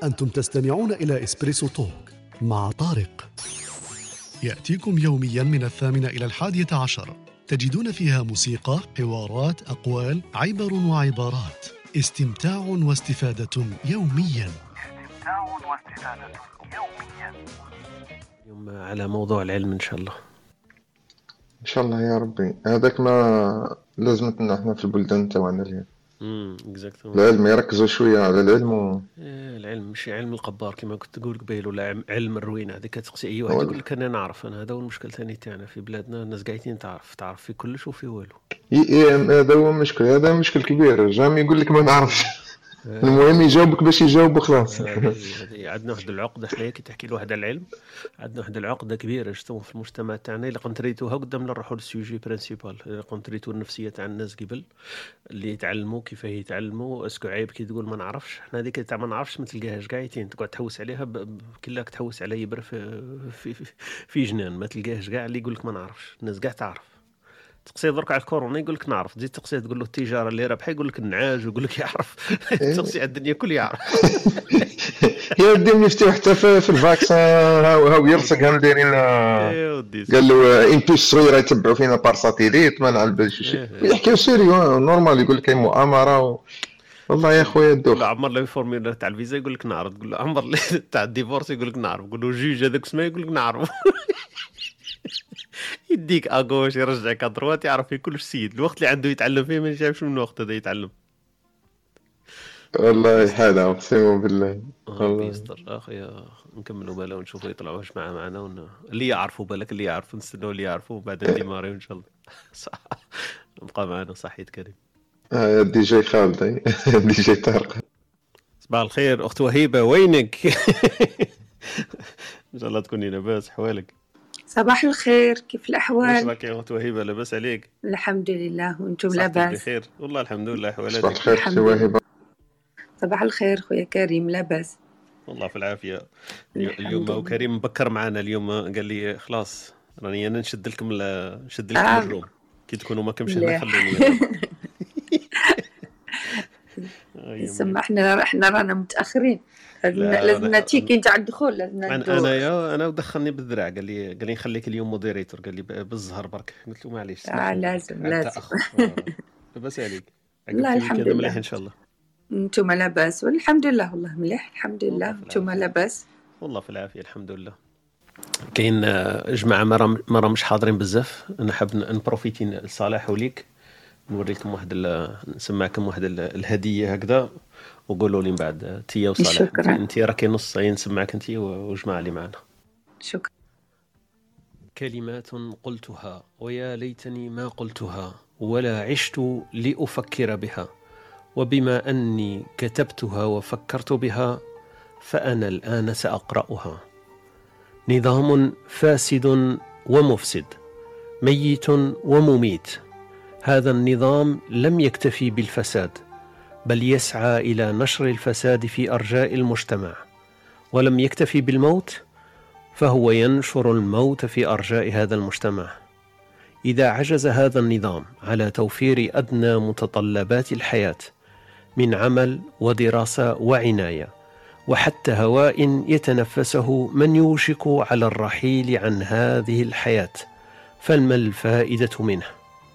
أنتم تستمعون إلى إسبريسو توك مع طارق. يأتيكم يوميا من 8 إلى 11. تجدون فيها موسيقى، حوارات، أقوال، عبر وعبارات. استمتاع واستفادة يوميا. اليوم على موضوع العلم إن شاء الله. ان شاء الله يا ربي. هذاك ما لازمتنا احنا في البلدان تاعنا اليوم. اكزاكتومون. العلم يركزوا شويه على العلم العلم ماشي علم القبار كما كنت تقول قبيل، ولا علم الروينه. هذيك تقصي اي واحد يقول لك انا نعرف. انا هذا هو المشكل ثاني تاعنا في بلادنا. الناس قاعدين تعرف في كلش وفي والو. هذا هو مشكل، هذا مشكل كبير. جامي يقول لك ما نعرفش. المهم يجاوبك باش يجاوب خلاص. هذه عندنا واحد العقده حنايا كي تحكي له واحد على العلم. عندنا واحد العقده كبيره جدا في المجتمع تاعنا. الا كنت ريتوها قدام نروحوا للسوجي برينسيبال. الا كنت ريتو النفسيه تاع الناس قبل اللي يتعلموا كيف يتعلموا. اسكو عيب كي تقول ما نعرفش؟ حنا هذيك تاع ما نعرفش ما تلقاهاش قاعدين تقعد تحوس عليها كلاك تحوس على يبر في جنان ما تلقاهش كاع. اللي يقول لك ما نعرفش الناس كاع تعرف. تقصي درك على الكورونا يقول لك نعرف. تزيد تقصي تقول له التجاره اللي رابحه يقول لك النعاج ويقول لك يعرف. تقصي على الدنيا كل يعرف. يا ودي مفتوح حتى في الفاكسان. هاو يرسق هم دايرين. قال له ان بيس صغيره يتبعوا فينا بار ساتيليت ما نعرف شي يحكيو سيريو نورمال. يقول لك مؤامره والله يا خويا الدوخ. لا عمر لا يفورمير تاع الفيزا يقول لك نعرف. تقول له عمر تاع الديفورس يقول لك نعرف. تقول له جوج هذاك اسمه يقول لك نعرف. يديك اغوش يرجعك ادروات. يعرف في كل سيد الوقت اللي عنده يتعلم فيه. ما شافش من وقت هذا يتعلم. والله هذا اقسم بالله. الله يستر اخي. نكملوا بالا ونشوفوا يطلعوا واش معنا اللي يعرفوا بالك اللي يعرفوا نستناو اللي يعرفوا بعد ديماري ان شاء الله. صح. نبقى معنا صحيت كريم. دي جي خالد. دي جي طارق. صباح الخير اخت وهيبه وينك؟ ان شاء الله تكوني لاباس حوالك. صباح الخير كيف الأحوال؟ ايش راك يا اخت وهيبه؟ لاباس عليك؟ الحمد لله وانتم لاباس؟ بخير والله الحمد لله. حوالاتك؟ صباح الخير اخت وهيبه. صباح الخير خويا كريم لاباس؟ والله في العافيه. اليوم كريم مبكر معنا اليوم. قال لي خلاص راني انا نشد لكم الروم كي تكونوا ما كمش هنا خلوني. يسمى احنا رانا متاخرين. لازم تيكي نتاع الدخول. لازم انا ودخلني بالذراع. قال لي نخليك اليوم موديريتور. قال لي بالزهر برك. قلت له معليش. لازم بس عليك. الله الحمد لله. ان شاء الله انتم لاباس؟ والحمد لله والله مليح الحمد لله. انتم لاباس؟ والله في العافيه الحمد لله. كاين جماعه ما مش حاضرين بزاف. انا حاب نبروفيتي صالح وليك نوريكم نسمعكم واحد الهديه هكذا وقولوا لي من بعد تيا وصالح. انت راكي نص نسمعك انت وجماعه اللي معنا. شكرا. كلمات قلتها ويا ليتني ما قلتها ولا عشت لأفكر بها، وبما أني كتبتها وفكرت بها فأنا الآن سأقرأها. نظام فاسد ومفسد، ميت ومميت. هذا النظام لم يكتفي بالفساد، بل يسعى إلى نشر الفساد في أرجاء المجتمع. ولم يكتفي بالموت، فهو ينشر الموت في أرجاء هذا المجتمع. إذا عجز هذا النظام على توفير أدنى متطلبات الحياة من عمل ودراسة وعناية وحتى هواء يتنفسه من يوشك على الرحيل عن هذه الحياة، فما الفائدة منه؟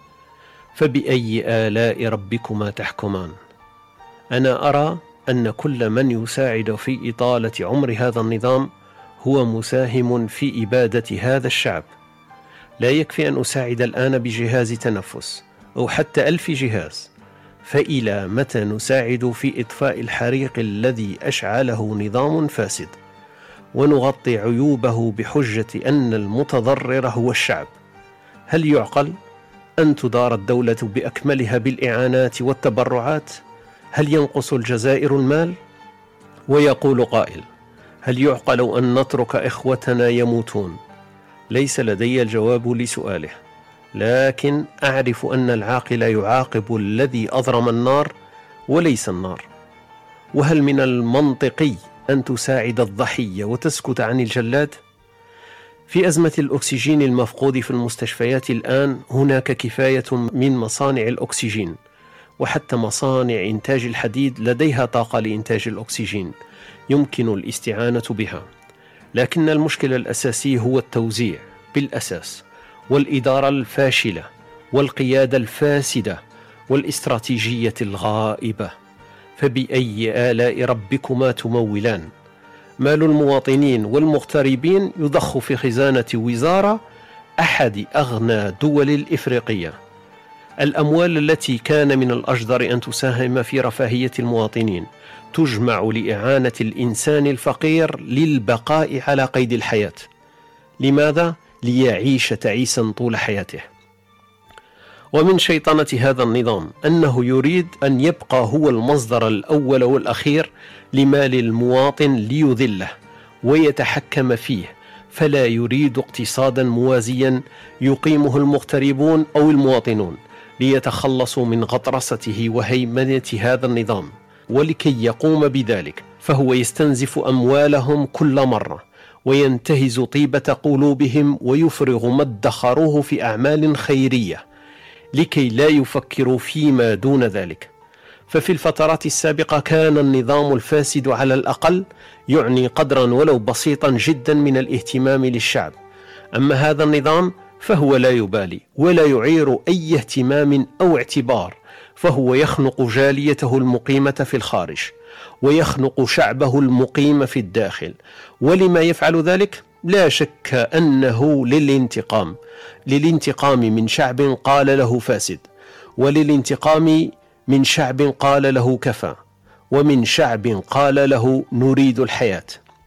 فبأي آلاء ربكما تحكمان؟ أنا أرى أن كل من يساعد في إطالة عمر هذا النظام هو مساهم في إبادة هذا الشعب. لا يكفي أن أساعد الآن بجهاز تنفس أو حتى 1000 جهاز، فإلى متى نساعد في إطفاء الحريق الذي أشعله نظام فاسد ونغطي عيوبه بحجة أن المتضرر هو الشعب؟ هل يعقل أن تدار الدولة بأكملها بالإعانات والتبرعات؟ هل ينقص الجزائر المال؟ ويقول قائل: هل يعقل أن نترك إخوتنا يموتون؟ ليس لدي الجواب لسؤاله، لكن أعرف أن العاقل يعاقب الذي أضرم النار وليس النار. وهل من المنطقي أن تساعد الضحية وتسكت عن الجلاد؟ في أزمة الأكسجين المفقود في المستشفيات الآن هناك كفاية من مصانع الأكسجين، وحتى مصانع إنتاج الحديد لديها طاقة لإنتاج الأكسجين يمكن الاستعانة بها. لكن المشكلة الأساسي هو التوزيع بالأساس، والإدارة الفاشلة، والقيادة الفاسدة، والاستراتيجية الغائبة. فبأي آلاء ربكما تمولان؟ مال المواطنين والمغتربين يضخ في خزانة وزارة أحد أغنى دول الإفريقية. الأموال التي كان من الأجدر أن تساهم في رفاهية المواطنين تجمع لإعانة الإنسان الفقير للبقاء على قيد الحياة. لماذا؟ ليعيش تعيسا طول حياته. ومن شيطنة هذا النظام أنه يريد أن يبقى هو المصدر الأول والأخير لمال المواطن ليذله ويتحكم فيه، فلا يريد اقتصادا موازيا يقيمه المغتربون أو المواطنون ليتخلصوا من غطرسته وهيمنة هذا النظام. ولكي يقوم بذلك فهو يستنزف أموالهم كل مرة، وينتهز طيبة قلوبهم ويفرغ ما ادخروه في أعمال خيرية لكي لا يفكروا فيما دون ذلك. ففي الفترات السابقة كان النظام الفاسد على الأقل يعني قدرا ولو بسيطا جدا من الاهتمام للشعب. أما هذا النظام فهو لا يبالي ولا يعير أي اهتمام أو اعتبار، فهو يخنق جاليته المقيمة في الخارج ويخنق شعبه المقيم في الداخل. ولما يفعل ذلك؟ لا شك أنه للانتقام من شعب قال له فاسد، وللانتقام من شعب قال له كفى، ومن شعب قال له نريد الحياة.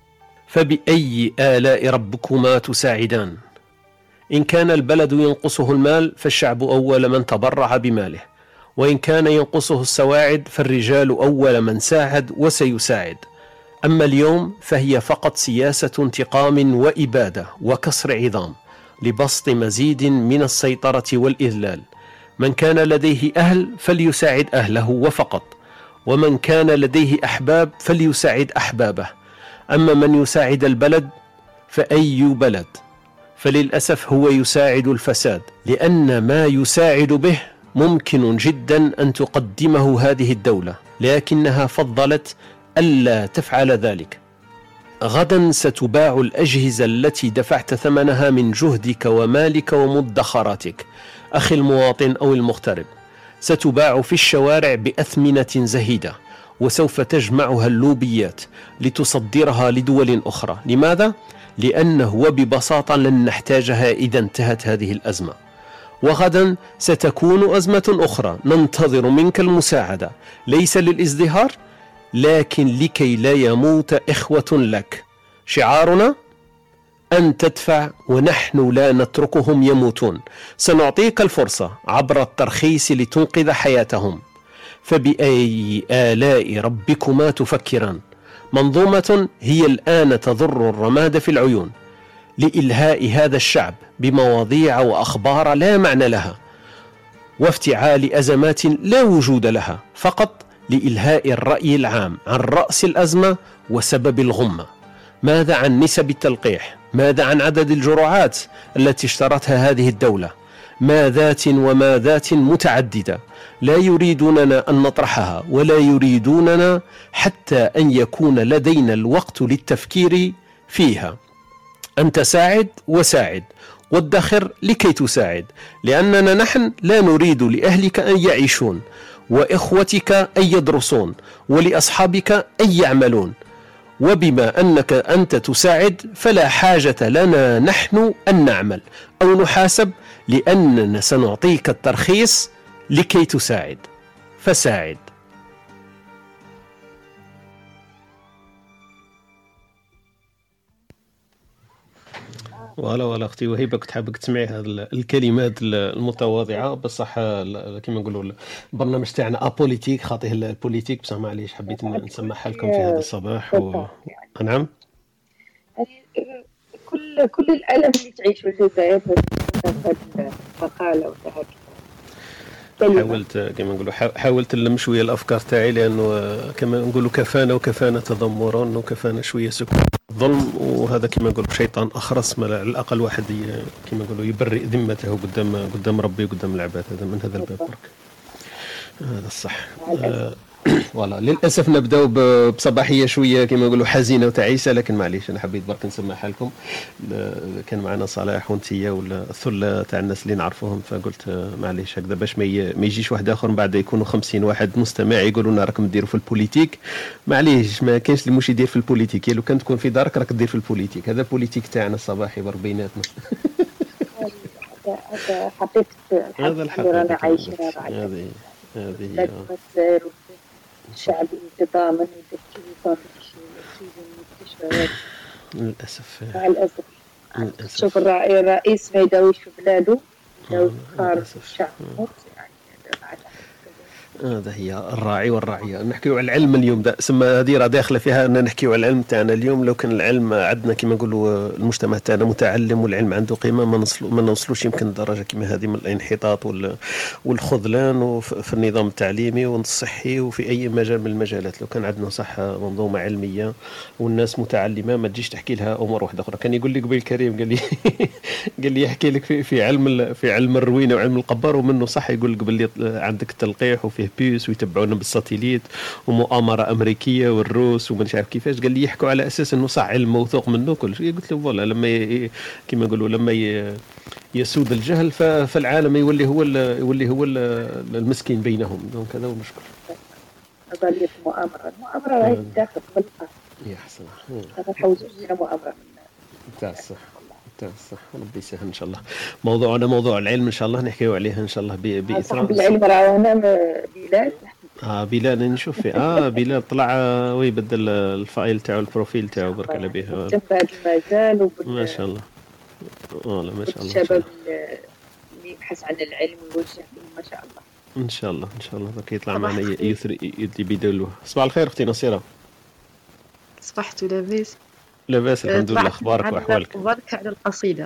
فبأي آلاء ربكما تساعدان؟ إن كان البلد ينقصه المال فالشعب أول من تبرع بماله، وإن كان ينقصه السواعد فالرجال أول من ساعد وسيساعد. أما اليوم فهي فقط سياسة انتقام وإبادة وكسر عظام لبسط مزيد من السيطرة والإذلال. من كان لديه أهل فليساعد أهله وفقط، ومن كان لديه أحباب فليساعد أحبابه. أما من يساعد البلد فأي بلد؟ فللأسف هو يساعد الفساد، لأن ما يساعد به ممكن جدا أن تقدمه هذه الدولة، لكنها فضلت ألا تفعل ذلك. غدا ستباع الأجهزة التي دفعت ثمنها من جهدك ومالك ومدخراتك، أخي المواطن أو المغترب، ستباع في الشوارع بأثمنة زهيدة، وسوف تجمعها اللوبيات لتصدرها لدول أخرى. لماذا؟ لأنه وببساطة لن نحتاجها إذا انتهت هذه الأزمة. وغدا ستكون أزمة أخرى ننتظر منك المساعدة، ليس للازدهار لكن لكي لا يموت إخوة لك. شعارنا أن تدفع ونحن لا نتركهم يموتون. سنعطيك الفرصة عبر الترخيص لتنقذ حياتهم. فبأي آلاء ربكما تفكران؟ منظومة هي الآن تضر الرماد في العيون لإلهاء هذا الشعب بمواضيع وأخبار لا معنى لها، وافتعال أزمات لا وجود لها، فقط لإلهاء الرأي العام عن رأس الأزمة وسبب الغمة. ماذا عن نسب التلقيح؟ ماذا عن عدد الجرعات التي اشترتها هذه الدولة؟ ماذات وماذات متعددة لا يريدوننا أن نطرحها، ولا يريدوننا حتى أن يكون لدينا الوقت للتفكير فيها. أنت ساعد وساعد، وادخر لكي تساعد، لأننا نحن لا نريد لأهلك أن يعيشون، وإخوتك أن يدرسون، ولأصحابك أن يعملون. وبما أنك أنت تساعد فلا حاجة لنا نحن أن نعمل أو نحاسب، لأننا سنعطيك الترخيص لكي تساعد، فساعد. ولا أختي وهيبة، كنت حابك تسمعي هذه الكلمات المتواضعة بصح كما نقولوا البرنامج تاعنا أبوليتيك، خاطيه البوليتيك، بصح معليش حبيت نسمعها لكم في هذا الصباح. نعم، كل الألم اللي تعيشه الجزائر في هذه المقالة حاولت كما نقولوا حاولت نلم شويه الافكار تاعي، لانه كما نقولوا كفانا وكفانا تذمرا وكفانا شويه سكوت ظلم، وهذا كما نقولوا شيطان اخرس، ما على الاقل واحد كما نقولوا يبرئ ذمته قدام ربي وقدام العباد. هذا من هذا الباب برك. هذا الصح. والله للاسف نبداو بصباحيه شويه كما نقولوا حزينه وتعيسه، لكن معليش انا حبيت برك نسمعها لكم. كان معنا صلاح وانتيا ولا الثله تاع الناس اللي نعرفوهم، فقلت معليش هكذا باش ما يجيش واحد اخر من بعد يكونوا 50 واحد مستمع يقولوا لنا راكم ديروا في البوليتيك. معليش ما كاينش اللي مش يدير في البوليتيك، لو كان تكون في دارك راك دير في البوليتيك. هذا البوليتيك تاعنا الصباحي برك بيناتنا. هذا حقيقة هذا الحقيقة اللي عايشينها. هذه الشعب يتضامن ويدير المستشفيات للأسف. مع الأسف شوف الرئيس ما يداويش في بلاده، يداوي في الشعب. هذا هي الراعي والراعية. نحكيو على العلم اليوم، سما هذه راه داخله فيها أن نحكيو على العلم تاعنا اليوم. لو كان العلم عندنا كما نقولوا المجتمع تاعنا متعلم والعلم عنده قيمة، ما نوصلوش يمكن الدرجة كما هذه من الانحطاط والخذلان في النظام التعليمي والصحي وفي أي مجال من المجالات. لو كان عندنا صح منظومة علمية والناس متعلمة ما تجيش تحكي لها أمور واحدة أخرى. كان يقول لي قبيل كريم قال لي يحكي لك في علم الروينة وعلم القبر، ومنه صح يقول لك باللي عندك التلقيح وفيه بيس ويتبعونا بالساتيليت ومؤامره امريكيه والروس وما نعرف كيفاش. قال لي يحكوا على اساس انه صح علم موثوق منه كل شيء. قلت له والله لما كما يقولوا لما يسود الجهل فالعالم يولي هو المسكين بينهم. دونك هذا هو المشكل. قضيه المؤامره راهي داخل بالقاع. يا حسن هذا حوزه مؤامره تاع الصح. ربي يسهل ان شاء الله. موضوعنا موضوع العلم ان شاء الله نحكيو عليه ان شاء الله باثراء. بالعلم راه انا بلال بلال نشوف فيه. بلال طلع ويبدل الفايل تاعو البروفيل تاعو برك على به. تبع المجال ما شاء الله. والله ما شاء الله. الشباب اللي يبحث عن العلم ويوجه به ما شاء الله. ان شاء الله برك يطلع معنا يثري يبدلوه. صباح الخير اختي نصيره. صبحت لاباس؟ لاباس الحمد لله. اخبارك واحوالك؟ اخبارك على القصيده.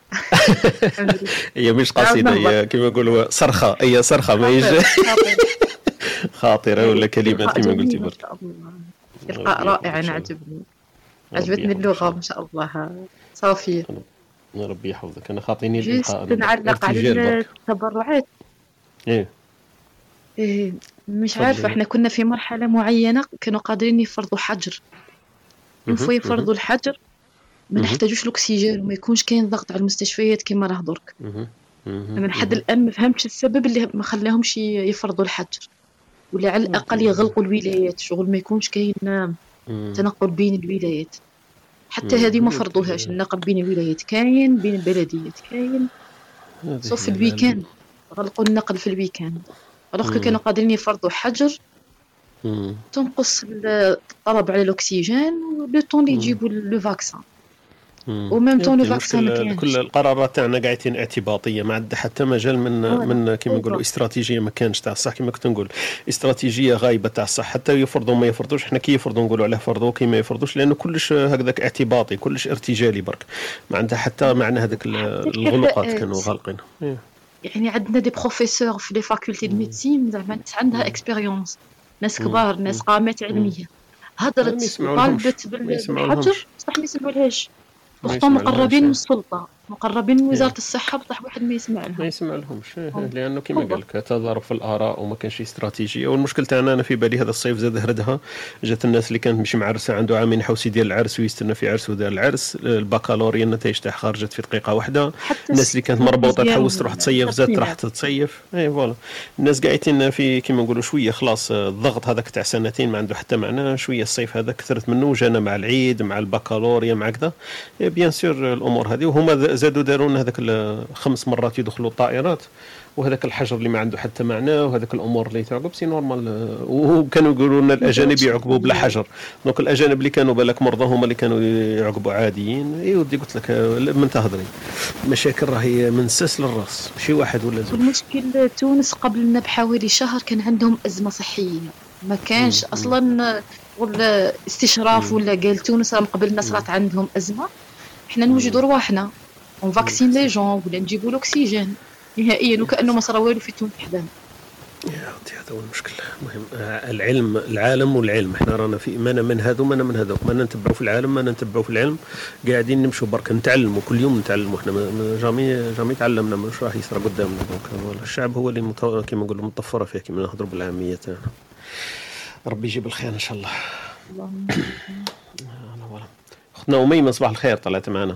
هي مش قصيده، هي كما يقولوا صرخه. هي صرخه ما يجي خاطره ولا كلمات كما قلتي برك. إلقاء رائع. عجبتني اللغه ما شاء الله صافيه. ربي يحفظك. انا خاطيني الإلقاء. نعلق على التبرعات. ايه مش عارفه، احنا كنا في مرحله معينه كانوا قادرين يفرضوا حجر. ينفوا يفرضوا الحجر ما نحتاجوش الاكسجين وما يكونش كاين ضغط على المستشفيات كما راه درك. انا لحد الان ما فهمتش السبب اللي ما خلاهمش يفرضوا الحجر، ولا على الاقل يغلقوا الولايات، شغل ما يكونش كاين تنقل بين الولايات. حتى هذه ما فرضوهاش. النقل بين الولايات كاين، بين البلديات كاين، صوف في الويكاند غلقوا النقل في الويكاند. alors كانوا قادرين يفرضوا حجر تنقص الطلب على الاكسجين لو طون اللي يجيبوا لو فاكسان. وميم طون لو فاكسان ما كاينش. كل القرارات تاعنا قاعدين اعتباطيه، ما عندها حتى مجال من كما يقولوا استراتيجيه. ما كانش تاع الصح كما كنت نقول استراتيجيه غايبه تاع الصح. حتى يفرضوا ما يفرضوش، احنا كي يفرضوا نقولوا عليه فرضوا، كي ما يفرضوش لانه كلش هكذاك اعتباطي، كلش ارتجالي برك. ما عندها حتى معنى هذاك الغلقات كانوا غالقين. يعني عندنا دي بروفيسور في لي فاكولتي دو ميديسين زعما ناس عندها اكسبيريونس، ناس كبار، ناس قامات علميه، هضرت طالبت بالحجر بصح ما يسمعولهاش. بورتون مقربين من السلطه، مقربين من وزاره الصحه، بصح واحد ما يسمع لهمش لانه كما قال لك تضارب في الاراء وما كانش استراتيجيه. والمشكل تاعنا انا في بالي هذا الصيف زاد هردها. جات الناس اللي كانت مش معرسه عنده عامين حوسي ديال العرس ويستنى في عرس ودار العرس، البكالوريا النتائج تاعها خرجت في دقيقه واحده. الناس اللي كانت مربوطه تحوس تروح تصيف زاد راح تصيف. اي فوالا الناس قاعدين في كما نقولوا شويه خلاص الضغط هذاك تاع سنتين ما عنده حتى معنى. شويه الصيف هذا كثرت منه وجانا مع العيد مع البكالوريا مع كذا. بيان سور الامور هذه. وهما زادوا داروا لنا هذاك 5 مرات يدخلوا الطائرات، وهذاك الحجر اللي ما عنده حتى معنى، وهذاك الامور اللي تعقب سي نورمال. وكانوا يقولوا لنا الاجانب يعقبوا بلا حجر. دونك الاجانب اللي كانوا بالك مرضى هما اللي كانوا يعقبوا عاديين. اي ودي قلت لك من تهضري المشاكل راهي من الساس للراس، ماشي واحد ولا زوج. المشكل تونس قبلنا بحوالي شهر كان عندهم ازمه صحيه، ما كانش اصلا ولا استشراف ولا قال تونس راه قبل الناس رات عندهم ازمه، احنا نوجدوا رواحنا اون فاكسين لي جون ولا نجيبوا الاكسجين نهائيا، وكانه ما صرا والو في تونس حدانا. هذا هو المشكل. المهم العالم والعلم، احنا رانا في مانا من هذا ومانا من هذا، مانا نتبعوا في العالم مانا نتبعوا في العلم، قاعدين نمشوا برك نتعلموا كل يوم نتعلموا، احنا جامي تعلمنا، مش راح يصير قدامنا. دونك الشعب هو اللي كما نقولوا مطفره فيه، كما نهضروا بالعاميه تاعنا. ربي يجيب الخير ان شاء الله. اختنا أميمة صباح الخير، طلعت معنا.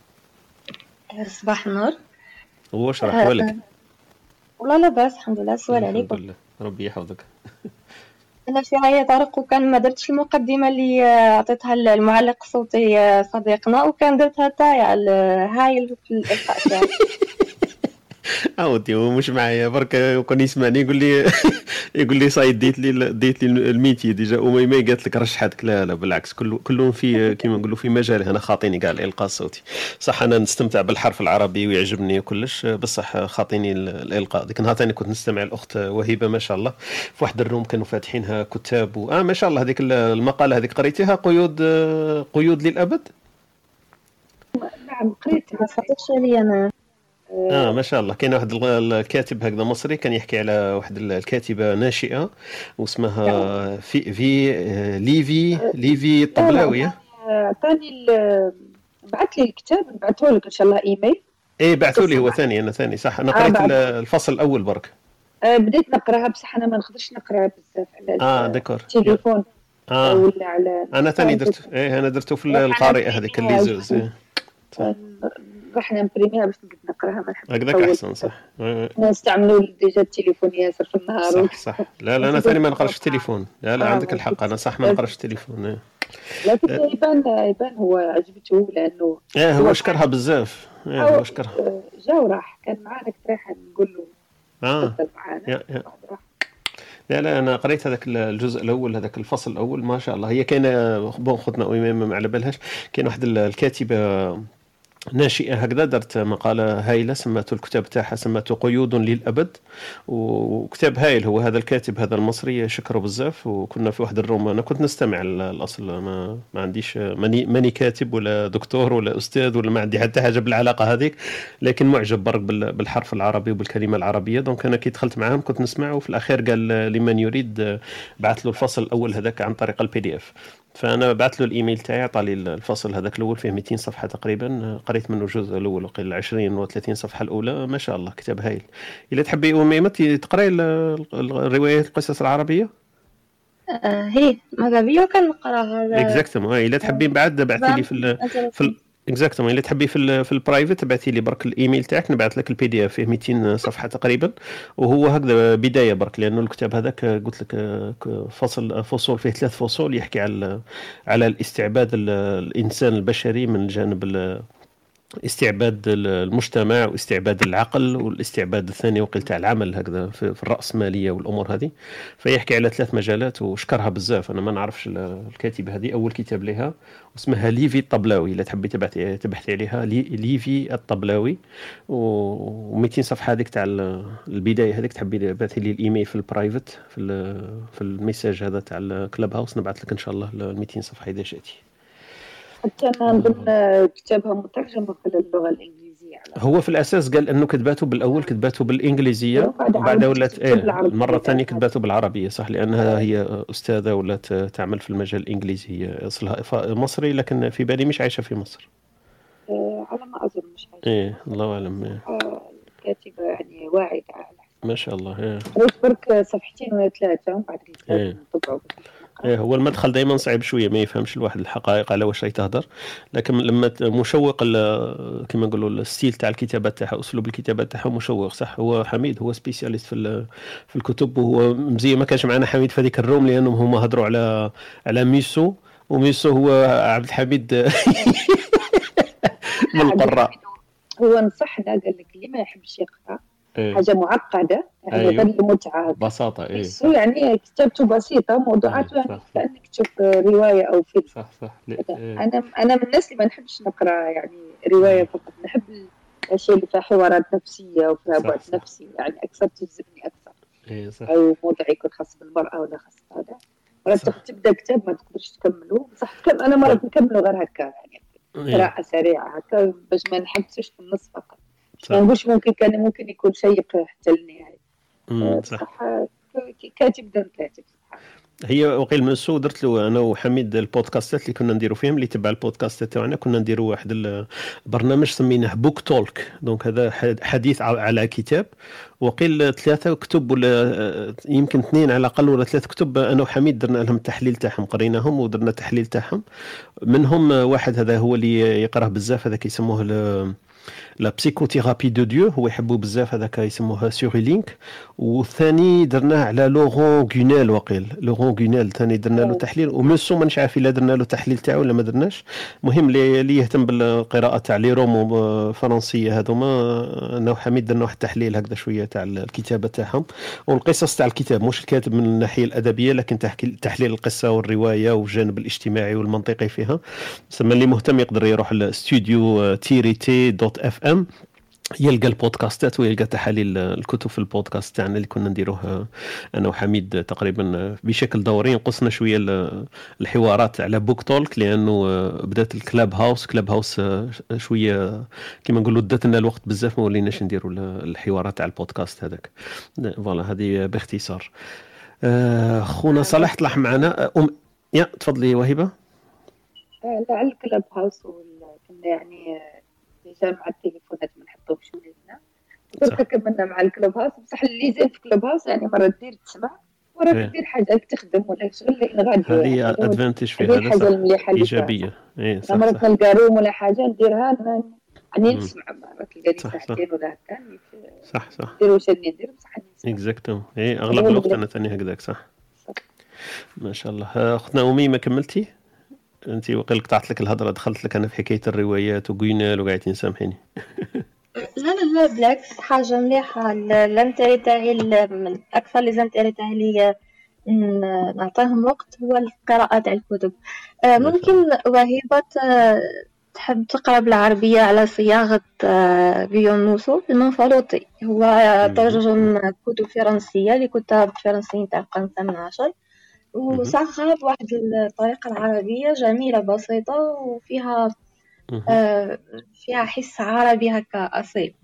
صباح النور. واش راح حوالك؟ والله لاباس الحمد لله. السؤال عليكم. الحمد لله ربي يحفظك. انا في يا طارق، وكان ما درتش المقدمه اللي عطيتها المعلق الصوتي صديقنا، وكان درتها تاع هايل في الالقاء تاعي. عاودي مش معايا برك، وكان يسمعني يقول لي صايد ديت لي الميتي ديجا. أميمة قالت لك رشحتك. لا بالعكس، كلهم في كيما نقولوا في مجالي انا خاطيني كاع الالقاء الصوتي. صح انا نستمتع بالحرف العربي ويعجبني كلش، بصح خاطيني الالقاء. ديك النهار ثاني كنت نستمع الاخت وهيبه ما شاء الله في واحد الروم كانوا فاتحينها كتاب ما شاء الله. هذيك المقاله هذيك قريتيها، قيود للابد؟ نعم قريتها، ما فاتتش لي انا. ما شاء الله. كاين واحد الكاتب هكذا مصري كان يحكي على واحد الكاتبه ناشئه واسمها في ليفي الطبلاوي. عطاني بعث لي الكتاب، نبعثه لك ان شاء الله ايميل. بعثوا لي هو ثاني. انا ثاني صح، انا قريت الفصل الاول برك. بديت نقراها بصح انا ما نقدرش نقرا بزاف على ديكور التليفون ولا على. انا ثاني درت انا درته في القارئه هذيك اللي زوز. راح نمبريميها باش نقدر نقراها، ما نحبش هكذاك احسن. صح نستعملوا ديجا التليفون ياسر في النهار. صح لا انا ثاني ما نقراش التليفون. لا عندك الحق، انا صح ما نقراش التليفون. لكن يبان هو عجبته لانه هو شكرها بزاف. هو شكرها جا وراح كان معنا، كنت رايحه نقول له تفضل معنا. لا انا قريت هذاك الجزء الاول، هذاك الفصل الاول ما شاء الله. هي كاينه خدنا أميمة ما على بالهاش، كاين واحد الكاتبه ناشئة هكذا درت مقالة هايلة سمته الكتاب تاعها سمته قيود للأبد، وكتاب هايل. هو هذا الكاتب هذا المصري شكره بزاف، وكنا في واحد الروم. أنا كنت نستمع الأصل، ما عنديش ماني كاتب ولا دكتور ولا أستاذ ولا ما عندي حتى حاجة بالعلاقة هذيك، لكن معجب برك بالحرف العربي وبالكلمة العربية. دونك أنا كي دخلت معاهم كنت نسمع، وفي الأخير قال لمن يريد بعث له الفصل الأول هذاك عن طريق الPDF. فأنا بعث له الإيميل تاعي، عطالي الفصل هذاك الأول فيه 200 صفحة تقريبا. قريت منه الجزء الأول وقيل 20 و30 صفحة الأولى. ما شاء الله كتاب هايل. إلا تحبي أميمة تقرأي الروايات القصص العربية؟ هي ماذا بيا وكان نقراها. إكزاكتومون. إلا تحبي بعد بعثي لي في اكزاكتومون. الا تحبي في البرايفت تبعثي لي برك الايميل تاعك، نبعث لك الPDF فيه 200 صفحه تقريبا. وهو هكذا بدايه برك، لانه الكتاب هذاك قلت لك فصول فيه 3 فصول يحكي على الاستعباد الانسان البشري من جانب استعباد المجتمع واستعباد العقل، والاستعباد الثاني وقيل تاع العمل هكذا في الرأسمالية والأمور هذه. فيحكي على 3 مجالات وشكرها بزاف. أنا ما نعرفش الكاتبة هذه، أول كتاب لها اسمها ليفي الطبلاوي. إلا تحبي تبحثي عليها ليفي الطبلاوي، و200 صفحة هذيك تاع البداية هذيك. تحبي تبعثي لي الإيميل في البرايفت في الميساج هذا تاع الكلاب هاوس، نبعث لك إن شاء الله 200 صفحة إذا شئتي. حتى أنا نظن كتابها مترجمة في اللغة الإنجليزية. هو في الأساس قال إنه كتباته بالأول كتباته بالإنجليزية، وبعد ولات المرة الثانية كتباته بالعربية. صح، لأنها هي أستاذة ولات تعمل في المجال الإنجليزي. هي أصلها مصري لكن في بالي مش عايشة في مصر. على ما أظن مش عايشة. الله أعلم. كاتبة يعني واعدة ما شاء الله. قريت برك 2 صفحتين ولا 3 وبعد قلت نطبعوا. هو المدخل دائما صعب شويه، ما يفهمش الواحد الحقائق على واش راهي تهضر. لكن لما مشوق كما نقولوا الستيل تاع الكتابه تاعها، اسلوب الكتابه تاعها مشوق. صح، هو حميد هو سبيسياليست في الكتب، وهو مزيه ما كانش معنا حميد في هذيك الروم لانهم هما هضروا على ميسو، وميسو هو عبد الحميد من القراء. هو نصحنا قال لك اللي ما يحبش يقرا حاجة معقدة يعني غير المتعة بساطة. يعني كتابته بسيطة، موضوعاته يعني كأنك تشوف رواية أو فيلم. صح. أنا من الناس اللي ما نحبش نقرأ يعني رواية فقط، نحب الأشياء اللي فيها حوارات نفسية وفيها بعد نفسي، يعني أكثر تجذبني أكثر. صح. أو موضوع يكون خاص بالمرأة ولا خاص هذا. مرات تبدأ كتاب ما تقدرش تكمله، صح أنا مرات نكمله غير هكا يعني قراءة سريعة هكا باش ما نحبسش في النص فقط. ما نقولش ممكن يكون شيق حتى لنهاية. صح. كاتب دار كاتب. هي وقيل من السوق درت له انا وحميد البودكاستات اللي كنا نديروا فيهم، اللي تبع البودكاست تاعنا كنا نديروا واحد البرنامج سميناه بوك تولك. دونك هذا حديث على كتاب، وقيل 3 كتب ولا يمكن 2 على الاقل ولا 3 كتب انا وحميد درنا لهم التحليل تاعهم، قريناهم ودرنا تحليل تاعهم. منهم واحد هذا هو اللي يقراه بزاف، هذا كيسموه لا بسيكوثيرابي دو ديو، هو يحبوا بزاف هذاك يسموها سوري لينك. والثاني درناه على لورون غونيل، وقيل لورون غونيل ثاني درنا له تحليل. ومنسو مانيش عارف الا درنا له تحليل تاعو ولا ما درناش. المهم اللي يهتم بالقراءه تاع لي رومون فرنسيه هذوما، انا وحميد درنا واحد التحليل هكذا شويه تاع الكتابه تاعهم والقصص تاع الكتاب، مش الكاتب من الناحيه الادبيه لكن تحليل القصه والروايه والجانب الاجتماعي والمنطقي فيها. سما اللي مهتم يقدر يروح لستوديو تيريتي.fm يلقى البودكاستات ويلقى تحاليل الكتب في البودكاست تاعنا اللي كنا نديروه انا وحميد تقريبا بشكل دوري. نقصنا شويه الحوارات على بوك تولك لانه بدات الكلاب هاوس شويه كما نقولوا دات لنا الوقت بزاف، ما وليناش نديروا الحوارات على البودكاست هذاك. فوالا هذه باختصار. خونا صالح طلع معنا. يا تفضلي وهبه. لا الكلاب هاوس كنا يعني ديجا مع التليفونات ما نحطوش ولينا درك كملنا مع الكلوب هاوس. بصح اللي زين في الكلوب هاوس يعني مرة دير تسمع مرة دير حاجة تخدم ولا شغل اللي نغاديو، هذه ادفانتج في هذا الحاجة المليحة ايجابية. اي صح مرة نلقى روم ولا حاجة نديرها يعني نسمع مرة تلقاني ساعتين ولا هكا. صح ندير واش ندير بصح نسمع اكزاكتوم. اي اغلب الوقت انا ثاني هكذاك. صح ما شاء الله. اختنا امي ما كملتي انت؟ وقيل قطعت لك الهضره، دخلت لك انا في حكايه الروايات وقينال وقاعدين سامحيني. لا بالعكس حاجه مليحه. الانتري تاعي اكثر لي زانتري تاعي لي نعطيهم وقت هو القراءه تاع الكتب. ممكن وهبه تحب تقرا بالعربيه على صياغه غيون موسو المنفلوطي، هو ترجم كتب فرنسيه لكتاب فرنسيين تاع القرن 18 وصاغها بواحد الطريقة العربية جميلة بسيطة وفيها فيها حس عربي هكا أصيل.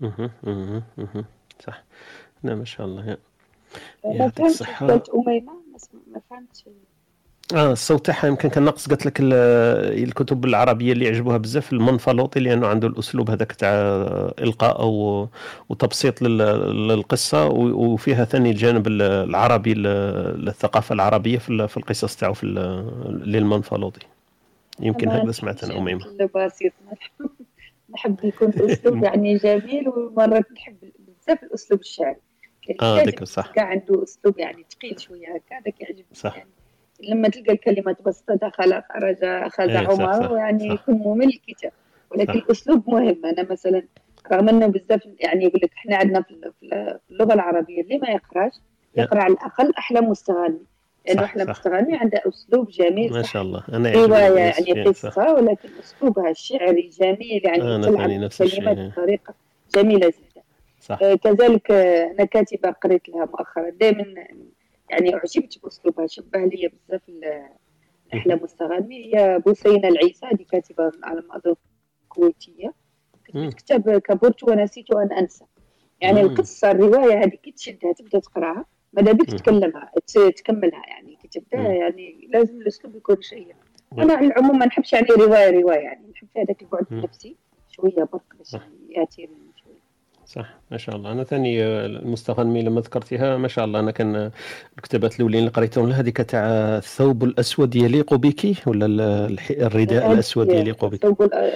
صح. لا ما شاء الله. يعطيك الصحة. ما فهمتش الصوت تاعها يمكن كان نقص. قلت لك الكتب العربيه اللي يعجبوها بزاف المنفلوطي لانه عنده الاسلوب هذاك تاع القاء وتبسيط للقصه، وفيها ثاني الجانب العربي الثقافه العربيه في القصص تاعو للمنفلوطي. يمكن هكذا سمعت انا اميمه. بسيط نحب يكون الاسلوب يعني جميل، ومرات نحب بزاف الاسلوب الشعري. ذاك صح. كاع عنده اسلوب يعني ثقيل شويه هكا، هذاك يعجبني. صح. يعني لما تلقى الكلمات بسيطة دخل خرج أخذ عمر يعني يكون ممل الكتاب، ولكن الأسلوب مهم. أنا مثلا رغم أنه بزاف يعني يقول لك إحنا عندنا في اللغة العربية اللي ما يقراش يقرأ على الأقل أحلام مستغني، لأنه أحلام مستغني عندها أسلوب جميل ما شاء الله. أنا رواية يعني قصة ولكن أسلوبها الشعري جميل، يعني تلعب الكلمات بطريقة جميلة جدا. كذلك أنا كاتبة قريت لها مؤخرا دائما يعني أعجبت بأسلوبها، شبه لي بزاف الأحلام والتغاني. هي بوسينة العيسى، هذه كاتبة على ما أظن كويتية، كتبت كتاب كبرت ونسيت أن أنسى. يعني القصة الرواية هذه كي تشدها تبدأ تقراها ماذا بك تكملها يعني كتبتها. يعني لازم الأسلوب يكون شيء. أنا على العموم ما نحبش يعني رواية يعني نحب هذاك البعد النفسي شوية برك باش يأتي صح ما شاء الله. انا ثاني المستغنمي لما ذكرتيها ما شاء الله، انا كان الكتابات الاولين اللي قريتهم لها هذيك تاع الثوب الاسود يليق بك ولا الرداء الاسود يليق بك.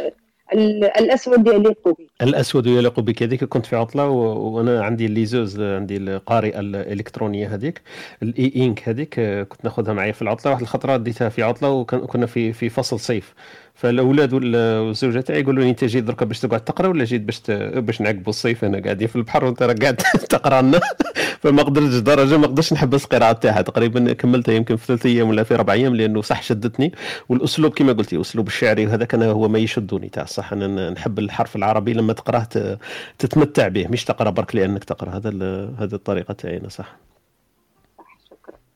الاسود يليق بك. الاسود يليق بك هذيك كنت في عطله وانا عندي الليزوز، عندي القارئه الالكترونيه هذيك الاي انك هذيك كنت ناخذها معايا في العطله. واحد الخطره ديتها في عطله وكنا في فصل صيف، فالاولاد والزوجه تاعي يقولوا لي انت جيت درك باش تقعد تقرا ولا جيت باش نعقبوا الصيف؟ انا قاعدين في البحر وانت راك قاعد تقرا لنا. فما قدرتش درجه ما قدرتش نحبس القراءه تاعها، تقريبا كملتها يمكن في 3 ايام ولا في 4 ايام لانه صح شدتني. والاسلوب كما قلتي اسلوب الشعري وهذا كان هو ما يشدني تاع صح. انا نحب الحرف العربي لما تقراه تتمتع به، مش تقرا برك لانك تقرا. هذا الطريقه تاعي انا. صح. شكرا.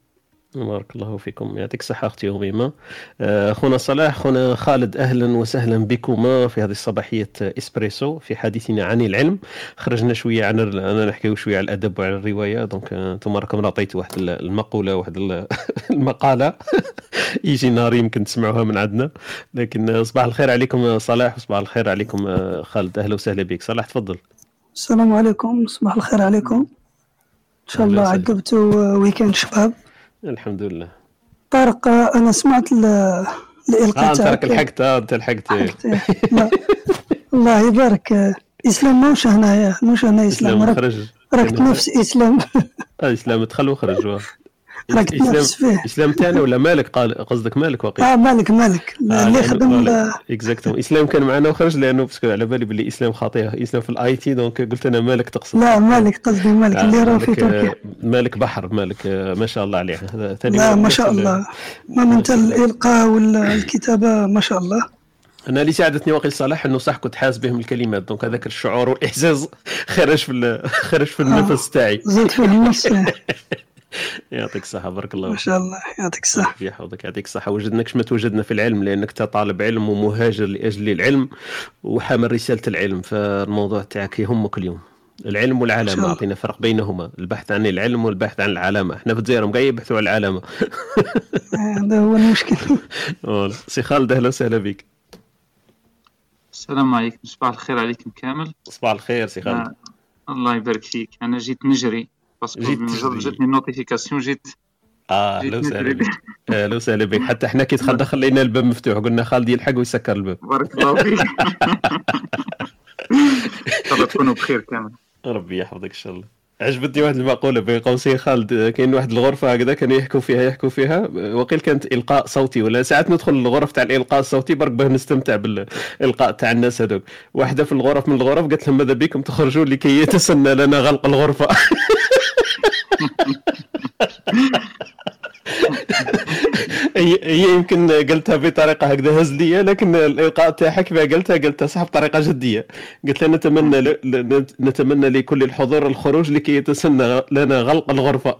بارك الله فيكم، يعطيك الصحة أختي أميمة. أخونا صلاح، أخونا خالد، أهلا وسهلا بكما في هذه الصباحية إسبريسو في حديثنا عن العلم. خرجنا شوية عن أنا نحكي شوية على الأدب وعلى الرواية، دونك أنتم راكم عطيتوا واحد المقولة، واحد المقالة يجي نهار يمكن تسمعوها من عندنا. لكن صباح الخير عليكم صلاح، وصباح الخير عليكم خالد. أهلا وسهلا بك صلاح، تفضل. السلام عليكم، صباح الخير عليكم. إن شاء الله عقبتوا ويكند شباب. الحمد لله. طارق، أنا سمعت الإلقاء تاعك. أنت لحقت. لا الله يبارك. إسلام مش هنايا إسلام راك نفس إسلام. إسلام دخل وخرج. إسلام تاعنا ولا مالك؟ قصدك مالك واقيلا؟ مالك اللي خدم اكزاكتوم. اسلام كان معنا وخرج لانه باسكو على بالي باللي اسلام خاطئه، اسلام في الاي تي، دونك قلت انا مالك تقصد. لا مالك قصدي مالك اللي راه في تركيا. مالك بحر، مالك ما شاء الله عليه. هذا ثاني. لا ما شاء الله، ما انت الالقاء والكتابه ما شاء الله. انا اللي ساعدتني واقيل صلاح انه صح كنت حاس بهم الكلمات، دونك هذاك الشعور والاحساس خرج في النفس تاعي. زدت في النفس. يعطيك الصحة، بارك الله. ما شاء الله، يعطيك الصحة. يحفظك، يعطيك الصحة. وجدناكش ما توجدنا في العلم، لأنك طالب علم ومهاجر لأجل العلم وحامل رسالة العلم، فالموضوع تاعك يهمك اليوم. العلم والعلامة، أعطينا فرق بينهما، البحث عن العلم والبحث عن العلامة. احنا في الجزائر قاعد يبحثوا عن العلامة. هذا هو المشكل. سي خالد، أهلا وسهلا بك. السلام عليكم، صباح الخير عليكم كامل. صباح الخير سي خالد. الله يبارك فيك. أنا جيت نجري باسكو بمجرد جاتني النوتيفيكاسيون جيت. لو سهل بك. لو سهل بك. حتى احنا كي دخلنا خلينا الباب مفتوح، قلنا خالد يلحق ويسكر الباب. بارك الله فيك. ان شاء الله تكونوا بخير كامل. ربي يحفظك ان شاء الله. عجبتني واحد المقولة بين قوسين خالد، كاين واحد الغرفة هكذا كانوا يحكوا فيها وقيل كانت إلقاء صوتي، ولا ساعات ندخل الغرف تاع الإلقاء الصوتي برك باه نستمتع بالإلقاء تاع الناس هذوك. واحدة في الغرف من الغرف قالت لهم ماذا بكم تخرجوا لكي يتسنى لنا غلق الغرفة. هي يمكن قلتها بطريقه هكذا هزليه، لكن الإلقاء تاعها كيف قلتها صح بطريقه جديه. قلت لها نتمنى لكل الحضور الخروج لكي يتسنى لنا غلق الغرفه.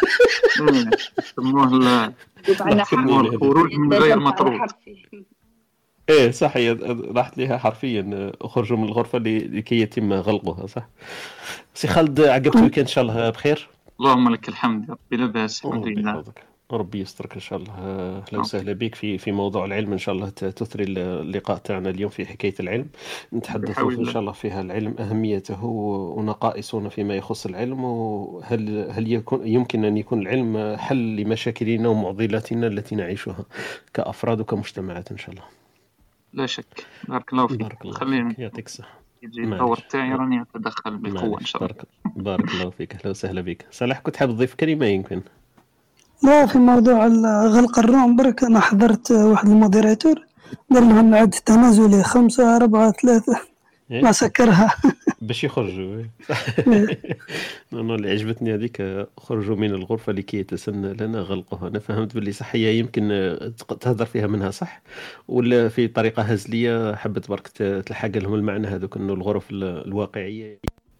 يسموه الخروج من غير مطروح. ايه صح، هي راحت لها حرفيا اخرجوا من الغرفه لكي يتم غلقها. صح. سي خالد، عقبت ويكند ان شاء الله بخير؟ اللهم لك الحمد، ربي لاباس الحمد لله. ربي يسترك ان شاء الله. اهلا وسهلا بك في موضوع العلم. ان شاء الله تثري اللقاء تاعنا اليوم في حكايه العلم، نتحدث ان شاء الله فيها العلم، اهميته ونقائصنا فيما يخص العلم، وهل يمكن ان يكون العلم حل لمشاكلنا ومعضلاتنا التي نعيشها كافراد وكمجتمعات ان شاء الله. لا شك. بارك الله فيك. خلينا يعطيك الصحه. يجي الدور تاعي راني اتدخل بقوه ان شاء الله. بارك الله فيك. اهلا وسهلا بك. صلاح، كنت حاب تضيف كلمه يمكن؟ لا، في موضوع غلق الروم برك أنا حضرت واحد الموديراتور دار لهم الميعاد التنازلي 5 4 3 ما سكرها باش يخرجوا. انا اللي عجبتني هذيك، خرجوا من الغرفه لكي يتسنى لنا غلقها. انا فهمت باللي صحيه يمكن تهضر فيها منها صح، ولا في طريقه هزليه حبت برك تلحق لهم المعنى هذوك، انه الغرف الواقعيه.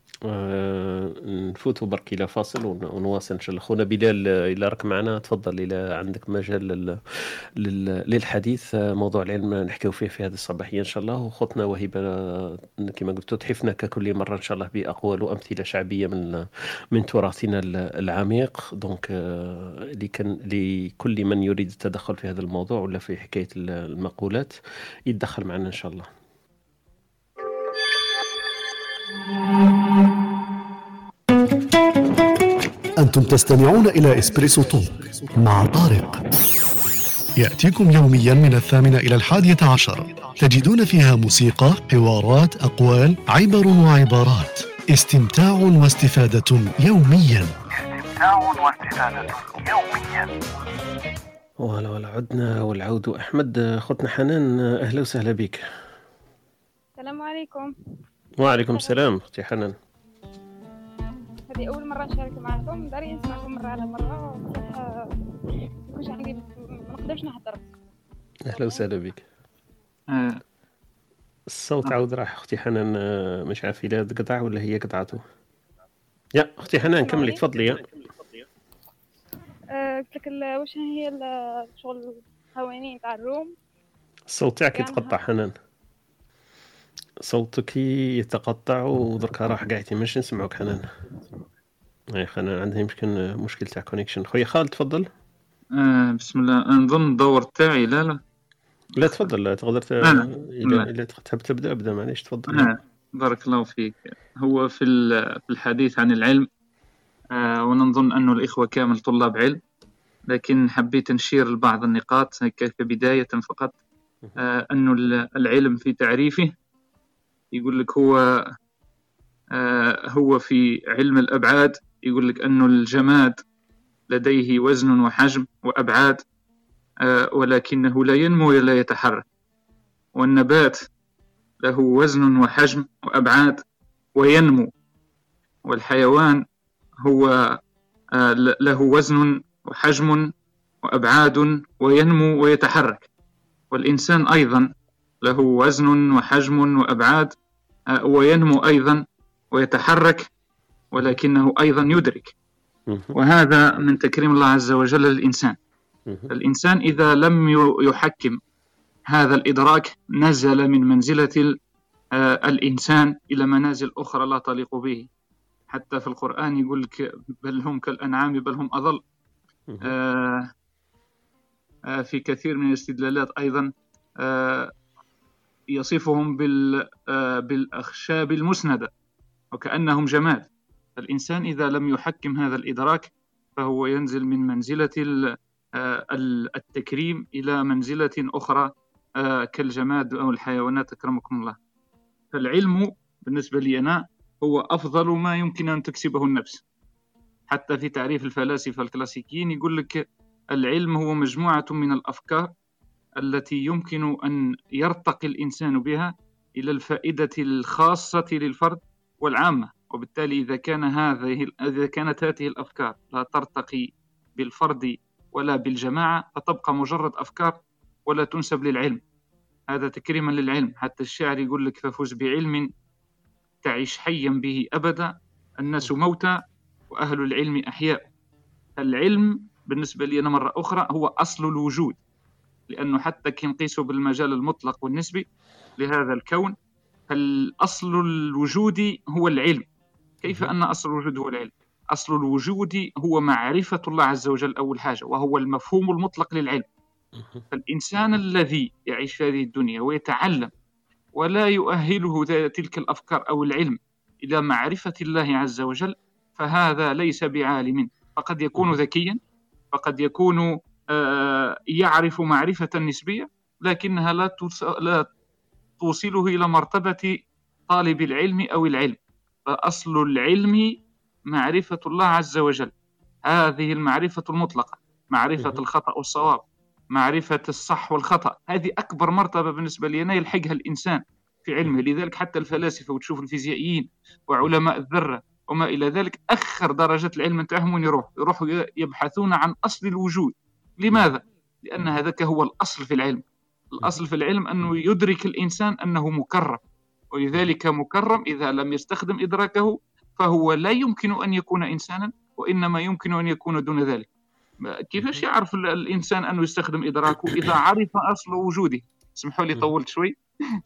نفوتوا برك الى فاصل ونواصل ان شاء الله. خونا بلال، الى راك معنا تفضل، الى عندك مجال للحديث. موضوع العلم نحكيو فيه في هذه الصباحيه ان شاء الله. وخطنا وهبه كما قلت تحفنا ككل مره ان شاء الله باقوال وامثله شعبيه من تراثنا العميق. دونك لكل من يريد التدخل في هذا الموضوع ولا في حكايه المقولات يتدخل معنا ان شاء الله. أنتم تستمعون إلى إسبريسو توك مع طارق، يأتيكم يوميا من 8 إلى 11. تجدون فيها موسيقى، حوارات، أقوال، عبر وعبارات، استمتاع واستفادة يوميا. ولا عدنا والعود. أحمد، أختنا حنان، أهلا وسهلا بك. السلام عليكم. وعليكم السلام أختي حنان. هذه أول مرة نشارك معكم، داري نسمعكم مرة على مرة، بصح عندي ما نقدرش نهضر. أهلا وسهلا بك. الصوت عاود راح أختي حنان، مش عارف إذا قطع ولا هي قطعته. يا أختي حنان كملي تفضلي. قلت لك واش هي الشغل القوانين تاع الروم. الصوت تاعك يتقطع حنان، صوتك يتقطع ودركا راح قاعدتي ماشي نسمعوك حنان. اي حنان عندها يمكن مشكل تاع كونيكشن. خويا خالد تفضل. بسم الله. نظن الدور تاعي. لا تفضل. لا تقدر إذا تحب تبدا ابدا معليش تفضل. بارك الله فيك. هو في الحديث عن العلم، ونظن أنه الإخوة كامل طلاب علم، لكن حبيت نشير لبعض النقاط كبداية فقط. أنه العلم في تعريفه يقول لك هو في علم الأبعاد يقول لك أنه الجماد لديه وزن وحجم وأبعاد، ولكنه لا ينمو ولا يتحرك. والنبات له وزن وحجم وأبعاد وينمو. والحيوان هو له وزن وحجم وأبعاد وينمو ويتحرك. والإنسان أيضا له وزن وحجم وأبعاد وينمو أيضا ويتحرك، ولكنه أيضا يدرك. وهذا من تكريم الله عز وجل للإنسان. الإنسان إذا لم يحكم هذا الإدراك نزل من منزلة الإنسان إلى منازل أخرى لا تليق به. حتى في القرآن يقول لك بل هم كالأنعام بل هم أضل. في كثير من الاستدلالات أيضا يصفهم بالأخشاب المسندة وكأنهم جماد. الإنسان إذا لم يحكم هذا الإدراك فهو ينزل من منزلة التكريم إلى منزلة أخرى كالجماد أو الحيوانات أكرمكم الله. فالعلم بالنسبة لي أنا هو أفضل ما يمكن أن تكسبه النفس. حتى في تعريف الفلاسفة الكلاسيكيين يقول لك العلم هو مجموعة من الأفكار التي يمكن أن يرتقي الإنسان بها إلى الفائدة الخاصة للفرد والعامة. وبالتالي إذا كانت هذه الأفكار لا ترتقي بالفرد ولا بالجماعة فتبقى مجرد أفكار ولا تنسب للعلم. هذا تكريما للعلم. حتى الشاعر يقول لك ففوز بعلم تعيش حيا به أبدا، الناس موتى وأهل العلم أحياء. العلم بالنسبة لي أنا مرة أخرى هو أصل الوجود، لأنه حتى كي نقيسه بالمجال المطلق والنسبي لهذا الكون فالأصل الوجودي هو العلم. كيف أن أصل الوجود هو العلم؟ أصل الوجود هو معرفة الله عز وجل أول حاجة، وهو المفهوم المطلق للعلم. فالإنسان الذي يعيش في هذه الدنيا ويتعلم ولا يؤهله تلك الأفكار أو العلم إلى معرفة الله عز وجل فهذا ليس بعالم. فقد يكون ذكيا، فقد يكون يعرف معرفة نسبية، لكنها لا توصله إلى مرتبة طالب العلم أو العلم. فأصل العلم معرفة الله عز وجل، هذه المعرفة المطلقة، معرفة الخطأ والصواب، معرفة الصح والخطأ. هذه أكبر مرتبة بالنسبة لي أنا يلحقها الإنسان في علمه. لذلك حتى الفلاسفة وتشوف الفيزيائيين وعلماء الذرة وما إلى ذلك أخر درجة العلم نتاعهم وين يروحوا يبحثون عن أصل الوجود. لماذا؟ لأن هذاك هو الأصل في العلم. الأصل في العلم أنه يدرك الإنسان أنه مكرم، ولذلك مكرم إذا لم يستخدم إدراكه فهو لا يمكن أن يكون إنسانا، وإنما يمكن أن يكون دون ذلك. كيفاش يعرف الإنسان أنه يستخدم إدراكه؟ إذا عرف أصل وجوده. اسمحوا لي طولت شوي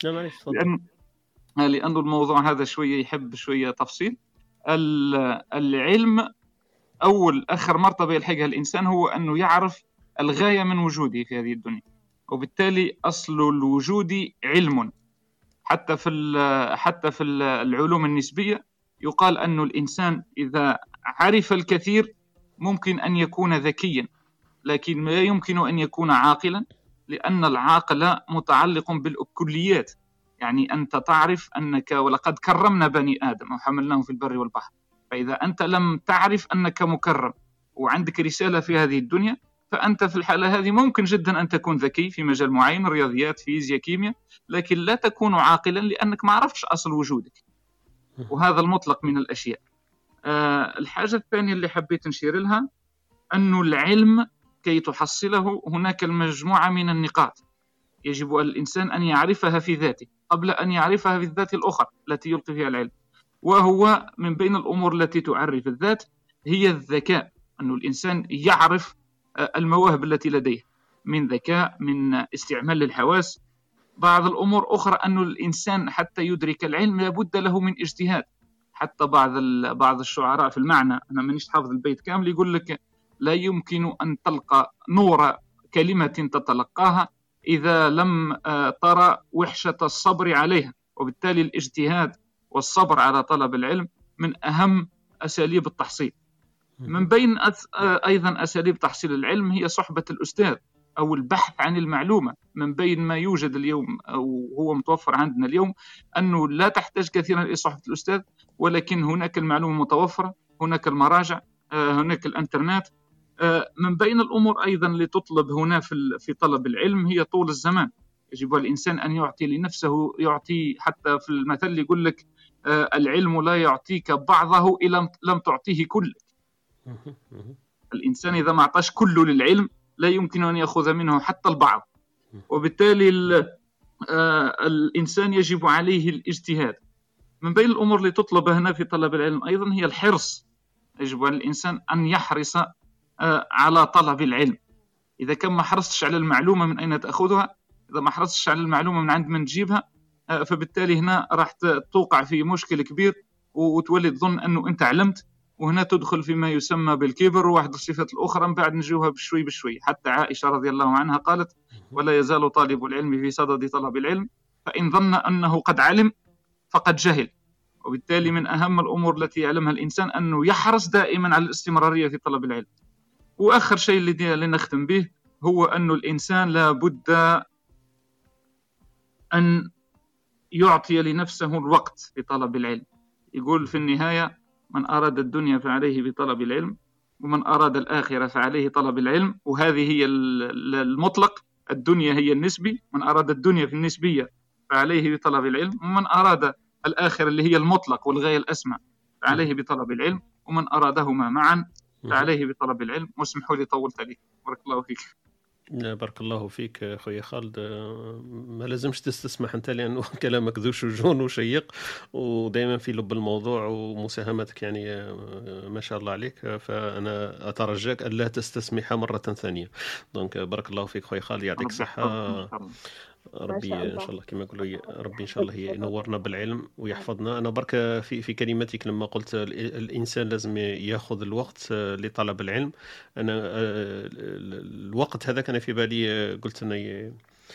لأن الموضوع هذا شوية يحب شوية تفصيل. العلم أول آخر مرتبة يلحقها الإنسان هو أنه يعرف الغاية من وجوده في هذه الدنيا، وبالتالي أصل الوجود علم. حتى في العلوم النسبية يقال أن الإنسان إذا عرف الكثير ممكن أن يكون ذكيا، لكن لا يمكن أن يكون عاقلا، لأن العاقل متعلق بالكليات. يعني أنت تعرف أنك ولقد كرمنا بني آدم وحملناهم في البر والبحر. فإذا أنت لم تعرف أنك مكرم وعندك رسالة في هذه الدنيا فأنت في الحالة هذه ممكن جدا أن تكون ذكي في مجال معين، رياضيات، فيزياء، كيمياء، لكن لا تكون عاقلا لأنك ما عرفتش أصل وجودك. وهذا المطلق من الأشياء. الحاجة الثانية اللي حبيت نشير لها أن العلم كي تحصله هناك المجموعة من النقاط يجب الإنسان أن يعرفها في ذاته قبل أن يعرفها في الذات الأخرى التي يلقي فيها العلم. وهو من بين الأمور التي تعرف الذات هي الذكاء، أن الإنسان يعرف المواهب التي لديه من ذكاء، من استعمال للحواس. بعض الأمور أخرى أن الإنسان حتى يدرك العلم لابد له من اجتهاد. حتى بعض الشعراء في المعنى، أنا مانيش حافظ البيت كامل، يقول لك لا يمكن أن تلقى نور كلمة تتلقاها إذا لم ترى وحشة الصبر عليها. وبالتالي الاجتهاد والصبر على طلب العلم من أهم أساليب التحصيل. من بين أيضا أساليب تحصيل العلم هي صحبة الأستاذ أو البحث عن المعلومة. من بين ما يوجد اليوم أو هو متوفر عندنا اليوم أنه لا تحتاج كثيرا إلى صحبة الأستاذ، ولكن هناك المعلومة متوفرة، هناك المراجع، هناك الانترنت. من بين الأمور أيضا اللي تطلب هنا في طلب العلم هي طول الزمان. يجب الإنسان أن يعطي لنفسه، يعطي حتى في المثل اللي يقول لك العلم لا يعطيك بعضه إن لم تعطيه كله. الإنسان إذا ما أعطاش كله للعلم لا يمكن أن يأخذ منه حتى البعض. وبالتالي الإنسان يجب عليه الاجتهاد. من بين الأمور اللي تطلب هنا في طلب العلم أيضا هي الحرص. يجب على الإنسان أن يحرص على طلب العلم. إذا كان ما حرصتش على المعلومة من أين تأخذها، إذا ما حرصتش على المعلومة من عند من تجيبها، فبالتالي هنا راح توقع في مشكل كبير وتولي تظن أنه أنت علمت، وهنا تدخل فيما يسمى بالكبر وواحد الصفات الأخرى من بعد نجيوها بشوي بشوي. حتى عائشة رضي الله عنها قالت: ولا يزال طالب العلم في صدد طلب العلم فإن ظن أنه قد علم فقد جهل. وبالتالي من أهم الأمور التي يعلمها الإنسان أنه يحرص دائما على الاستمرارية في طلب العلم. وآخر شيء اللي نختم به هو أن الإنسان لا بد أن يعطي لنفسه الوقت في طلب العلم. يقول في النهاية: من أراد الدنيا فعليه بطلب العلم، ومن أراد الآخرة فعليه طلب العلم. وهذه هي المطلق، الدنيا هي النسبي. من أراد الدنيا في النسبية فعليه بطلب العلم، ومن أراد الآخرة اللي هي المطلق والغاية الأسمى فعليه بطلب العلم، ومن أرادهما معا فعليه بطلب العلم. واسمحوا لي طولت عليك، بارك الله فيك. بارك الله فيك أخوي خالد. ما لازمش تستسمح أنت، لأنه كلامك ذو شجون وشيق ودائما في لب الموضوع، ومساهمتك يعني ما شاء الله عليك. فأنا أترجاك ألا تستسمح مرة ثانية. دونك بارك الله فيك أخوي خالد، يعطيك الصحة. ربي إن شاء الله كما يقولوا، ربي إن شاء الله ينورنا بالعلم ويحفظنا. أنا برك في كلمتك لما قلت الإنسان لازم يأخذ الوقت لطلب العلم. أنا الوقت هذا كان في بالي، قلت أنا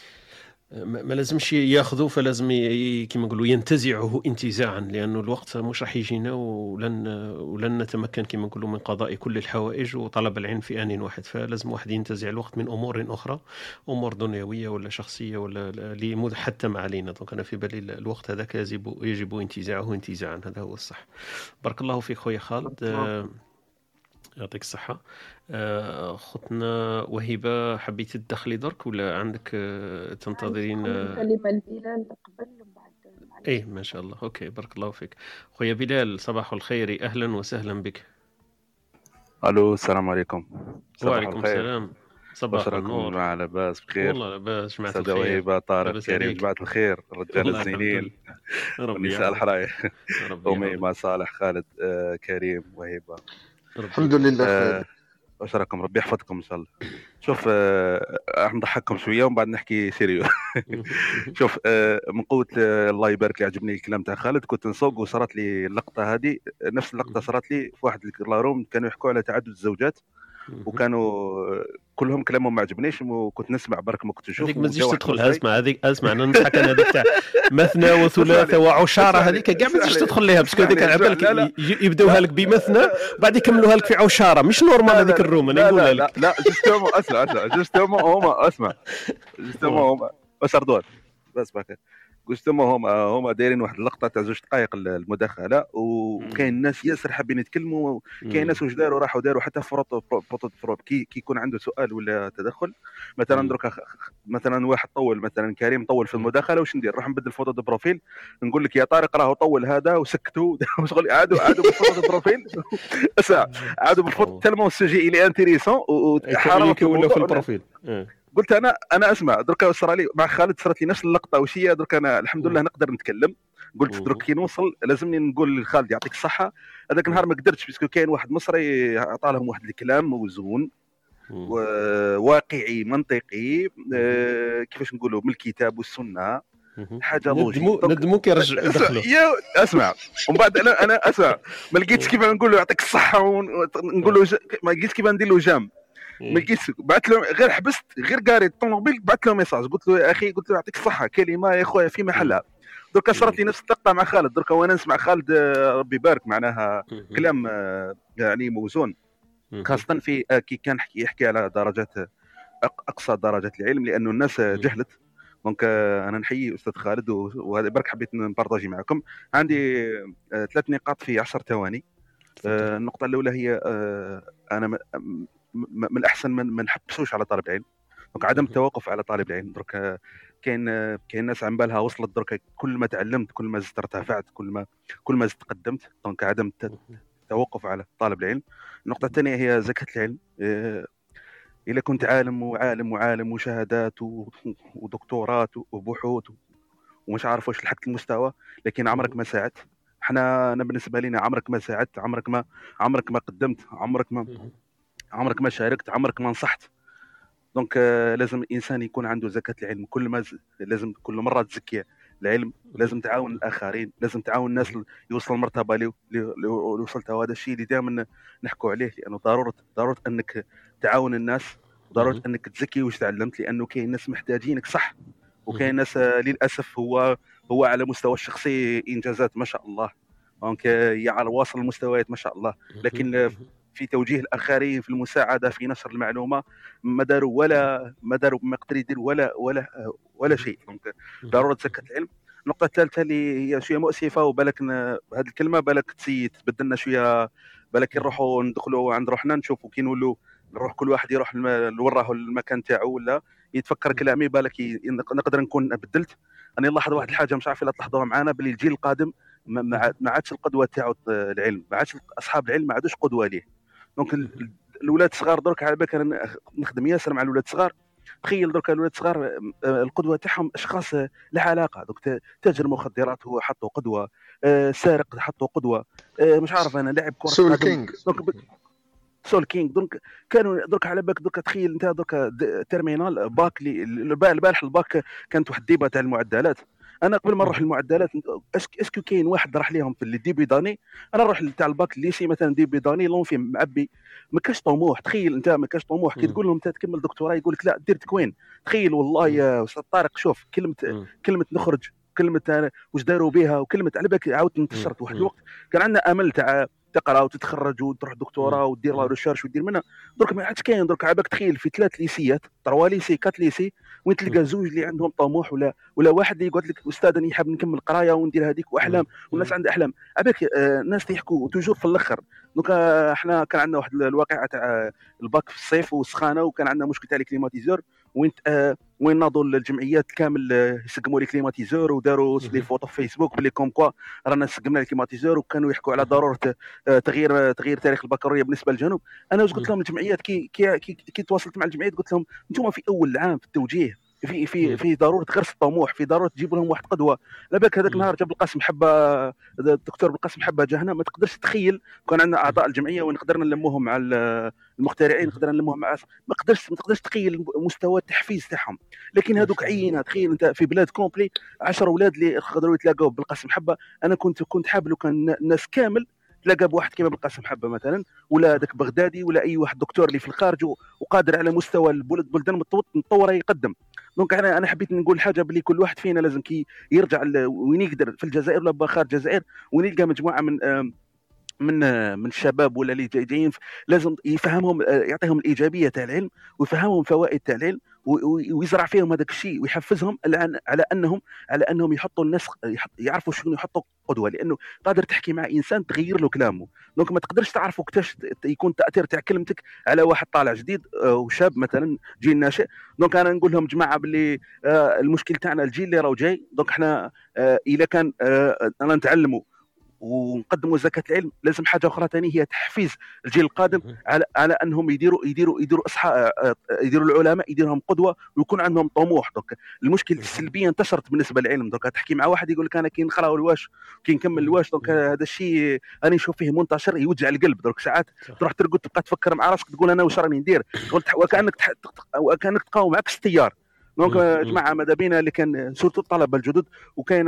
ما لازمش ياخذه، فلازم كما نقولوا ينتزعه انتزاعا، لانه الوقت مش راح يجينا ولن نتمكن كما نقولوا من قضاء كل الحوائج وطلب العلم في آن واحد. فلازم واحد ينتزع الوقت من امور اخرى، امور دنيويه ولا شخصيه ولا اللي محتم علينا. دونك انا في بالي الوقت هذاك يجب انتزاعه انتزاعا، هذا هو الصح. بارك الله فيك خويا خالد، يعطيك الصحة. خطنا وهبة، حبيتي تدخلي درك ولا عندك تنتظرين كلمة لبلال قبل بعد؟ ايه ما شاء الله. اوكي بارك الله فيك. خويا بلال صباح الخير، اهلا وسهلا بك. الو السلام عليكم. وعليكم السلام. صباح النور. مع لاباس بخير؟ والله لاباس، جماعة الخير. وهبة، طارق، كريم، جماعة الخير، الرجال الزينين والنساء الحرايق، أميمة، صالح، خالد، كريم، وهبة. الحمد لله خير. واش راكم؟ ربي يحفظكم ان شاء الله. شوف راح نضحككم شويه ومن بعد نحكي سيريو. شوف من قوه الله يبارك لي، عجبني الكلام تاع خالد. كنت نسوق وصارت لي اللقطه هذه، نفس اللقطه صارت لي في واحد الكلاروم، كانوا يحكوا على تعدد الزوجات وكانوا كلهم كلامهم ما عجبنيش، وكنت نسمع برك ما كنت نشوف. هذيك ما تجيش تدخلها، اسمع انا نضحك انا هذيك تاع مثنى وثلاثه وعشاره، هذيك كاع ما تجيش تدخل لها، باسكو هذيك على بالك يبداوها لك بمثنى بعد يكملوها لك في عشاره، مش نورمال هذيك الروم. انا نقولها لك لا جوستومون اسمع جوستومون هما اسمع جوستومون هما وسردون بس باك جوستومون هما دايرين واحد اللقطه تاع 2 دقائق المداخله، وكاين ناس ياسر حابين يتكلموا، كاين ناس واش داروا راحوا داروا حتى فروت كي يكون عنده سؤال ولا تدخل. مثلا درك مثلا واحد طول، مثلا كريم طول في المداخله، واش ندير؟ نروح نبدل فوتو دو بروفيل، نقول لك يا طارق راهو طول هذا وسكتوا شغل، عادوا بالفوتو دو بروفيل اسمع، عادوا بالفوتو تالمون السوجي الي انتريسون وحرام ولا في البروفيل. قلت انا اسمع درك صرا لي مع خالد، صارت لي نفس اللقطه وشيه. درك انا الحمد لله نقدر نتكلم. قلت درك كي نوصل لازمني نقول لخالد يعطيك الصحه. هذاك النهار ما قدرتش، باسكو كاين واحد مصري عطى لهم واحد الكلام موزون واقعي منطقي، كيفاش نقولوا، من الكتاب والسنه، حاجه لوجيك. ندمو كيرجع يدخلوا. اسمع، ومن بعد انا اسمع، ما لقيتش كيف نقول له يعطيك الصحه ونقول له ما لقيتش كيف ندير له جام، ما لقيتش. بعثت له غير حبست غير قاري الطوموبيل، بعثت له ميساج قلت له يا اخي، قلت له يعطيك الصحه، كلمه يا خويا في محلها. درك صارت لي نفس اللقطه مع خالد، درك وانا نسمع خالد ربي يبارك معناها كلام يعني موزون، خاصه في كي كان يحكي على درجات اقصى درجات العلم، لانه الناس جهلت. دونك انا نحيي استاذ خالد، وهذا برك حبيت نبارطاجي معكم. عندي 3 نقاط في 10 ثواني. النقطه الاولى هي انا من الاحسن ما نحبسوش على طالب العلم، دونك عدم التوقف على طالب العلم. درك كاين ناس عن بالها وصلت، درك كل ما تعلمت كل ما زدت ارتفعت، كل ما زدت قدمت. دونك عدم التوقف على طالب العلم. النقطه الثانيه هي زكاه العلم. إذا كنت عالم وشهادات ودكتورات وبحوث ومش عارف واش لحقت المستوى، لكن عمرك ما ساعدت. انا بالنسبه لينا عمرك ما ساعدت، عمرك ما قدمت، عمرك ما شاركت، عمرك ما نصحت. دونك لازم الانسان يكون عنده زكاه العلم. لازم كل مره تزكي العلم، لازم تعاون الاخرين، لازم تعاون الناس يوصلوا المرتبه اللي وصلتها. وهذا الشيء اللي دائما نحكوا عليه، لانه ضروره انك تعاون الناس، ضروره انك تزكي واش تعلمت، لانه كاين ناس محتاجينك صح، وكاين ناس للاسف هو على مستوى الشخصي انجازات ما شاء الله، دونك على واصل المستويات ما شاء الله، لكن في توجيه الاخرين، في المساعده، في نشر المعلومه ما داروا ما يقدر يدير ولا شيء. دونك ضروره زكاه العلم. النقطه الثالثه اللي هي شويه مؤسفه، وبالك هذه الكلمه بالك تبدلنا شويه، بالك نروحوا ندخلوا عند روحنا نشوفوا كي نروح كل واحد يروح لوراه المكان تاعو، ولا يتفكر كلامي بالك نقدر نكون بدلت. انا نلاحظ واحد الحاجه مش عارف الا تلاحظوها معنا، باللي الجيل القادم ما عادش القدوه تاعو العلم، ما عادش اصحاب العلم ما عادوش قدوه ليه. دونك الاولاد الصغار درك، على بالك انا نخدم ياسر مع الاولاد الصغار، تخيل درك الاولاد الصغار القدوه تاعهم اشخاص لا علاقه. دونك تاجر مخدرات هو حطه قدوه، سارق حطه قدوه، مش عارف انا لاعب كره سول كينج. سول كينج. دونك كانوا درك على بالك، درك تخيل انت درك تيرمينال باك البارح الباك كانت واحد الديبه تاع المعدلات. انا قبل ما نروح للمعدلات اسكو كاين واحد راح ليهم في الديبي داني، انا نروح تاع الباك الليسي مثلا ديبي داني لون فيه معبي، ما كاش طموح. تخيل انت ما كاش طموح، كي تقول لهم انت تكمل دكتوراه يقول لك لا دير تكوين. تخيل والله يا استاذ طارق، شوف كلمه نخرج، كلمه واش داروا بها، وكلمه على بالك عاودت انتشرت واحد الوقت كان عندنا امل تاع تقرا وتتخرج وتروح دكتوراه ودير لا ريشيرش ودير منها. درك ما عادش كاين. درك عباك تخيل في 3 ليسيات، 3 ليسي 4 ليسي، وين تلقى زوج اللي عندهم طموح، ولا واحد اللي يقول لك استاذ انا حاب نكمل قرايه وندير هذيك واحلام، والناس عندها احلام. عباك الناس يحكوا توجور في الاخر. دونك احنا كان عندنا واحد الواقعه تاع الباك في الصيف والسخانه، وكان عندنا مشكل تاع الكليماتيزور، وين ناضوا الجمعيات كامل يسقموا لي كليماتيزور، وداروا لي فوتو في فيسبوك بلي كوم كوا رانا سقمنا الكليماتيزور، وكانوا يحكوا على ضروره تغيير تاريخ البكالوريا بالنسبه للجنوب. انا واش قلت لهم الجمعيات كي تواصلت مع الجمعيات قلت لهم انتم في اول العام في التوجيه في ضروره غرس الطموح، في ضروره تجيبوا لهم واحد قدوه. على بالك هذاك النهار جاب القاسم حبه، الدكتور بالقاسم حبه جاهنا، ما تقدرش تخيل كان عندنا اعضاء الجمعيه وين قدرنا نلموهم مع المخترعين، قدرنا نلموهم مع ما تقدرش تخيل مستوى التحفيز تاعهم. لكن هذوك عينه، تخيل انت في بلاد كومبلي 10 اولاد اللي يقدروا يتلاقاو بالقاسم حبه. انا كنت حاب لو كان الناس كامل تلاقى بواحد كيما بالقاسم حبه مثلا، ولا داك بغدادي، ولا اي واحد دكتور اللي في الخارج وقادر على مستوى البلدان متطوره يقدم. دونك انا حبيت نقول حاجه بلي كل واحد فينا لازم كي يرجع وين يقدر في الجزائر ولا خارج الجزائر، وين يلقى مجموعه من الشباب ولا اللي جايين، لازم يفهمهم، يعطيهم الايجابيه تاع العلم، ويفهمهم فوائد تاع العلم، ويزرع فيهم هذاك الشيء، ويحفزهم على انهم يحطوا الناس يعرفوا شنو يحطوا قدوه، لانه قادر تحكي مع انسان تغير له كلامه. دونك ما تقدرش تعرفوا كيفاش يكون التاثير تاع كلمتك على واحد طالع جديد وشاب مثلا جيل ناشئ. دونك انا نقول لهم جماعه باللي المشكل تاعنا الجيل اللي راهو جاي. دونك احنا اذا كان انا نتعلموا ونقدموا زكاه العلم، لازم حاجه اخرى ثاني هي تحفيز الجيل القادم على انهم يديروا اصحاب، يديروا العلماء يديرهم قدوه ويكون عندهم طموح. دونك المشكل السلبيه انتشرت بالنسبه للعلم. دونك تحكي مع واحد يقول لك انا كي نقرا الواش كي نكمل الواش، دونك هذا الشيء انا نشوف فيه منتشر يوجع القلب. دونك ساعات تروح ترقد تبقى تفكر مع راسك تقول انا واش راني ندير، وكانك تقاوم معك التيار. دونك جماعه ماذا بينا اللي كان سورتو الطلبه الجدد، وكاين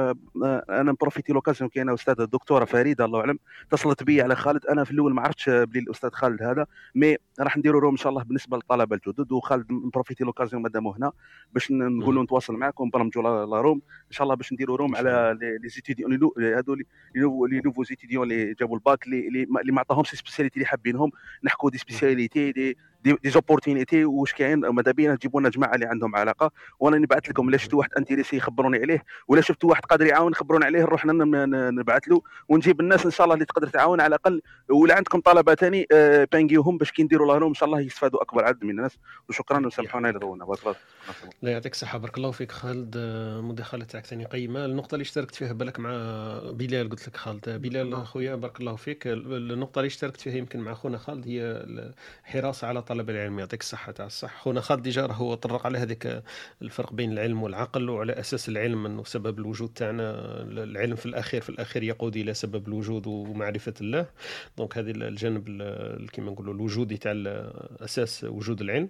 انا نبروفيتي لوكازيون، كاينه استاذه الدكتوره فريده الله اعلم اتصلت بي على خالد. انا في الاول ما عرفتش بلي الاستاذ خالد هذا، مي راح نديروا روم ان شاء الله بالنسبه للطلبه الجدد. وخالد نبروفيتي لوكازيون مادام هنا باش نقولوا نتواصل معكم ونبرمجوا لا روم ان شاء الله باش نديروا روم على لي زيتيديون هذو لي نوفو زيتيديون اللي جابوا الباك اللي ما عطاهمش سبيسياليتي اللي حابينهم، نحكوا دي سبيسياليتي دي زوبورتينيتي واش كاين. ماذا بينا تجيبوا لنا جماعه اللي عندهم علاقه، وانا نبعث لكم الا شفتوا واحد انتريسي يخبروني عليه، ولا شفتوا واحد قادر يعاون خبروني عليه، نروح نبعث له ونجيب الناس ان شاء الله اللي تقدر تعاون على الاقل. ولا عندكم طلبه ثاني بانجيوهم باش كي نديروا لهم ان شاء الله يستفادوا اكبر عدد من الناس. وشكرا وسامحونا اذا طولنا. لا يعطيك الصحه، بارك الله فيك خالد. مداخله تاعك ثاني قيمه. النقطه اللي اشتركت فيها بالك مع بلال، قلت لك خالد بلال خويا بارك الله فيك، النقطه اللي اشتركت فيها يمكن مع خونا خالد هي الحراسه على طلب العلم. يعطيك الصحه تاع الصح. خونا خالد ديجا هو طرق على هذيك الفرق بين العلم والعقل، وعلى اساس العلم انه سبب الوجود تاعنا. العلم في الاخير يقود الى سبب الوجود ومعرفه الله. دونك هذه الجانب كما نقولوا الوجودي تاع اساس وجود العلم.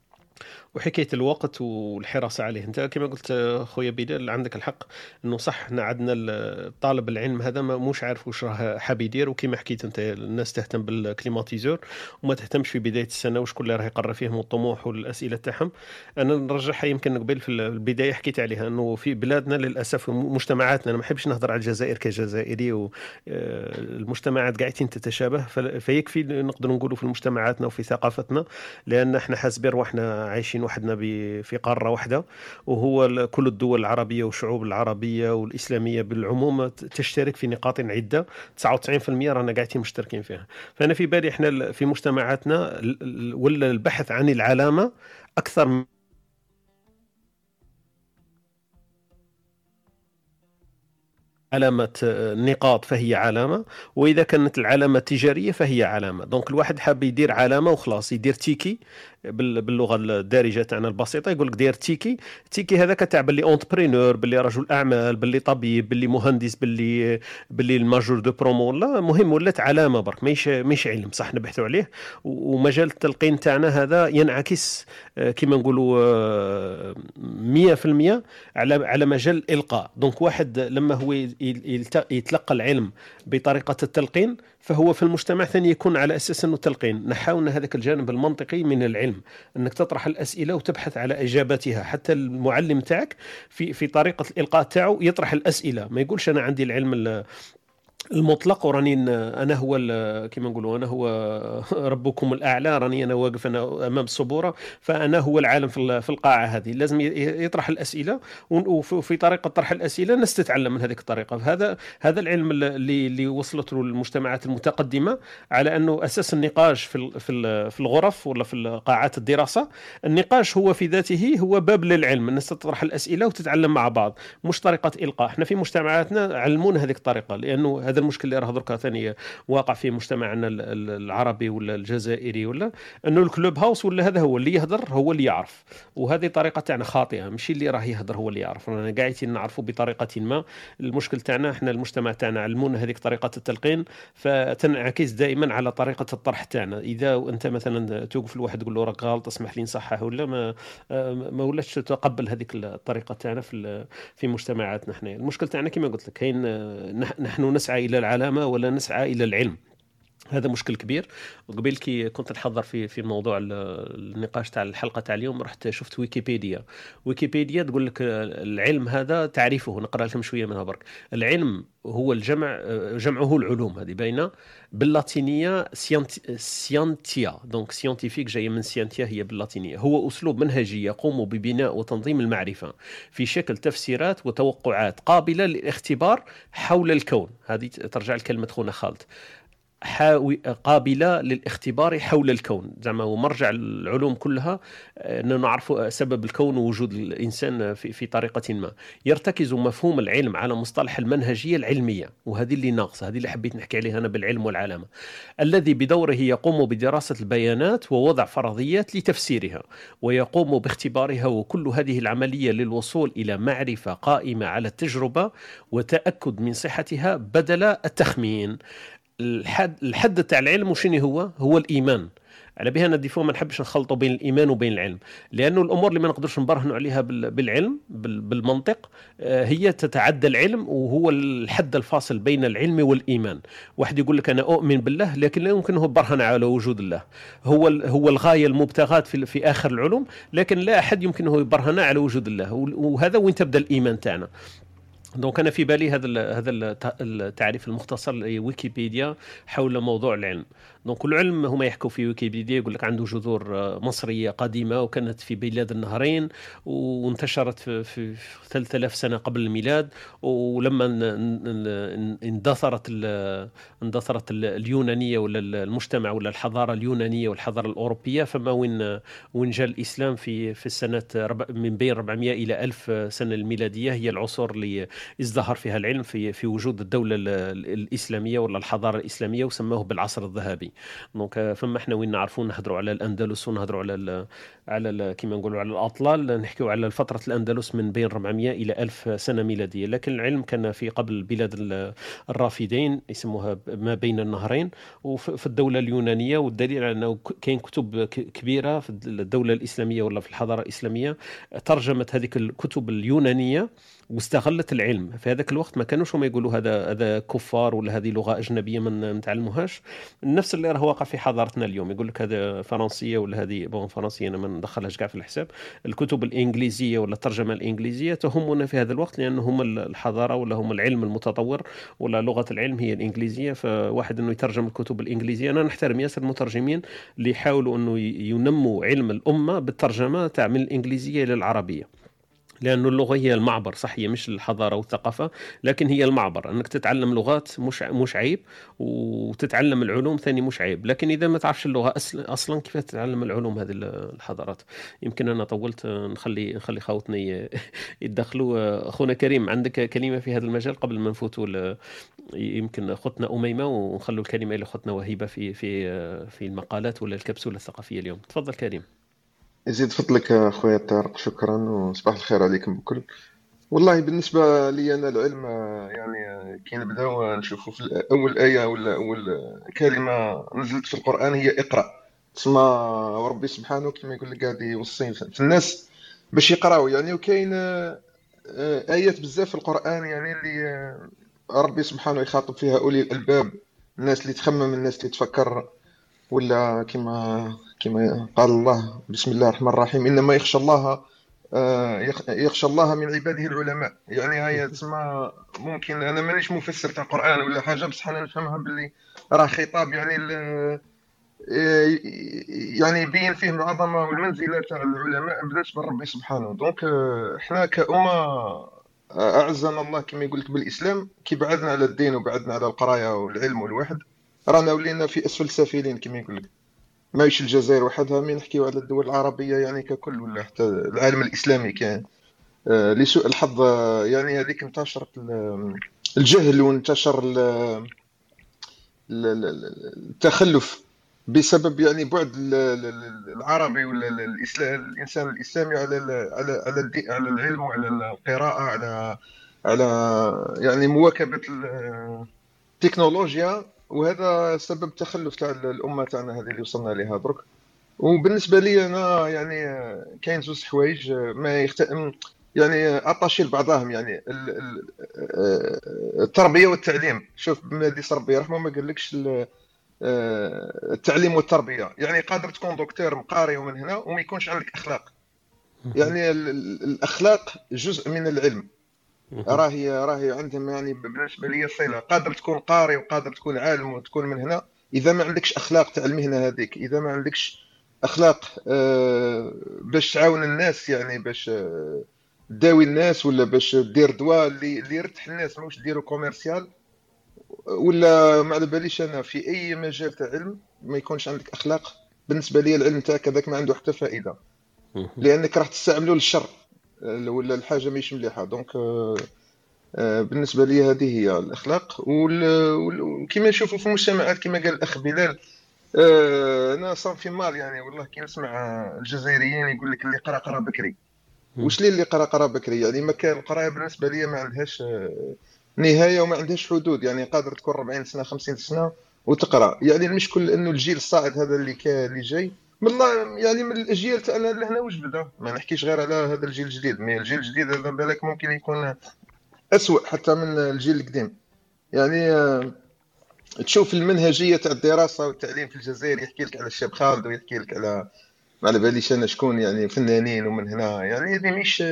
وحكايه الوقت والحراسه عليه، انت كما قلت خويا بلال عندك الحق انه صح احنا عندنا طالب العلم هذا مش عارف واش راه حاب يدير. وكما حكيت انت الناس تهتم بالكليماتيزور وما تهتمش في بدايه السنه واش كل راه يقرر فيهم الطموح والاسئله تاعهم. انا نرجعها يمكن قبل في البدايه حكيت عليها انه في بلادنا للاسف مجتمعاتنا، انا ما نحبش نهضر على الجزائر كجزائري والمجتمعات قاعدين تتشابه، فيكفي نقدر نقولوا في مجتمعاتنا وفي ثقافتنا، لان احنا حاسبين روحنا عايشين وحدنا في قارة واحدة، وهو كل الدول العربية والشعوب العربية والإسلامية بالعموم تشترك في نقاط عدة 99% رانا قاعدين مشتركين فيها. فأنا في بالي احنا في مجتمعاتنا ولا البحث عن العلامة أكثر علامة نقاط فهي علامة، وإذا كانت العلامة تجارية فهي علامة. دونك الواحد حاب يدير علامة وخلاص، يدير تيكي باللغة الدارجة تاعنا البسيطة، يقول لك داير تيكي هذاك تاع باللي اونتربرينور، باللي رجل أعمال، باللي طبيب، باللي مهندس، باللي الماجور دو برومو. لا مهم ولات علامة برك، مش علم صح نبحثوا عليه. ومجال التلقين تاعنا هذا ينعكس كما نقولوا 100% على مجال الإلقاء. دونك واحد لما هو يتلقى العلم بطريقة التلقين فهو في المجتمع ثاني يكون على أساس أنه تلقين. نحاول هذاك الجانب المنطقي من العلم، أنك تطرح الأسئلة وتبحث على إجاباتها. حتى المعلم تاعك في طريقة الإلقاء تاعه يطرح الأسئلة، ما يقولش أنا عندي العلم المطلق وراني انا هو كما نقولوا انا هو ربكم الاعلى، راني انا واقف انا امام الصبوره فانا هو العالم في القاعه هذه. لازم يطرح الاسئله، وفي طريقه طرح الاسئله الناس تتعلم من هذه الطريقه. هذا العلم اللي وصلت له المجتمعات المتقدمه، على انه اساس النقاش في الغرف ولا في قاعات الدراسه. النقاش هو في ذاته هو باب للعلم، الناس تطرح الاسئله وتتعلم مع بعض، مش طريقه القاء. احنا في مجتمعاتنا علمونا هذه الطريقه، لانه هذا المشكل اللي راه دركا ثاني واقع في مجتمعنا العربي ولا الجزائري، ولا انه الكلوب هاوس ولا هذا هو اللي يهدر هو اللي يعرف. وهذه طريقه تاعنا خاطئه، ماشي اللي راه يهدر هو اللي يعرف. رانا قاعدين نعرفوا بطريقه ما. المشكل تاعنا احنا المجتمع تاعنا علمونا هذيك طريقه التلقين، فتنعكس دائما على طريقه الطرح تاعنا. اذا انت مثلا توقف لواحد تقول له راك غلط اسمح لي نصحح، ولا ما ولاتش تتقبل هذيك الطريقه تاعنا في مجتمعاتنا. احنا المشكل تاعنا كما قلت لك كاين نحن نسعى الى العلامة ولا نسعى إلى العلم. هذا مشكل كبير. قبل كي كنت نحضر في موضوع النقاش تاع الحلقة تاع اليوم، رحت شفت ويكيبيديا تقول لك العلم هذا تعريفه، نقرأ لكم شوية منها برك. العلم هو جمعه العلوم، هذه باينة باللاتينية سيانتيا. دونك سيانتيفيك جاية من سيانتيا، هي باللاتينية. هو أسلوب منهجي يقوم ببناء وتنظيم المعرفة في شكل تفسيرات وتوقعات قابلة للاختبار حول الكون. هذه ترجع لكلمة خونا خالد. قابلة للاختبار حول الكون، زعما هو مرجع العلوم كلها أنه نعرف سبب الكون ووجود الإنسان في طريقة ما. يرتكز مفهوم العلم على مصطلح المنهجية العلمية، وهذه اللي ناقصة، هذه اللي حبيت نحكي عليها أنا بالعلم والعلامة، الذي بدوره يقوم بدراسة البيانات ووضع فرضيات لتفسيرها، ويقوم باختبارها، وكل هذه العملية للوصول إلى معرفة قائمة على التجربة وتأكد من صحتها بدل التخمين. الحد تاع العلم وشنو هو الإيمان. على بها انا ديفو ما نحبش نخلطوا بين الايمان وبين العلم، لانه الامور اللي ما نقدرش نبرهنوا عليها بالعلم بالمنطق هي تتعدى العلم، وهو الحد الفاصل بين العلم والايمان. واحد يقول لك انا اؤمن بالله، لكن لا يمكن هو برهن على وجود الله، هو الغايه المبتغاه في اخر العلوم، لكن لا احد يمكن هو يبرهن على وجود الله، وهذا وين تبدا الايمان تاعنا. دونك أنا في بالي هذا التعريف المختصر لويكيبيديا حول موضوع العلم. دونك العلم هما يحكوا في ويكيبيديا يقول لك عنده جذور مصرية قديمة، وكانت في بلاد النهرين، وانتشرت في 3000 سنة قبل الميلاد. ولما اندثرت اليونانية ولا المجتمع ولا الحضارة اليونانية والحضارة الأوروبية، فما وين جاء الإسلام في السنة من بين 400 إلى 1000 سنة الميلادية، هي العصور اللي ازدهر فيها العلم في وجود الدولة الإسلامية ولا الحضارة الإسلامية، وسموه بالعصر الذهبي. دونك فما احنا وين نعرفون نهضروا على الأندلس، ونهضروا على كما نقولوا على الأطلال، نحكيوا على فترة الأندلس من بين 400 إلى 1000 سنة ميلادية. لكن العلم كان في قبل بلاد الرافدين يسموها ما بين النهرين، وفي الدولة اليونانية. والدليل على أنه كاين كتب كبيرة في الدولة الإسلامية ولا في الحضارة الإسلامية ترجمت هذه الكتب اليونانية واستغلت العلم. في هذاك الوقت ما كانوش هم يقولوا هذا كفار ولا هذه لغة أجنبية ما نتعلموهاش، نفس اللي راه واقع في حضارتنا اليوم. يقول لك هذا فرنسية ولا هذه فرنسية، أنا ما ندخلهاش كاع في الحساب. الكتب الإنجليزية ولا الترجمة الإنجليزية تهمنا في هذا الوقت، لأنه هم الحضارة ولا هم العلم المتطور ولا لغة العلم هي الإنجليزية. فواحد أنه يترجم الكتب الإنجليزية، أنا نحترم ياسر المترجمين اللي يحاولوا أنه ينموا علم الأمة بالترجمة من الإنجليزية إلى العربية، لأن اللغة هي المعبر. صح هي مش الحضارة والثقافة، لكن هي المعبر. أنك تتعلم لغات مش عيب، وتتعلم العلوم ثاني مش عيب، لكن إذا ما تعرفش اللغة أصلا كيف تتعلم العلوم هذه الحضارات. يمكن أنا طولت، نخلي خوتنا يدخلوا. أخونا كريم عندك كلمة في هذا المجال قبل ما نفوتوا يمكن أختنا أميمة، ونخلوا الكلمة لأختنا وهيبة في المقالات ولا الكبسولة الثقافية اليوم. تفضل كريم. يزيد فضلك أخويا طارق، شكرا وصباح الخير عليكم بكل. والله بالنسبة لي أنا العلم يعني كي نبداو نشوفوا في أول آية ولا أول كلمة نزلت في القرآن هي اقرأ. تسمى وربي سبحانه كما يقول لك قاعد يوصي في الناس باش يقراو يعني. وكاين آيات بزاف في القرآن يعني اللي ربي سبحانه يخاطب فيها أولي الألباب، الناس اللي تخمم، الناس اللي تفكر. ولا كما قال الله بسم الله الرحمن الرحيم إنما يخشى الله من عباده العلماء. يعني هي تسمى ممكن أنا مانيش مفسر تاع القرآن ولا حاجة، بس أنا نفهمها باللي راه خطاب يعني يبين فيه العظمة والمنزلة تاع العلماء بدات من ربي سبحانه. دونك احنا كأمة أعزنا الله كما يقول لك بالإسلام، كي بعدنا على الدين وبعدنا على القراية والعلم والوحد، رانا ولينا في أسفل سافلين كما يقول لك. ماهيش الجزائر وحدها، من نحكيو على الدول العربية يعني ككل، ولا حتى العالم الإسلامي كان لسوء الحظ يعني هذيك انتشرت الجهل وانتشر التخلف بسبب يعني بعد العربي ولا الإنسان الإسلامي على العلم وعلى القراءة على يعني مواكبة التكنولوجيا. وهذا سبب تخلف تاع الامه تاعنا هذه اللي وصلنا لها درك. وبالنسبه لي انا يعني كاين زوج حوايج ما يعني اطاشي لبعضهم، يعني التربيه والتعليم. شوف بماديس ربي يرحمه ما قالكش التعليم والتربيه، يعني قادر تكون دكتور مقاري ومن هنا وما يكونش عندك اخلاق. يعني الاخلاق جزء من العلم، راهي عندهم يعني بالنسبه لي صله. قادر تكون قاري وقادر تكون عالم وتكون من هنا، اذا ما عندكش اخلاق تاع المهنه هذيك، اذا ما عندكش اخلاق باش تعاون الناس، يعني باش تداوي الناس ولا باش دير دواء اللي يرتاح الناس، ماهوش ديرو كوميرسيال، ولا ما على باليش انا في اي مجال تاع علم ما يكونش عندك اخلاق، بالنسبه لي العلم تاعك هذاك ما عنده حتى فائده، لانك راح تستعمله للشر ولا الحاجه مش مليحه. دونك بالنسبه لي هذه هي الاخلاق. وكما نشوفوا في المجتمعات كما قال الاخ بلال، انا صافي مال يعني والله كي نسمع الجزائريين يقول لك اللي قرا بكري. واش اللي قرا بكري يعني؟ ما كان القرايه بالنسبه لي ما عندهاش نهايه وما عندهاش حدود، يعني قادر تكون 40 سنه 50 سنه وتقرا. يعني المشكل انه الجيل الصاعد هذا اللي جاي من الله، يعني من الاجيال تاعنا لهنا وجبده، ما نحكيش غير على هذا الجيل الجديد، مي الجيل الجديد هذا بالك ممكن يكون اسوء حتى من الجيل القديم. يعني تشوف المنهجيه تاع الدراسه والتعليم في الجزائر، يحكي لك على الشاب خالد ويحكي لك على ما على باليش انا شكون يعني فنانين ومن هنا، يعني هذه مش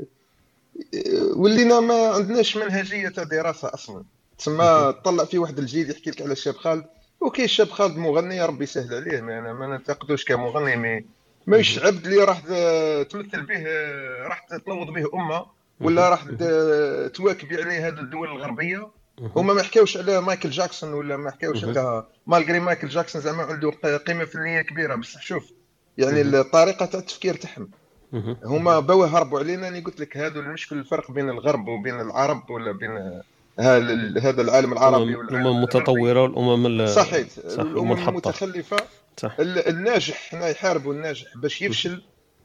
ولينا ما عندناش منهجيه تاع دراسه اصلا. تسمى تطلع في واحد الجيل يحكي لك على الشاب خالد، اوكي الشاب خالد مغني يا ربي يسهل عليه، انا ما ننتقدوش كمغني، مش عبد اللي راح تمثل به، راح تنوض به امه ولا راح تواكب يعني هذه الدول الغربيه. هما ما حكاوش على مايكل جاكسون ولا ما حكاوش على مالغري مايكل جاكسون زعما عنده قيمه فنيه كبيره، بس شوف يعني الطريقه تاع التفكير تاعهم هما بوا هربوا علينا. انا قلت لك هذا المشكل، الفرق بين الغرب وبين العرب ولا بين هذا العالم العربي والعالم المتطوره والامم صحيح الامم المتخلفه. الناجح حنا يحاربوا الناجح باش يفشل،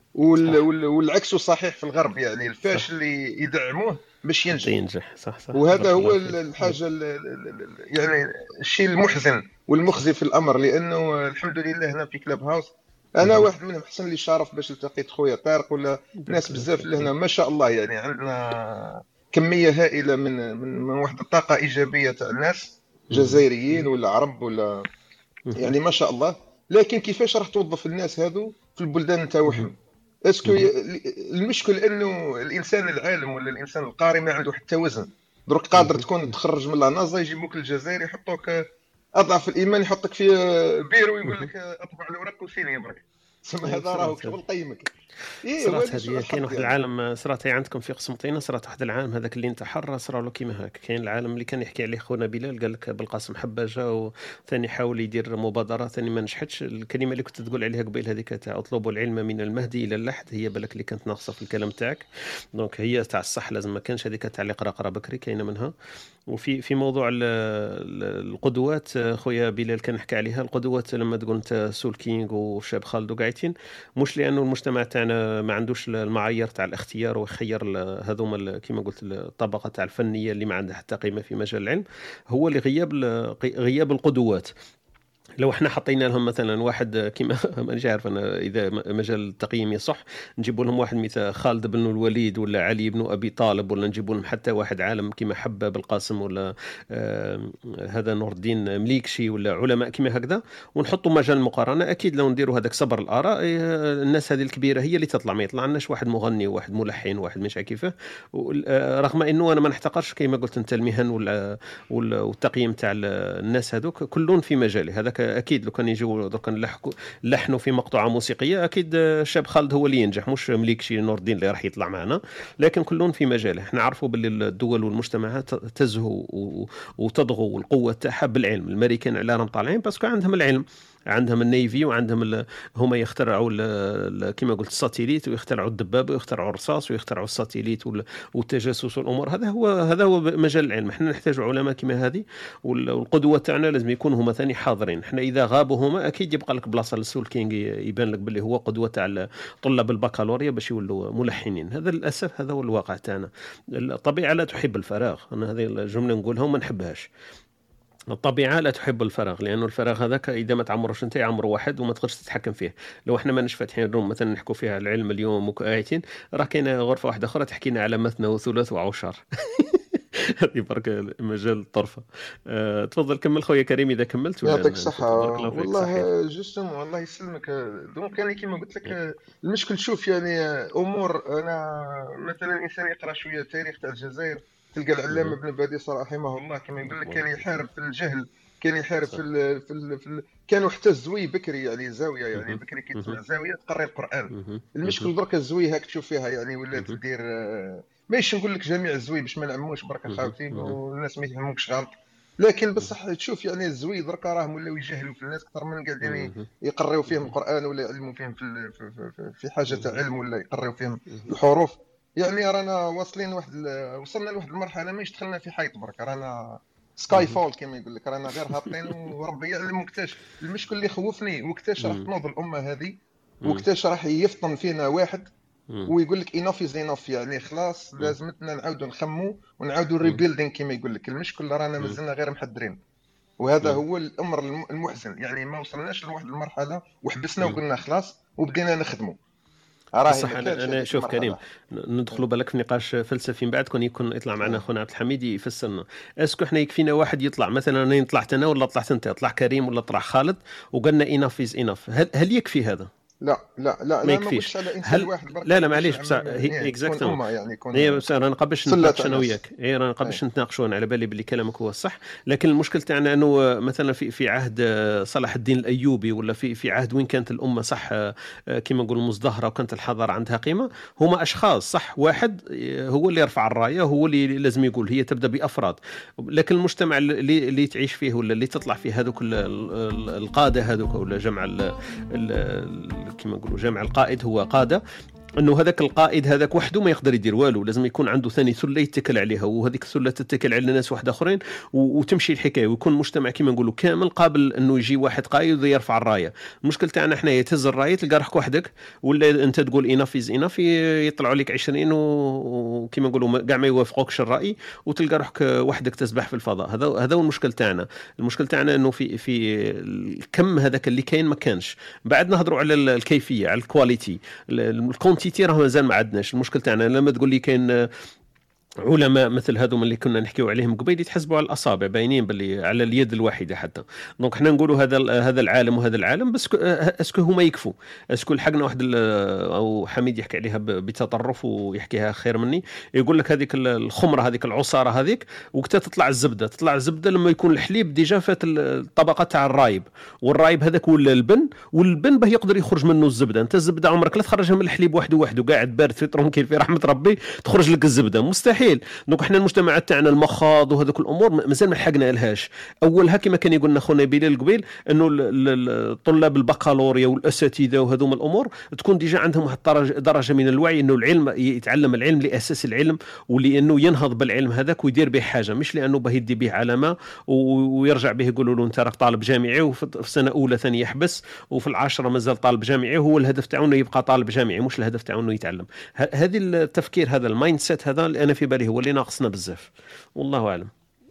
والعكس صحيح في الغرب، يعني الفاشل اللي يدعموه باش ينجح. صح. وهذا هو الحاجه يعني الشيء المحزن والمخزي في الامر، لانه الحمد لله هنا في كلاب هاوس انا واحد منهم، حسن لي الشرف باش التقيت خويا طارق ولا ناس بزاف اللي هنا ما شاء الله، يعني عندنا كميه هائله من واحد الطاقه ايجابيه تاع الناس جزائريين ولا عرب ولا يعني ما شاء الله. لكن كيفاش راح توظف الناس هذو في البلدان تاعهم؟ اسكو المشكل انه الانسان العالم ولا الانسان القاري ما عنده حتى وزن. درك قادر تكون تخرج من لانازا يجيبوك للجزائر يحطوك اضعف الايمان، يحطك في بيرو ويقول لك اطبع الورق وسيني برك، ثم هذا راهو شغل قيمك. صرات هذه كاين واحد العالم صرات عندكم في قسنطينه، صرات واحد العالم هذاك اللي انتحر صرا له كيما هكا. كاين العالم اللي كان يحكي عليه خونا بلال، قال لك بالقاسم حباجه، وثاني حاول يدير مبادره ثاني ما نجحتش. الكلمه اللي كنت تقول عليها قبيل هذيك تاع اطلبوا العلم من المهدي الى اللحد، هي بالك اللي كانت ناقصه في الكلام تاعك. دونك هي تاع الصح، لازم ما كانش هذيك تاع اللي قرا بكري، كاينه منها. وفي موضوع القدوات خويا بلال كان حكى عليها. القدوات لما تقول انت سول كينغ وشاب خالد وقاعدين، مش لانه المجتمع تاعنا ما عندوش المعايير تاع الاختيار ويخير هذوما كما قلت الطبقه تاع الفنيه اللي ما عندها حتى قيمه في مجال العلم، هو اللي غياب القدوات. لو احنا حطينا لهم مثلا واحد كما مانيش عارف انا اذا مجال التقييم يصح، نجيبوا لهم واحد مثل خالد بن الوليد ولا علي بن ابي طالب، ولا نجيبوا لهم حتى واحد عالم كما حباب القاسم ولا هذا نور الدين مليكشي ولا علماء كما هكذا، ونحطوا مجال المقارنه. اكيد لو نديروا هذاك صبر الاراء، الناس هذه الكبيره هي اللي تطلع، ما يطلع لناش واحد مغني وواحد ملحن وواحد مش كيفاه. رغم انه انا ما نحتقرش كما قلت انت المهن والتقييم تاع الناس هذوك كلهم في مجاله هذاك. اكيد لو كان يجوا درك لحنوا في مقطوعه موسيقيه، اكيد الشاب خالد هو اللي ينجح، مش مليكشي نور الدين اللي راح يطلع معنا. لكن كلهم في مجاله. احنا نعرفوا باللي الدول والمجتمعات تزهو وتضغو والقوه تاعها بالعلم. الامريكان على راهم طالعين باسكو عندهم العلم، عندهم النيفي وعندهم هما يخترعوا كما قلت الساتيليت، ويخترعوا الدبابه ويخترعوا الرصاص ويخترعوا الساتيليت والتجسس والامور. هذا هو مجال العلم. احنا نحتاج علماء كما هذه، والقدوه تاعنا لازم يكونوا هما ثاني حاضرين. احنا اذا غابوا هما اكيد يبقى لك بلاصه للسول كينغ، يبان لك باللي هو قدوه تاع طلاب البكالوريا باش يولوا ملحنين. هذا للاسف هذا هو الواقع تاعنا. الطبيعه لا تحب الفراغ، انا هذه الجمله نقولها وما نحبهاش. الطبيعه لا تحب الفراغ، لانه الفراغ هذاك اذا ما تعمروش انت يعمر واحد وما تقدرش تتحكم فيه. لو احنا ماناش فاتحين روم مثلا نحكوا فيها على العلم اليوم وقاعدين، راه كاينه غرفه واحده اخرى تحكينا على مثنى وثلاث وعشر. هذه برك مجال الطرفه. تفضل كمل خويا كريم اذا كملت. يعطيك الصحه. والله جوستومون الله يسلمك. دونك انا كيما قلت لك المشكل، شوف يعني امور، انا مثلا انسان يقرا شويه تاريخ تاع الجزائر، تلقى العلامه ابن باديس رحمه الله كما يقول لك كان يحارب في الجهل، كان يحارب في كانوا حتى الزوي بكري يعني زاويه، يعني بكري كي تسمع زاويه تقري القران. المشكل درك الزوي هاك تشوف فيها يعني ولات تدير، ماشي نقول لك جميع الزوي باش ما نعموش برك خاوتين والناس ما يفهموكش غلط، لكن بصح تشوف يعني الزويد درك راهم ولاو يجهلوا في الناس اكثر من قاعدين يقريو فيهم القران ولا يعلموا فيهم في حاجه تاع علم ولا يقريو فيهم الحروف. يعني رانا واصلين وصلنا لواحد المرحله ماش دخلنا في حيط برك، رانا سكاي فول كما يقول لك، رانا غير هابطين وربي يعلم وقتاش. المشكل اللي خوفني وقتاش راح تنوض الامه هذه وقتاش راح يفطن فينا واحد ويقول لك انوف از انوف، يعني خلاص لازمتنا نعاودوا نخمو ونعاودوا ريبيلدينغ كما يقول لك. المشكل رانا مازلنا غير محضرين، وهذا هو الامر المحزن. يعني ما وصلناش لواحد المرحله وحبسنا وقلنا خلاص وبدينا نخدموا. صح. انا شوف كريم ندخلوا بالك في نقاش فلسفي من بعد كون يكون يطلع معنا خونا عبد الحميد يفسرنا. اسكو احنا يكفينا واحد يطلع مثلا انا طلعت انا ولا طلعت انت، طلع كريم ولا طلع خالد وقالنا اناف از اناف، هل يكفي هذا؟ لا ما يكفيش. لا معليش بصح اكزاكتومون هي بصح رانا نقبش نتناقشوا انا وياك، رانا نقبش نتناقشوا. على بالي بلي كلامك هو الصح، لكن المشكل تاعنا انه مثلا في عهد صلاح الدين الايوبي ولا في عهد وين كانت الامه صح كما نقول مزدهره وكانت الحضاره عندها قيمه، هما اشخاص صح، واحد هو اللي يرفع الرايه، هو اللي لازم يقول، هي تبدا بافراد. لكن المجتمع اللي تعيش فيه ولا اللي تطلع فيه هذوك القاده هذوك ولا جمع كما نقولوا جمع القائد هو قاده، انه هذاك القائد هذاك وحده ما يقدر يدير والو، لازم يكون عنده ثاني ثله يتكل عليها، وهذيك الثله تتكل على ناس واحد اخرين وتمشي الحكايه، ويكون مجتمع كما نقولوا كامل قابل انه يجي واحد قائد ويرفع الرايه. المشكل تاعنا احنا يتهز الرايه تلقى روحك وحدك، ولا انت تقول اناف از اناف يطلعوا لك 20 وكما نقولوا كاع ما يوافقوكش الراي، وتلقى روحك وحدك تسبح في الفضاء. هذا هو المشكل تاعنا. المشكل تاعنا انه في الكم هذاك اللي كاين ما كانش. بعد نهضروا على الكيفيه، على الكواليتي، الكونتيتي راه مازال ما عندناش. المشكل تاعنا لما تقول لي كاين علماء مثل هذوما اللي كنا نحكيو عليهم قبيل يتحسبوا على الاصابع، باينين باللي على اليد الواحده حتى. دونك حنا نقولوا هذا العالم وهذا العالم، بس اسكو هما يكفوا؟ اسكو لحقنا واحد او حميد يحكي عليها بتطرف ويحكيها خير مني، يقول لك هذيك الخمره هذيك العصاره هذيك وقتها تطلع الزبده لما يكون الحليب ديجا فات الطبقه تاع الرايب، والرايب هذاك ولا البن، والبن به يقدر يخرج منه الزبده. انت الزبده عمرك لا تخرجها من الحليب وحده قاعد بارد في ترونكيل في رحمه ربي تخرج لك الزبده، مستحيل. دونك احنا المجتمعات تاعنا المخاض وهذوك الامور مازال ما لحقنا لهاش. اولها كما كان يقول لنا خونا بلال قبيل انه الطلاب البكالوريا والاساتذه وهذوما الامور تكون ديجا عندهم واحد درجه من الوعي انه العلم يتعلم العلم لاساس العلم، ولانه ينهض بالعلم هذاك ويدير به حاجه، مش لانه به يدي به علامه ويرجع به يقولوا له انت راك طالب جامعي وفي سنه اولى ثانيه يحبس وفي العاشره مازال طالب جامعي، هو الهدف تاعو انه يبقى طالب جامعي، مش الهدف تاعو انه يتعلم. هذه التفكير هذا المايند سيت هذا اللي انا في بالي هو اللي ناقصنا بزاف، والله اعلم.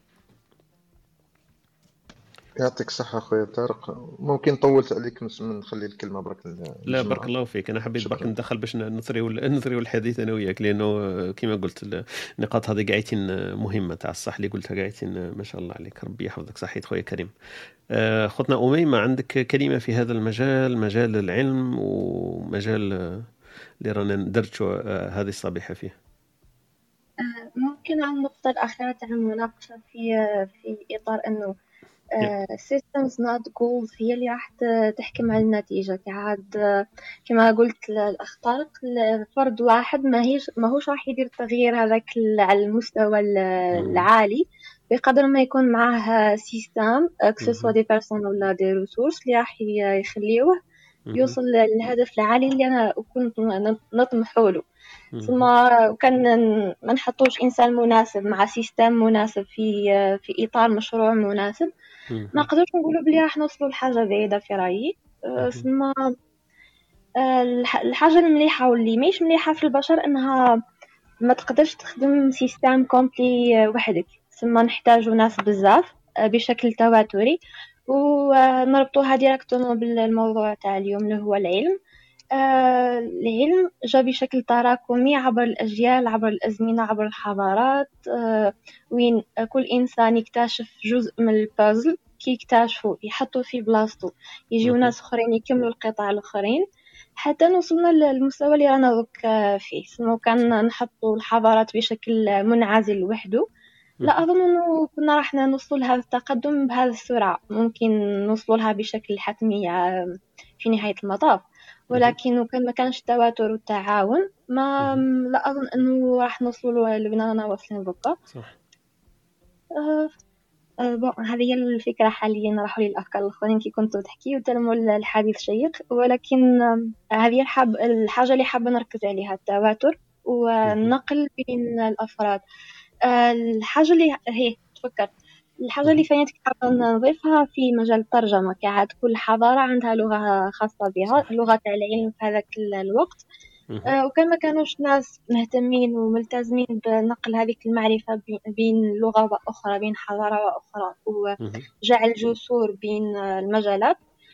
يعطيك الصحة أخويا طارق، ممكن طولت عليك نخلي الكلمة برك. لا بارك الله فيك، أنا حبيت برك ندخل باش نثريو الحديث أنا وياك، لأنه كما قلت النقاط هذه قاعدين مهمة تاع الصح اللي قلتها، قاعدين ما شاء الله عليك، ربي يحفظك. صحيت خويا كريم. خطنا أميمة، عندك كلمة في هذا المجال، مجال العلم ومجال اللي رانا ندرجوا هذه الصبيحة فيه؟ ممكن على النقطة الأخيرة تاع المناقشة في إطار أنه systems not goals هي اللي راح تحكم على النتيجة. كما قلت الأخ طارق، فرد واحد ماهوش راح يدير تغيير هذاك على المستوى العالي بقدر ما يكون معاه سيستم كسوا دي بيرسون ولا دي ريسورس اللي راح يخليوه يوصل للهدف العالي اللي أنا كنت نطمحوا له. ثم كان ما نحطوش إنسان مناسب مع سيستم مناسب في إطار مشروع مناسب، ما قدرش نقولوا بلي راح نوصلوا لحاجة بعيدة في رأيي. ثم الحاجة المليحة واللي مش مليحة في البشر أنها ما تقدرش تخدم سيستم كومبلي وحدك، ثم نحتاجوا ناس بزاف بشكل تواتري. ونربطوها ديريكتومون بالموضوع تاع اليوم اللي هو العلم. العلم جاء بشكل تراكمي عبر الأجيال، عبر الأزمنة، عبر الحضارات، وين كل إنسان يكتشف جزء من البازل، كي يكتشفوا يحطوا في بلاصتو، يجيو ناس أخرين يكملوا القطع الآخرين حتى نوصلنا للمستوى اللي رانا دوك فيه. سمو كان نحطوا الحضارات بشكل منعزل وحده، لا أظن أنه كنا راح نوصل لهذا التقدم بهذه السرعة. ممكن نوصل لها بشكل حتمي في نهاية المطاف، ولكن كان ما كانش تواتر والتعاون ما لا أظن أنه راح نوصل لبنانا واصلين بكرة. هذه هي الفكرة حاليا. راحوا لي الأفكار الآخرين كي كنتوا تحكي وتلموا الحديث شيق، ولكن هذه الحاجة اللي حابة نركز عليها، التواتر والنقل بين الأفراد. الحاجة اللي هي تفكرت، الحاجة اللي ثانية حابة نضيفها في مجال الترجمة. كعاد كل حضارة عندها لغة خاصة بها، لغة تاع العلم في هذاك الوقت. وكان ما كانوش ناس مهتمين وملتزمين بنقل هذيك المعرفة بين لغة وأخرى، بين حضارة وأخرى، وجعل جسور بين المجالات.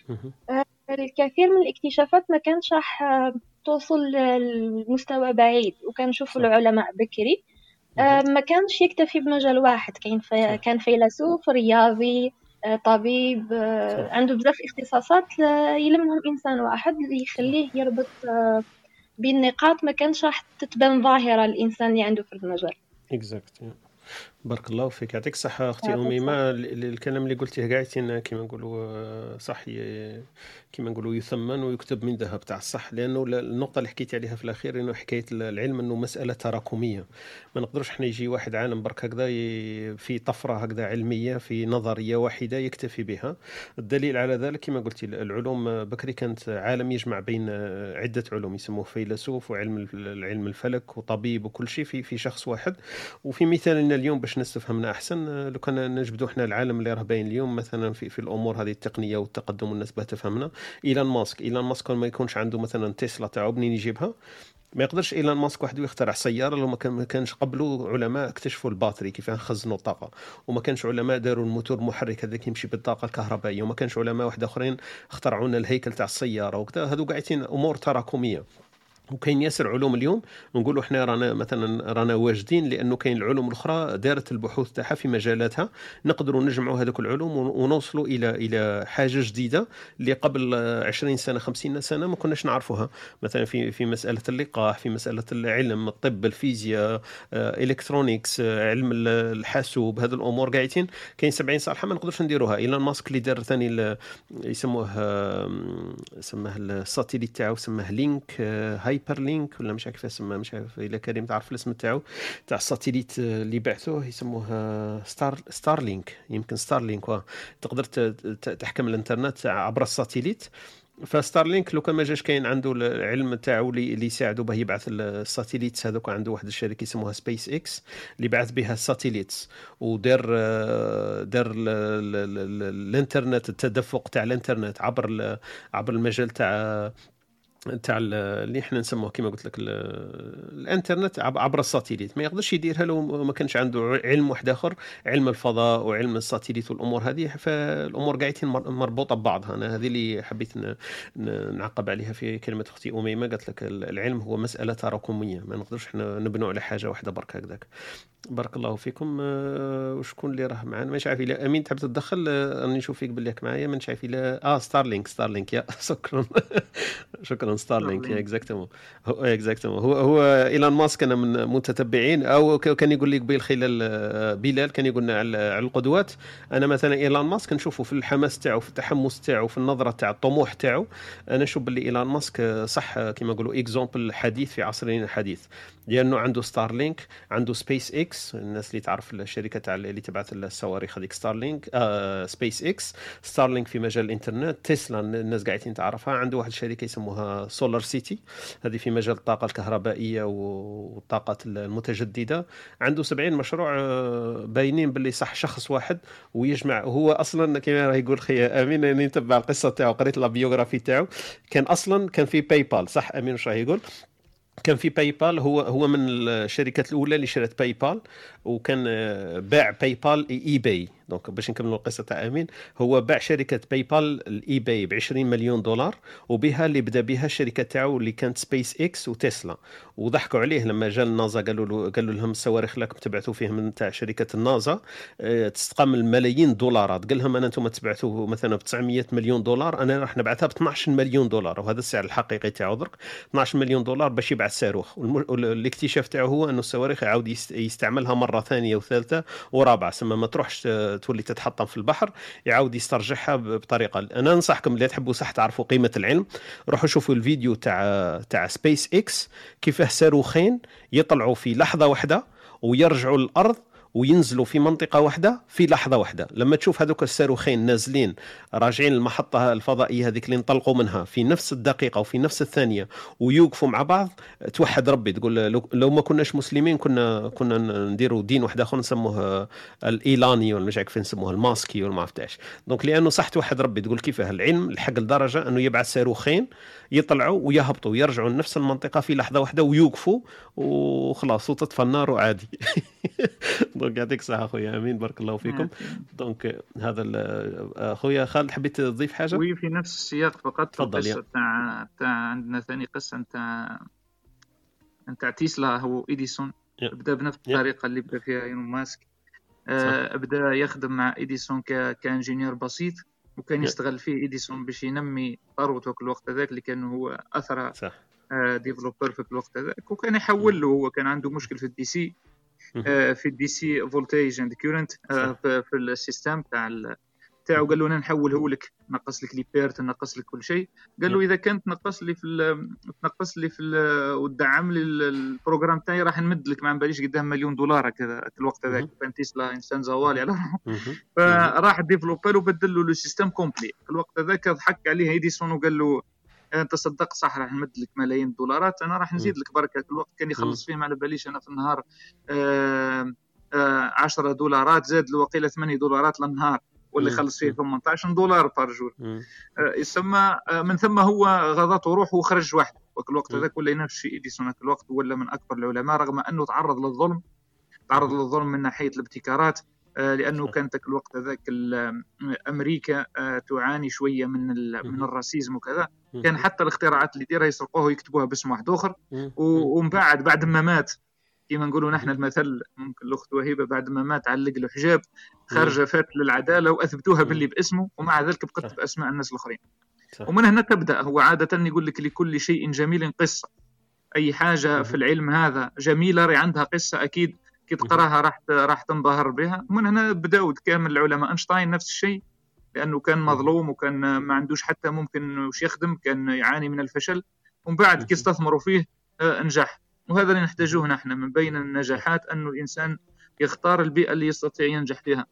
الكثير من الاكتشافات ما كانش راح توصل لمستوى بعيد، وكان نشوفوا العلماء بكري ما كانش يكتفي بمجال واحد. كان فيلسوف، رياضي، طبيب، عنده بزاف اختصاصات يلمهم إنسان واحد اللي يخليه يربط بين نقاط ما كانش راح تتبان ظاهرة الإنسان اللي عنده في المجال. Exactly. بارك الله فيك، يعطيك الصحة أختي أميمة. الكلام اللي قلتيه قاعدين كما نقولوا صح، كما نقولوا يثمن ويكتب من ذهب تاع الصح، لأنه النقطة اللي حكيت عليها في الأخير إنه حكاية العلم إنه مسألة تراكمية. ما نقدرش احنا يجي واحد عالم برك هكذا في طفرة هكذا علمية في نظرية واحدة يكتفي بها. الدليل على ذلك كما قلتي العلوم بكري كانت عالم يجمع بين عدة علوم، يسموه فيلسوف وعلم الفلك وطبيب وكل شيء في شخص واحد. وفي مثالنا اليوم باش نستفهمنا احسن، لو كان نجبدوا احنا العالم اللي راه باين اليوم مثلا في الامور هذه التقنيه والتقدم والناس بها تفهمنا. ايلان ماسك ما يكونش عنده مثلا تسلا تاعو منين يجيبها؟ ما يقدرش ايلان ماسك وحده يخترع سياره لو ما كانش قبله علماء اكتشفوا الباتري كيف نخزنوا الطاقه، وما كانش علماء داروا الموتور المحرك هذاك يمشي بالطاقه الكهربائيه، وما كانش علماء واحد اخرين اخترعوا لنا الهيكل تاع السياره وكذا. هذو قاعدين امور تراكميه. وكاين ياسر علوم اليوم نقولوا احنا رانا واجدين، لانه كاين العلوم الاخرى دارت البحوث تاعها في مجالاتها، نقدروا نجمعوا هذوك العلوم ونوصلوا الى حاجه جديده اللي قبل 20 سنه 50 سنه ما كناش نعرفوها. مثلا في مساله اللقاح، في مساله العلم، الطب، الفيزياء، الكترونيكس، علم الحاسوب، هذه الامور قاعدين كاين 70 صالحه ما نقدرش نديروها. ايلان ماسك اللي دار ثاني يسموه الساتيليت تاعو سماه لينك هايبر لينك ولا مش عارف كيف اسمه، مش عارف الا كريم تعرف الاسم تاعو تاع الساتيليت اللي بعثوه، يسموه ستارلينك. يمكن ستارلينك تقدر تحكم الانترنت عبر الساتيليت. فستارلينك لو كان ما جاش كاين عنده العلم تاعو اللي يساعده به يبعث الساتيليتس هذوك. عنده واحد الشركه يسموها سبيس اكس اللي بعث بها الساتيليتس ودار الانترنت، التدفق تاع الانترنت عبر المجال تاع اللي احنا نسموه كما قلت لك الانترنت عبر الساتيليت. ما يقدرش يديرها لو ما كانش عنده علم واحد اخر، علم الفضاء وعلم الساتيليت والامور هذه. فالامور قاعدين مربوطه ببعضها. انا هذه اللي حبيت نعقب عليها في كلمه اختي اميمه. قالت لك العلم هو مساله تراكميه، ما نقدرش احنا نبنوا على حاجه واحده برك هكذاك. بارك الله فيكم. وشكون اللي راه معنا؟ مش عارف الا امين تحب تدخل، راني نشوف فيك باللي معايا. مش عارف الا ستارلينك يا شكرا شكرا ستارلينك اكزاكتومون. هو ايلان ماسك انا من متتبعين، او كان يقول لي قبيل خلال بلال كان يقولنا على القدوات. انا مثلا ايلان ماسك نشوفه في الحماس تاعو، في التحمس تاعو، في النظره تاع الطموح تاعو. انا نشوف باللي ايلان ماسك صح كما يقولوا اكزامبل حديث في عصرنا الحديث، لانه عنده ستارلينك، عنده سبيس اكس. الناس اللي تعرف الشركه تاع اللي تبعث الصواريخ هذيك ستارلينك، سبيس اكس. ستارلينك في مجال الانترنت. تسلا الناس قاعدين تعرفها. عنده واحد الشركه يسموها سولار سيتي، هذه في مجال الطاقه الكهربائيه والطاقات المتجدده. عنده 70 مشروع باينين باللي صح شخص واحد ويجمع. هو اصلا كما راه يقول خي امين، اني نتبع القصه تاعو، قريت لا بيوغرافي تاعو. كان في باي بال، صح امين واش راه يقول؟ كان في باي بال. هو من الشركات الاولى اللي شرت باي بال، وكان باع باي بال اي باي. دونك باش نكملوا القصه تاع امين، هو باع شركه باي بال الاي باي ب 20 مليون دولار، وبها اللي بدا بها الشركه تاعو اللي كانت سبيس اكس وتسلا. وضحكوا عليه لما جاء النازا، قالوا لهم الصواريخ لكم تبعثوا فيه من تاع شركه النازا تستقام الملايين الدولارات. قال لهم انا انتم تبعثوا مثلا ب 900 مليون دولار، انا راح نبعثها ب 12 مليون دولار، وهذا السعر الحقيقي تاعو درك 12 مليون دولار باش يبعث صاروخ. والاكتشاف تاعو هو انه الصواريخ يعاود يستعملها مره ثانيه وثالثه ورابعه، سما ما تروحش تولي تتحطم في البحر، يعاود يسترجعها بطريقه. انا انصحكم اللي تحبوا صح تعرفوا قيمه العلم، روحوا شوفوا الفيديو تاع سبيس اكس كيفاه صاروخين يطلعوا في لحظه واحده ويرجعوا للارض وينزلوا في منطقة واحدة في لحظة واحدة. لما تشوف هذوك الصاروخين نازلين راجعين المحطة الفضائية هذيك اللي انطلقوا منها في نفس الدقيقة وفي نفس الثانية ويوقفوا مع بعض، توحد ربي تقول لو ما كناش مسلمين كنا نديروا دين واحد آخر نسموه الإيلاني ولا مش عارف فين نسموه الماسكي ولا ما عرفتش. دونك لأنه صح توحد ربي تقول كيفاه العلم الحق لدرجة أنه يبعث صاروخين يطلعوا ويهبطوا ويرجعوا لنفس المنطقة في لحظة واحدة ويوقفوا وخلاص وتطفى النار وعادي. دونك يعطيك الصحة خويا أمين، بارك الله فيكم. دونك هذا خويا خالد حبيت تضيف حاجة؟ وي في نفس السياق فقط. تفضل. تاع عندنا ثاني قصة نتاع تيسلا هو إديسون. بدا بنفس الطريقة اللي بدا فيها إيلون ماسك. بدا يخدم مع إديسون كانجينير بسيط، وكان يستغل فيه إديسون باش ينمي ثروته في الوقت هذاك اللي كان هو أثرى ديفلوبر في الوقت هذاك. وكان يحول له، هو كان عنده مشكل في الدي سي في الدي سي فولتيج اند كورنت في السيستم تاعو. قال له انا نحوله لك، نقص لك لي بيرت، نقص لك كل شيء. قال له اذا كانت تنقص لي في وتدعم لي البروجرام تاعي راح نمد لك ما نباليش قدام $1,000,000 كذا الوقت هذاك. كان تيسلا انسان زوالي على فراح ديفلوبر وبدل له السيستم كومبلي. في الوقت هذاك ضحك عليه إديسون وقال له انت صدق صح راح نمد لك ملايين الدولارات، انا راح نزيد لك بركه. في الوقت كان يخلص فيه ما على باليش انا في النهار $10 زاد له وقيله $8 للنهار، واللي خلص فيه $18 بارجور. يسمى من ثم هو غضته روحه وخرج وحده. وقت الوقت هذاك ولا ينافس في إديسون في الوقت، ولا من اكبر العلماء، رغم انه تعرض للظلم من ناحيه الابتكارات، لانه كانت الوقت هذاك امريكا تعاني شويه من الراسيزم وكذا. كان حتى الاختراعات اللي يديرها يسرقوها ويكتبوها باسم واحد اخر. ومن بعد ما مات، كما نقولوا نحن المثل، ممكن الاخت وهيبه بعد ما مات علق له حجاب، خرج فات للعداله واثبتوها باللي باسمه، ومع ذلك بقت باسماء الناس الاخرين. ومن هنا تبدا. هو عاده يقول لك لكل شيء جميل قصه. اي حاجه في العلم هذا جميله عندها قصه، اكيد كي تقراها راح تنبهر بها. ومن هنا بداوا كامل العلماء. أينشتاين نفس الشيء، لأنه كان مظلوم وكان ما عندوش حتى ممكن وش يخدم، كان يعاني من الفشل. ومن بعد كي استثمروا فيه نجح. وهذا اللي نحتاجوه نحن من بين النجاحات، أنه الإنسان يختار البيئة اللي يستطيع ينجح فيها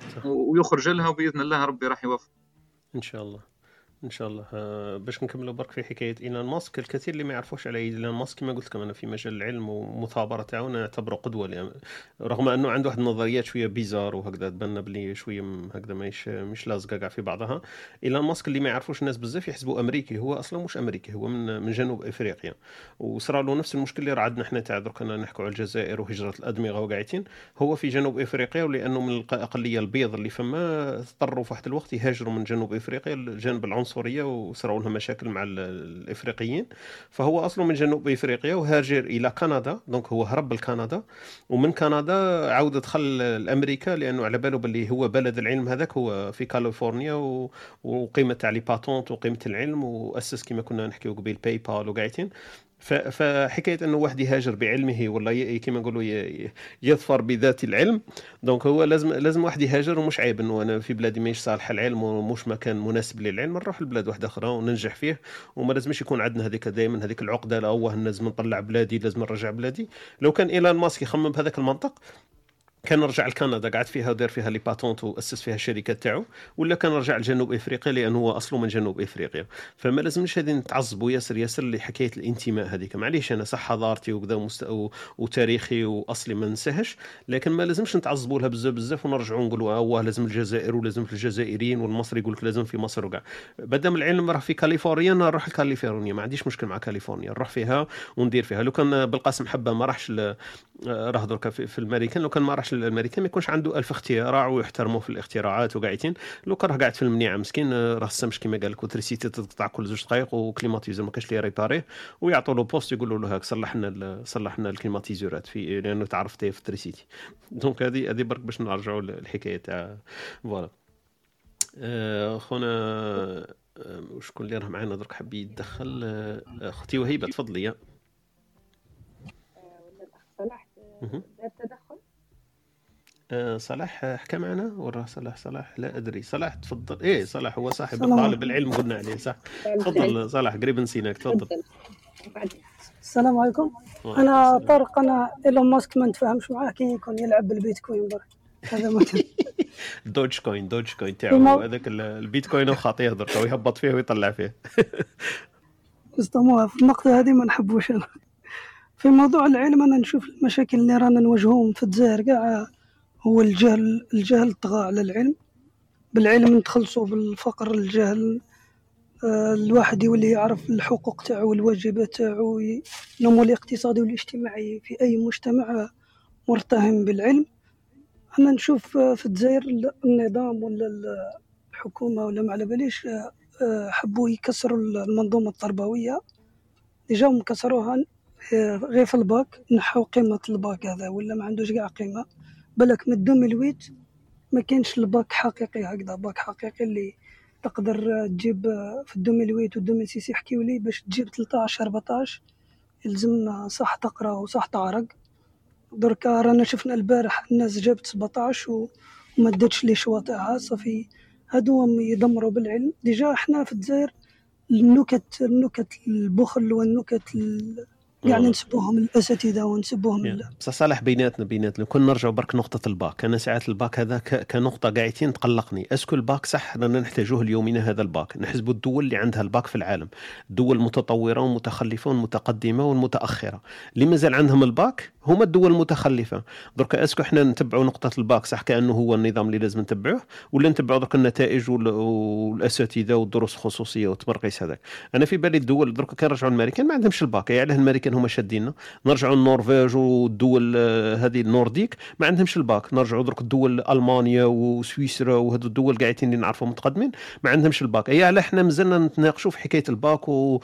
ويخرج لها، وبإذن الله ربي راح يوفق إن شاء الله. ان شاء الله. باش نكملوا برك في حكايه ايلون ماسك، الكثير اللي ما يعرفوش على ايلون ماسك كما قلت لكم انا في مجال العلم ومثابره تاعو نعتبره قدوه، رغم انه عنده واحد النظريات شويه بيزار وهكذا تبان بلي شويه هكذا مش لازقه كاع في بعضها. ايلون ماسك اللي ما يعرفوش الناس بزاف يحسبوا امريكي، هو اصلا مش امريكي، هو من جنوب افريقيا. وصرا له نفس المشكل اللي عندنا احنا تاع درك انا نحكوا على الجزائر وهجره الادمغه وقاعدين. هو في جنوب افريقيا، ولانه من الاقليه البيض اللي فما اضطروا في واحد الوقت يهاجروا من جنوب افريقيا لجانب العنصريه وصرا لهم مشاكل مع الافريقيين. فهو اصله من جنوب افريقيا وهاجر الى كندا. دونك هو هرب لكندا، ومن كندا عاود دخل لامريكا، لانه على باله باللي هو بلد العلم هذاك هو في كاليفورنيا، وقيمه تاع لي باتونت وقيمه العلم، واسس كما كنا نحكيو قبيل باي بال وقاعدين. فحكايه انه واحد يهاجر بعلمه ولا كما نقولوا يظفر بذات العلم. دونك هو لازم واحد يهاجر، ومش عيب انه انا في بلادي ماهيش صالحه العلم ومش مكان مناسب للعلم، نروح لبلاد واحده اخرى وننجح فيه. وما لازمش يكون عندنا هذيك دائما هذيك العقده، لا هو لازم نطلع بلادي لازم نرجع بلادي. لو كان ايلون ماسك يخمم بهذاك المنطق كان رجع لكندا قعد فيها ودار فيها لي باتونت واسس فيها الشركات تاعو، ولا كان رجع لجنوب افريقيا لانه هو اصله من جنوب افريقيا. فما لازمش هذه نتعصبوا ياسر لحكايه الانتماء هذيك. معليش انا صح حضارتي وكذا وتاريخي واصلي ما ننساهش، لكن ما لازمش نتعصبوا لها بزاف ونرجعوا نقولوا هو لازم الجزائر ولازم في الجزائريين، والمصري يقول لك لازم في مصر وكاع. بدل العلم راه في كاليفورنيا نروح لكاليفورنيا، ما عنديش مشكل مع كاليفورنيا، نروح فيها وندير فيها. لو كان بالقاسم حبه ما راحش راه درك في الامريكان، لو كان ما راحش الامريكان ما يكونش عنده ألف اختراع ويحترموا في الاختراعات وقاعدين. لو كان قاعد في المنيعه مسكين راه السمش كما قال لك وتريسيتي تقطع كل 2 دقائق وكليماتيزور ما كاش لي ريباريه، ويعطوا له بوست يقولوا له هاك صلحنا الكليماتيزورات في لانه تعرف تي في تريسيتي. دونك هذه برك باش نرجعوا الحكايه تاع فوالا. خونا شكون اللي راه معنا درك حاب يتدخل؟ اختي وهيبه تفضلي. ولا الاخ صلاح دار تدخل؟ صلاح حكى معنا ولا صلاح لا ادري. صلاح تفضل. ايه صلاح هو صاحب الطالب العلم قلنا عليه صح. تفضل صلاح قريب نسيناك تفضل. السلام عليكم. انا طارق، انا ايلون ماسك ما نتفاهمش معاه كي يكون يلعب بالبيتكوين برك، هذا ما كان. دوج كوين تاعو هذاك البيتكوين وخاطيه درك ويهبط فيه ويطلع فيه. استموا في النقطه هذه ما نحبوش. انا في موضوع العلم انا نشوف المشاكل اللي رانا نواجههم في الجزائر كاع هو الجهل طغى على العلم. بالعلم نتخلصوا بالفقر، الجهل. الواحد يولي يعرف الحقوق تاعو والواجبات تاعو، النمو الاقتصادي والاجتماعي في اي مجتمع مرتهن بالعلم. انا نشوف في الجزائر النظام ولا الحكومه ولا ما على باليش حبوا يكسروا المنظومه التربويه، جاو مكسروها غير في الباك، نحو قيمه الباك هذا ولا ما عندوش كاع قيمه. بالك من 2008 ما كانش الباك حقيقي هكذا، باك حقيقي اللي تقدر تجيب في 2008 و 2006 يحكيوا لي باش تجيب 13 14 يلزم صح تقرا وصح تعرق. دركا رانا شفنا البارح الناس جابت 17 وما داتش لي شوا تاعها صافي. هادو يدمروا بالعلم. ديجا احنا في الجزائر النكت البخل والنكت يعني نسبوهم الاساتذه ونسبوهم بصح صالح بيناتنا كنا نرجعوا برك نقطه الباك. انا ساعات الباك هذا كنقطه قاعدين تقلقني. اسكو الباك صح رانا نحتاجوه اليومين هذا الباك؟ نحسبوا الدول اللي عندها الباك في العالم الدول المتطوره والمتخلفه والمتقدمه والمتاخره. اللي مازال عندهم الباك هما الدول المتخلفه. درك اسكو احنا نتبعوا نقطه الباك صح كانه هو النظام اللي لازم نتبعوه، ولا نتبعوا درك النتائج والاساتذه والدروس الخصوصيه والتمرقيس هذاك؟ انا في بالي الدول درك كنرجعوا الامريكان ما عندهمش الباك. يعني الامريكان هما شاديننا. نرجعوا النرويج والدول هذه النورديك ما عندهمش الباك. نرجعوا درك الدول المانيا وسويسرا وهذو الدول قاعدين اللي نعرفوا متقدمين ما عندهمش الباك. اي على احنا مازلنا نتناقشوا في حكايه الباك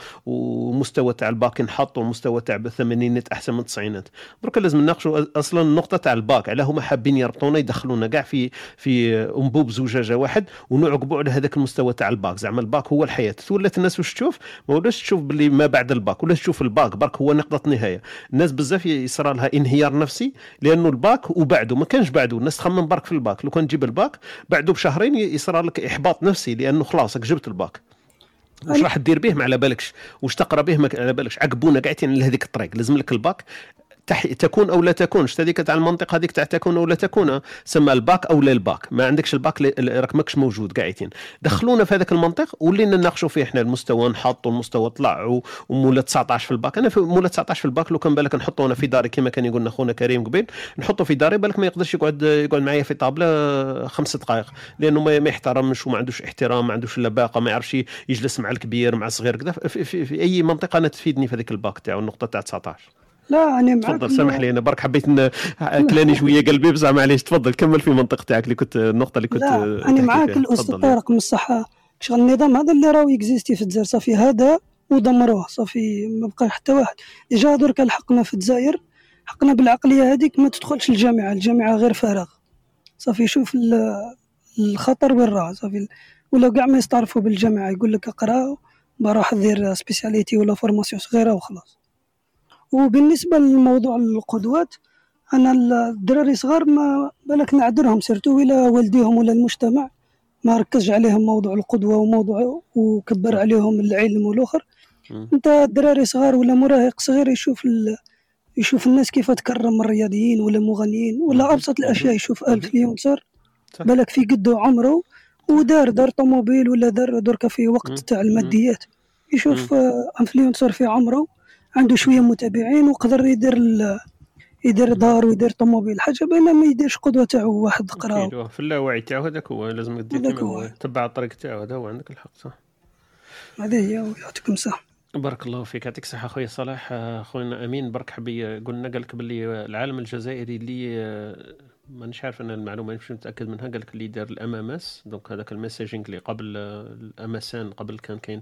ومستوى تاع الباك ينحط والمستوى تاع الثمانينات احسن من التسعينات. درك لازم نناقشوا اصلا النقطه تاع الباك على هما حابين يربطونا يدخلونا كاع في انبوب زجاجه واحد ونعقبوا على هذاك المستوى تاع الباك. زعما الباك هو الحياه. ولات الناس واش تشوف؟ ما ولاش تشوف باللي ما بعد الباك، ولا تشوف الباك برك هو نقطه نهايه. الناس بزاف يصرى لها انهيار نفسي لانه الباك وبعده ما كانش بعده. الناس تخمم برك في الباك. لو كان تجيب الباك بعده بشهرين يصرى لك احباط نفسي لانه خلاص جبت الباك. واش راح دير به ما على بالكش، واش تقرا به ما على بالكش. عقبونا قاعدين لهذيك الطريق. لازم لك الباك تكون او لا تكونش. هذيك تاع المنطقه هذيك تاع تكون او لا تكون سمى الباك او لا الباك. ما عندكش الباك راك ماكش موجود. قاعدين دخلونا في هذاك المنطق ولينا نناقشوا فيه احنا. المستوى نحط والمستوى طلع ومولا 19 في الباك. انا في مولا 19 في الباك لو كان بالك نحطونا في داري كما كان يقولنا خونا كريم قبيل نحطوا في داري بالك ما يقدرش يقعد معايا في طابله 5 دقائق لانه ما يحترمش وما عندوش احترام، ما عندوش لباقه، ما يعرفش يجلس مع الكبير مع الصغير كذا. في اي منطقه انا تفيدني في هذيك الباك تاعو النقطه تاع 19. لا أنا معك. تفضل سامح لي أنا برك حبيت كلاني شوية قلبي بصح معليش. تفضل كمل في منطقة تاعك اللي كنت النقطة اللي كنت. لا أنا معاك الأستاذ طارق من الصحة. شغل النظام هذا اللي راهو يكزيستي في الجزائر صافي هذا ودمروه صافي ما بقى حتى واحد. ديجا درك الحقنا في الجزائر حقنا بالعقلية هذيك ما تدخلش الجامعة غير فراغ صافي. شوف الخطر وين راه صافي. ولا كاع ما يستعرفوا بالجامعة يقول لك اقرا بروح دير سبيسياليتي ولا فورماسيون صغيرة وخلاص. وبالنسبة للموضوع القدوات أنا الدراري صغار ما بالك نعذرهم سيرتو إلى والديهم ولا المجتمع ما ركزش عليهم موضوع القدوة وموضوع وكبر عليهم العلم والآخر. أنت الدراري صغار ولا مراهق صغير يشوف الناس كيف تكرم الرياضيين ولا مغنيين ولا أبسط الأشياء. يشوف انفلونسر بالك في قده عمره ودار طوموبيل ولا درك في وقت تاع الماديات. يشوف انفلونسر في عمره عنده شويه متابعين وقدر يدير دار ويدير طوموبيل حاجه بينما ما يديرش قدوه تاعو واحد قرا في اللاوعي تاعو. هذاك هو لازم تتبع الطريق تاعو. هذا هو عندك الحق صح. هذه هي. يعطيكم الصحه. بارك الله فيك. يعطيك الصحه خويا صلاح. خوينا امين برك حبي قلنا قال لك باللي العالم الجزائري اللي مانيش عارف انا المعلومه مش متاكد منها. قال لك اللي دار الاماماس دونك هذاك الميساجينغ اللي قبل الاماسان قبل كان كاين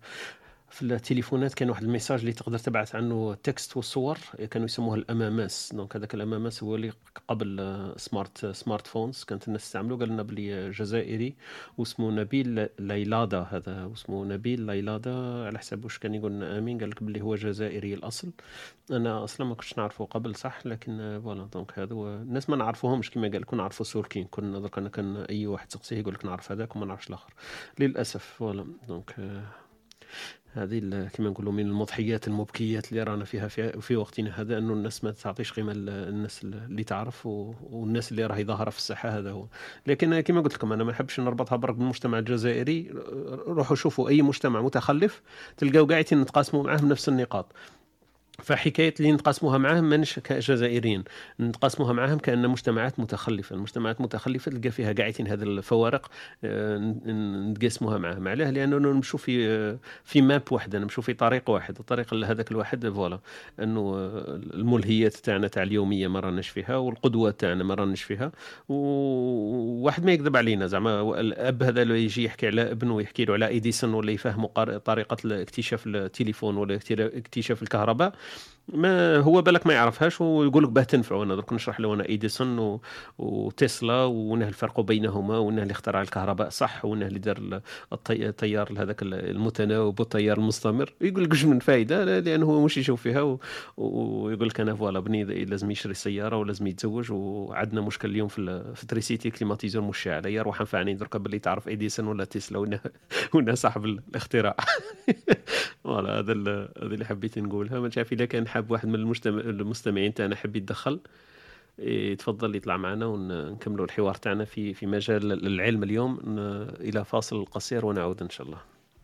في التليفونات كان واحد الميساج اللي تقدر تبعث عنه تكست والصور كانوا يسموها الاماماس. دونك هذاك الاماماس هو اللي قبل سمارت فونز كانت الناس تستعملوا. قال لنا بلي جزائري واسمه نبيل ليلادا. هذا اسمه نبيل ليلادا على حسب واش كان يقول لنا امين. قال لك بلي هو جزائري الاصل. انا اصلا ما كنتش نعرفه قبل صح لكن فوالا دونك هذا الناس ما نعرفوهمش كما قال كنا نعرفوا سوركين. كنا درك انا كان اي واحد تسقسيه يقول لك نعرف هذاك وما نعرفش الاخر للاسف. فوالا دونك هذه كما نقولوا من المضحيات المبكيات اللي رانا فيها في وقتنا هذا، انه الناس ما تعطيش قيمه للناس اللي تعرف والناس اللي راهي ظاهره في الساحه. هذا هو. لكن كما قلت لكم انا ما نحبش نربطها برك بالمجتمع الجزائري. روحوا شوفوا اي مجتمع متخلف تلقاو قاعدين نتقاسموا معاهم نفس النقاط. فحكاية اللي نتقاسموها معاهم مانش كجزائريين، نتقاسموها معاهم كأن مجتمعات متخلفة. المجتمعات المتخلفة تلقى فيها قاعدين هذه الفوارق نتقاسموها معاهم. علاه؟ لأنه نمشوا في ماب واحدة، نمشوا في طريق واحد. الطريق هذاك الواحد فوالا أنه الملهيات تاعنا تاع اليومية ما راناش فيها، والقدوة تاعنا ما راناش فيها. وواحد ما يكذب علينا زعما الأب هذا لو يجي يحكي على ابنه ويحكي له على إديسون ولا يفهمه طريقة اكتشاف التليفون ولا اكتشاف الكهرباء، ما هو بالك ما يعرفهاش ويقول لك باه تنفعوا. انا درك نشرح له انا ايديسون وتسلا ونهل الفرق بينهما، ونهل اللي اخترع الكهرباء صح، ونهل اللي دار التيار هذاك المتناوب والتيار المستمر. يقول لك من فايده لانه هو مش يشوف فيها ويقول لك انا فوالا بني لازم يشري سياره ولازم يتزوج، وعندنا مشكل اليوم في تريسيتي كليماتيزور مشعل. يروح نفعني درك باللي تعرف ايديسون ولا تسلا ونا صاحب الاختراع. فوالا هذا اللي حبيت نقولها. ما تعرف اذا كان حاب واحد من المستمعين تاعنا حب يتدخل يتفضل يطلع معنا ونكملوا الحوار تاعنا في مجال العلم اليوم. الى فاصل قصير ونعود ان شاء الله.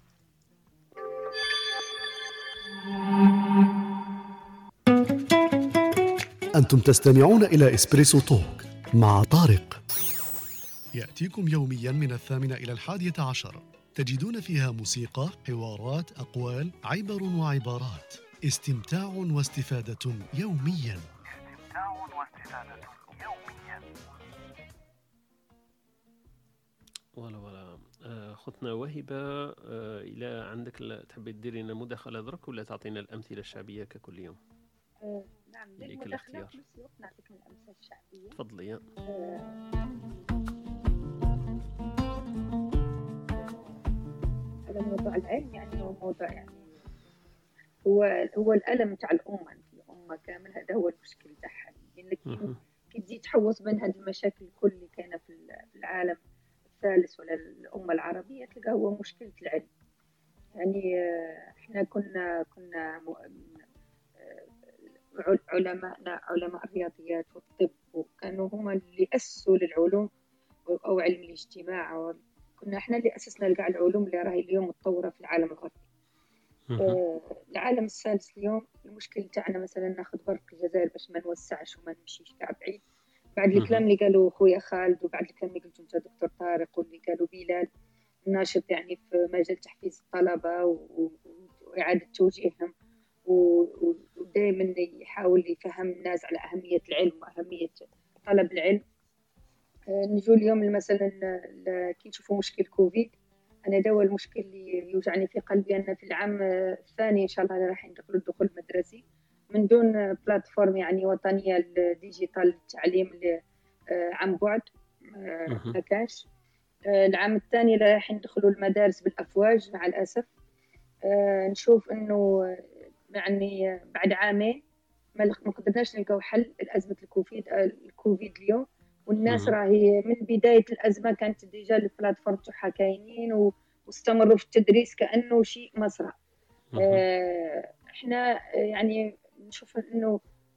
أنتم تستمعون إلى إسبريسو توك مع طارق، يأتيكم يوميا من 8 إلى 11. تجدون فيها موسيقى، حوارات، أقوال، عبر وعبارات، استمتاع واستفادة يوميا. ولا خطنا وهبة، إلى عندك تحبي تديري لنا مداخلة درك ولا تعطينا الأمثلة الشعبية ككل يوم؟ نعم، ندير مداخلة في نفس الوقت نعطيكم الأمثلة الشعبية. تفضلي. هذا موضوع العلم، يعني هو موضوع يعني هو الألم تاع الأمة كامل. هذا هو المشكل تاعها، لأنك كي تجي تحوص بين هذه المشاكل الكل اللي كاينة في العالم الثالث ولا الأمة العربية، تلقى هو مشكلة العلم. يعني احنا كنا علماء الرياضيات والطب، وكانوا هما اللي أسسوا للعلوم أو علم الاجتماع. كنا احنا اللي أسسنا كاع العلوم اللي راهي اليوم متطورة في العالم الغربي. العالم الثالث اليوم المشكل تاعنا مثلا ناخذ برك الجزائر باش ما نوسعش وما نمشيش كاع بعيد. بعد الكلام اللي قالوا خويا خالد، وبعد الكلام اللي قلته انت دكتور طارق، واللي قالوا بلال ناشط يعني في مجال تحفيز الطلبة وإعادة توجيههم، ودائما يحاول يفهم الناس على أهمية العلم وأهمية طلب العلم. نجو اليوم مثلا كي نشوفوا مشكل كوفيد، أنا دوا المشكل اللي يوجعني في قلبي أن في العام الثاني إن شاء الله راح ندخل الدخول المدرسي من دون بلاتفورم يعني وطنية الديجيتال التعليم عن بعد ما كانش. العام الثاني راح ندخلوا المدارس بالأفواج مع الأسف. نشوف إنه يعني بعد عامين ما قدرناش نلقاو حل لأزمة الكوفيد اليوم. والناس راهي من بداية الأزمة كانت ديجا البلاتفورم تاعها كاينين واستمروا في التدريس كأنه شيء مسرع. احنا يعني نشوف انه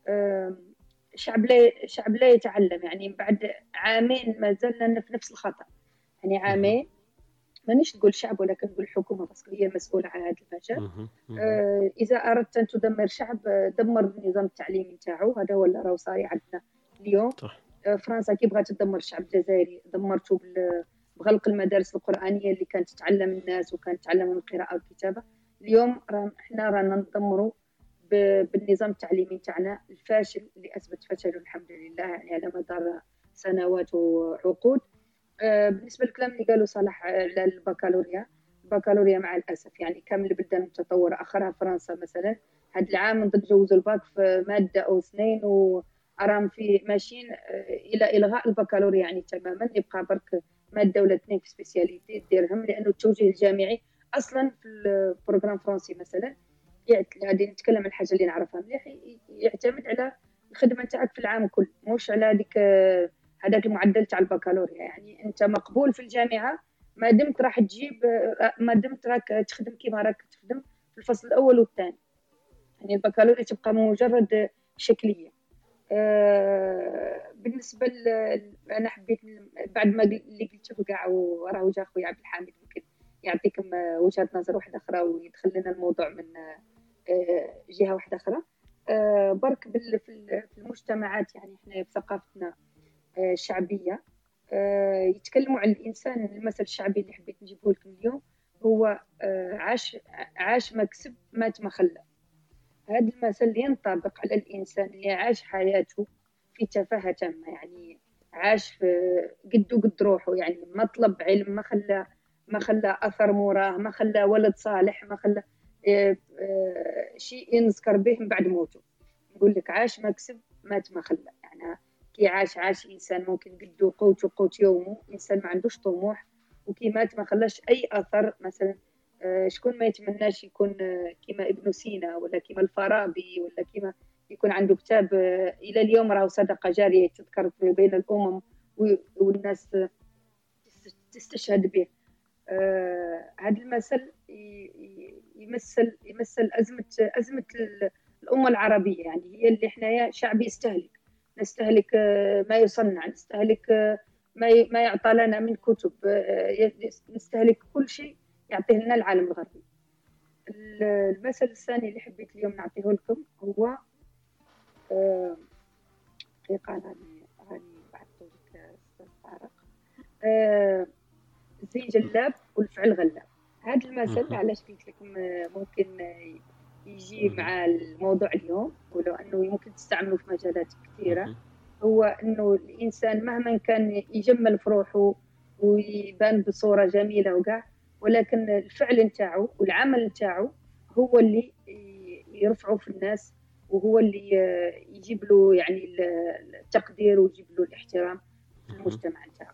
شعب لا يتعلم. يعني بعد عامين ما زلنا في نفس الخطأ. يعني عامين مانيش نقول شعب ولكن نقول حكومة، بس هي مسؤولة عن هذا المجال. إذا أردت أن تدمر شعب دمر النظام التعليمي نتاعو. هذا هو اللي راهو صاير عندنا اليوم. فرنسا كي بغات تدمر الشعب الجزائري دمرته بغلق المدارس القرآنية اللي كانت تعلم الناس وكانت تعلمهم القراءة والكتابة. اليوم احنا رانا ندمروا بالنظام التعليمي تاعنا الفاشل اللي أثبت فشله الحمد لله يعني على مدار سنوات وعقود. بالنسبة للكلام اللي قالوا صلاح على البكالوريا مع الأسف يعني كامل البلدان المتطورة آخرها فرنسا مثلا هذا العام نضد جوزوا الباك في مادة أو اثنين وأرام في ماشيين إلى إلغاء البكالوريا يعني تماما. يبقى برك مادة ولا اثنين في سبيسياليتي ديرهم، لأنه التوجيه الجامعي أصلا في البروغرام فرنسي مثلا هذه نتكلم عن الحاجة اللي نعرفها مليح يعتمد على الخدمة تاعك في العام كله، مش على هذاك المعدل تاع البكالوريا. يعني أنت مقبول في الجامعة ما دمت راح تجيب، ما دمت راك تخدم كيما راك تخدم في الفصل الأول والثاني. يعني البكالوريا تبقى مجرد شكلية. بالنسبة أنا حبيت بعد ما اللي قلته كاع وراه وجه خويا عبد الحميد ممكن يعطيكم وجهة نظر واحدة أخرى ويدخل لنا الموضوع من جهة واحدة أخرى. برك في المجتمعات، يعني إحنا في ثقافتنا الشعبية يتكلموا عن الإنسان. المثل الشعبي اللي حبيت نجيبه لكم اليوم هو عاش ما كسب مات ما خلى. هذا المثل ينطبق على الإنسان اللي عاش حياته في تفاهة تامة، يعني عاش في قدو قد روحه، يعني ما طلب علم، ما خلى أثر موراه، ما خلى ولد صالح، ما خلى شيء ينذكر به من بعد موته. نقول لك عاش ما كسب مات ما خلى. يعني كي عاش إنسان ممكن قدو قوت يومه، إنسان ما عندوش طموح، وكي مات ما خلاش أي أثر. مثلا شكون ما يتمناش يكون كما ابن سينا ولا كما الفارابي ولا كما يكون عنده كتاب إلى اليوم راه صدقة جارية تذكر بين الأمم والناس تستشهد به. هذا المثل يمثل أزمة الأمة العربية. يعني هي اللي إحنا شعب نستهلك ما يصنع، نستهلك ما يعطى لنا من كتب، نستهلك كل شيء يعطيه لنا العالم الغربي. المثل الثاني اللي حبيت اليوم نعطيه لكم هو راني بعثت لك أستاذ طارق، الزين جلاب والفعل غلاب. هذا المثل علاش قلت لكم ممكن يجي مع الموضوع اليوم، ولو أنه يمكن تستعمله في مجالات كثيرة. هو أنه الإنسان مهما كان يجمل في روحه ويبان بصورة جميلة وقع، ولكن الفعل نتاعو والعمل نتاعو هو اللي يرفعه في الناس، وهو اللي يجيب له يعني التقدير ويجيب له الاحترام في المجتمع نتاعو.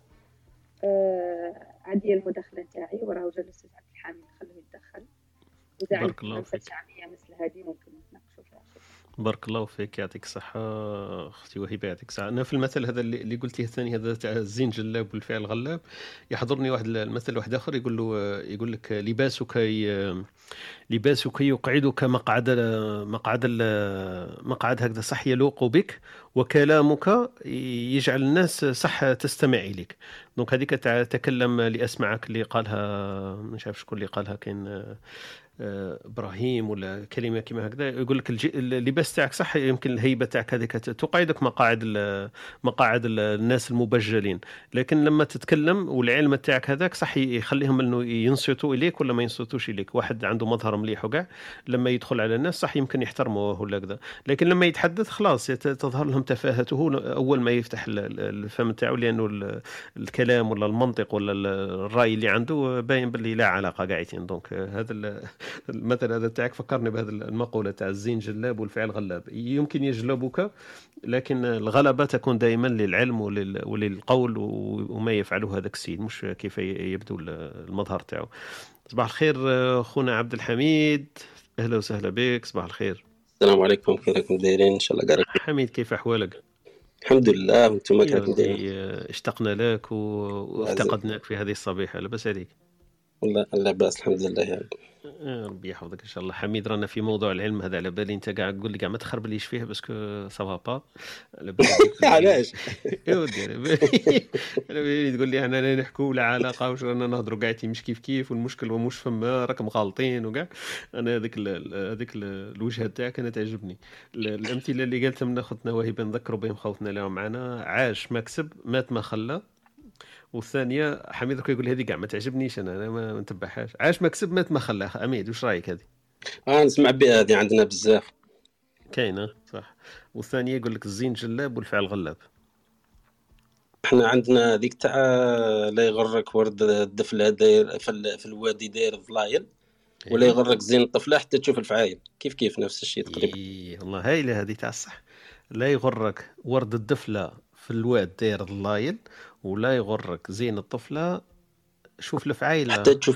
هذه المداخلة نتاعي، وراه جا الأستاذ عبد الحميد خلوه يتدخل. إذا عندك أمثلة شعبية مثل هذه ممكن نتناقشوا فيها. بارك الله فيك، يعطيك الصحة أختي وهبة، يعطيك الصحة. أنا في المثل هذا اللي قلتيه الثاني هذا تاع الزين جلاب والفعل غلاب يحضرني واحد المثل واحد آخر يقول لك لباسك يقعدك مقعد هكذا صح يلوق بك، وكلامك يجعل الناس صح تستمع إليك. دونك هذيك تكلم لأسمعك اللي قالها مش عارف شكون اللي قالها، كان ابراهيم ولا كلمه كما هكذا. يقول لك اللباس تاعك صح يمكن الهيبه تاعك هذيك تقعدك مقاعد الناس المبجلين، لكن لما تتكلم والعلم تاعك هذاك صح يخليهم انه ينصتوا اليك ولا ما ينصتوش اليك. واحد عنده مظهر مليح وكاع لما يدخل على الناس صح يمكن يحترموه ولا كذا، لكن لما يتحدث خلاص تظهر لهم تفاهته اول ما يفتح الفم تاعو، لانه الكلام ولا المنطق ولا الراي اللي عنده باين باللي لا علاقه قاعدين. دونك هذا المثل هذا تاعك فكرني بهذا المقولة تاع الزين جلاب والفعل غلاب. يمكن يجلبك، لكن الغلبة تكون دائما للعلم وللقول وما يفعله هذاك السيد، مش كيف يبدو المظهر تاعه. صباح الخير خونا عبد الحميد، أهلا وسهلا بك. صباح الخير. السلام عليكم، كيف راكم دايرين؟ إن شاء الله قارك. حميد كيف أحوالك؟ الحمد لله، وانتم كيف راكم دايرين؟ اشتقنا لك وافتقدناك في هذه الصبيحة. لاباس عليك؟ والله لا بأس الحمد لله. يعني ربي يحفظك ان شاء الله. حميد رانا في موضوع العلم هذا، على بالي انت قاعد تقول لي قاع ما تخربليش فيه باسكو سافا با. علاش يا ودي على بالي تقول لي انا نحكوا ولا علاقه واش رانا نهضروا قاعدين مش كيف والمشكل ومش فما راكم غالطين وكاع. انا هذيك الوجهه تاعك انا تعجبني. الامثله اللي قالتها من اختنا وهبه نذكروا بهم خوتنا لهم معنا. عاش ما كسب مات ما خلى. والثانيه حميد يقول هذه كاع ما تعجبنيش، انا ما نتبعهاش. عاش ما كسب مات ما خلاه. عميد واش رايك هذه؟ نسمع بها هذه عندنا بزاف كاينه صح. والثانيه يقول لك الزين جلاب والفعل غلاب. احنا عندنا ذيك تاع لا يغرك ورد الدفله داير في الوادي داير الظلايل، ولا يغرك زين الطفله حتى تشوف الفعايل. كيف نفس الشيء تقريبا. والله هايله هذه تاع الصح. لا يغرك ورد الدفله في الواد داير الظلايل، ولا يغرك زين الطفله شوف الفعايل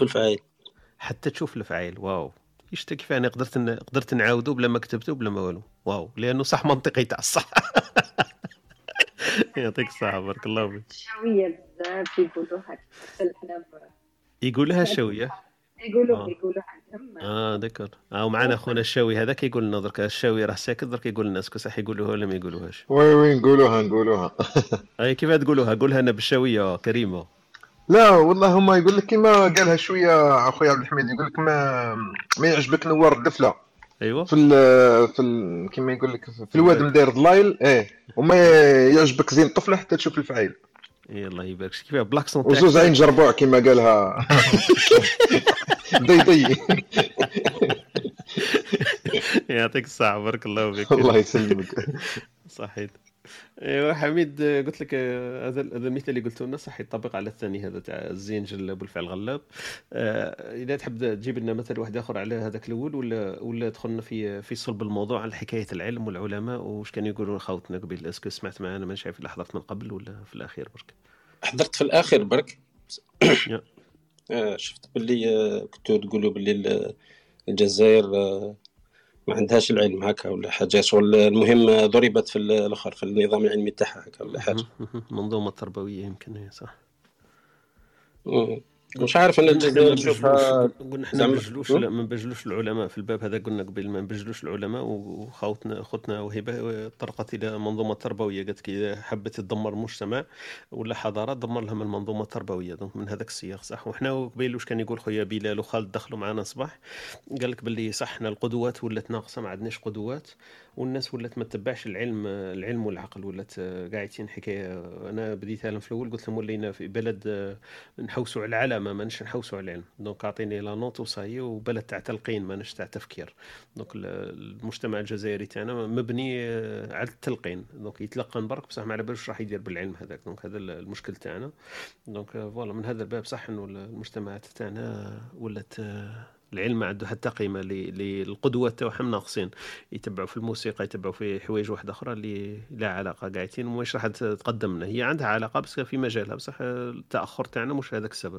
حتى تشوف الفعايل. واو كيف انا قدرت نعاودو بلا ما كتبته بلا ما والو. واو لانه صح منطقي تاع الصح. يعطيك الصحه بارك الله فيك. شويه بزاف يقولوها، حنا يقولها شويه يقولوا عندهم داكور. ومعنا خونا الشاوي هذا كيقول لنا درك الشاوي راه ساكت درك يقول الناس صح يقولوها ولا ما يقولوهاش؟ وي نقولوها كيف تقولوها؟ قولها لنا بالشاويه كريمه. لا والله هما يقول لك كيما قالها شويه اخويا عبد الحميد، يقول لك ما يعجبك نوار الدفله. ايوه كيما يقول لك في الواد مدير ضلايل وما يعجبك زين الطفله حتى تشوف الفعيل. الله يبارك فيك. كيف بلاكسون وزوز عين جربوع كيما قالها ضي يعطيك الصحة بارك الله فيك. الله يسلمك. صحيت. ايوا حميد قلت لك هذا المثال اللي قلته لنا صح يطبق على الثاني هذا تاع الزين جلاب والفعل غلاب. اذا تحب تجيب لنا مثل واحد اخر على هذاك الاول ولا دخلنا في صلب الموضوع على حكايه العلم والعلماء واش كانوا يقولوا خوتنا قبل. اسكو سمعت معنا؟ ما نعرف الا حضرت من قبل ولا في الاخير برك؟ حضرت في الاخير برك. شفت باللي كنتوا تقولوا باللي الجزائر ما عندهاش العلم هكا ولا حاجه، شغل المهم ضربت في الاخر في النظام العلمي تاعها هكا ولا حاجه. منظومه تربويه يمكن هي صح. مش عارف انا الجزائر نشوفها. قلنا احنا ما نبجلوش العلماء في الباب هذا. قلنا قبل ما نبجلوش العلماء. وخوتنا وهبه طرقت الى منظومه تربويه، قالت لك اذا حبت تدمر المجتمع ولا حضاره دمر لهم المنظومه التربويه. دونك من هذاك السياق صح. وحنا قبيل واش كان يقول خويا بلال وخالد دخلوا معنا صباح، قال لك باللي صح حنا القدوات ولات ناقصه، ما عندناش قدوات والناس ولات ما تتبعش العلم والعقل، ولات قاعدين حكايه. انا بديتها لهم في الاول قلت لهم ولينا في بلد نحوسوا على العلامه ما نحوسوا على العلم. دونك اعطيني لا نوت وصاي وبلد تاع تلقين ما تاع تفكير. دونك المجتمع الجزائري تاعنا مبني على التلقين. دونك يتلقن برك بصح ما على بالوش راح يدير بالعلم هذاك. دونك هذا المشكل تاعنا. دونك فوالا من هذا الباب صح انه المجتمعات تاعنا ولات العلم ما عنده حتى قيمه. للقدوات تاعهم ناقصين، يتبعوا في الموسيقى، يتبعوا في حوايج واحده اخرى اللي لا علاقه قاعدين ومش راح تقدمنا. هي عندها علاقه بس في مجالها، بصح التاخر تاعنا مش هذاك السبب.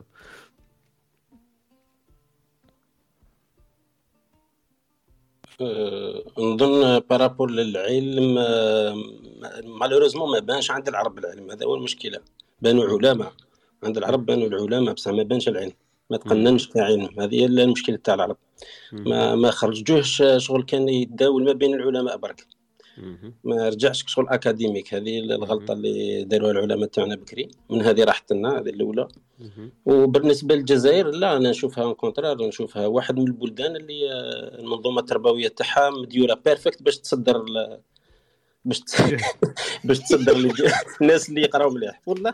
نظن بارابور للعلم مالوريزمون ما بانش عند العرب العلم. هذا هو المشكله. بانوا علماء عند العرب، بانوا العلماء بصح ما بانش العلم، ما تقننش كعلم. هذه هي المشكله تاع العرب. ما خرجوش شغل كان يتداول ما بين العلماء برك، ما رجعش شغل اكاديميك. هذه الغلطه اللي داروها العلماء تاعنا بكري، من هذه راحت لنا. هذه الاولى. وبالنسبه للجزائر لا، انا نشوفها كونترار، نشوفها واحد من البلدان اللي المنظومه التربويه تاعها مديوره بيرفكت باش تصدر باش تصدر الناس اللي يقراو مليح. والله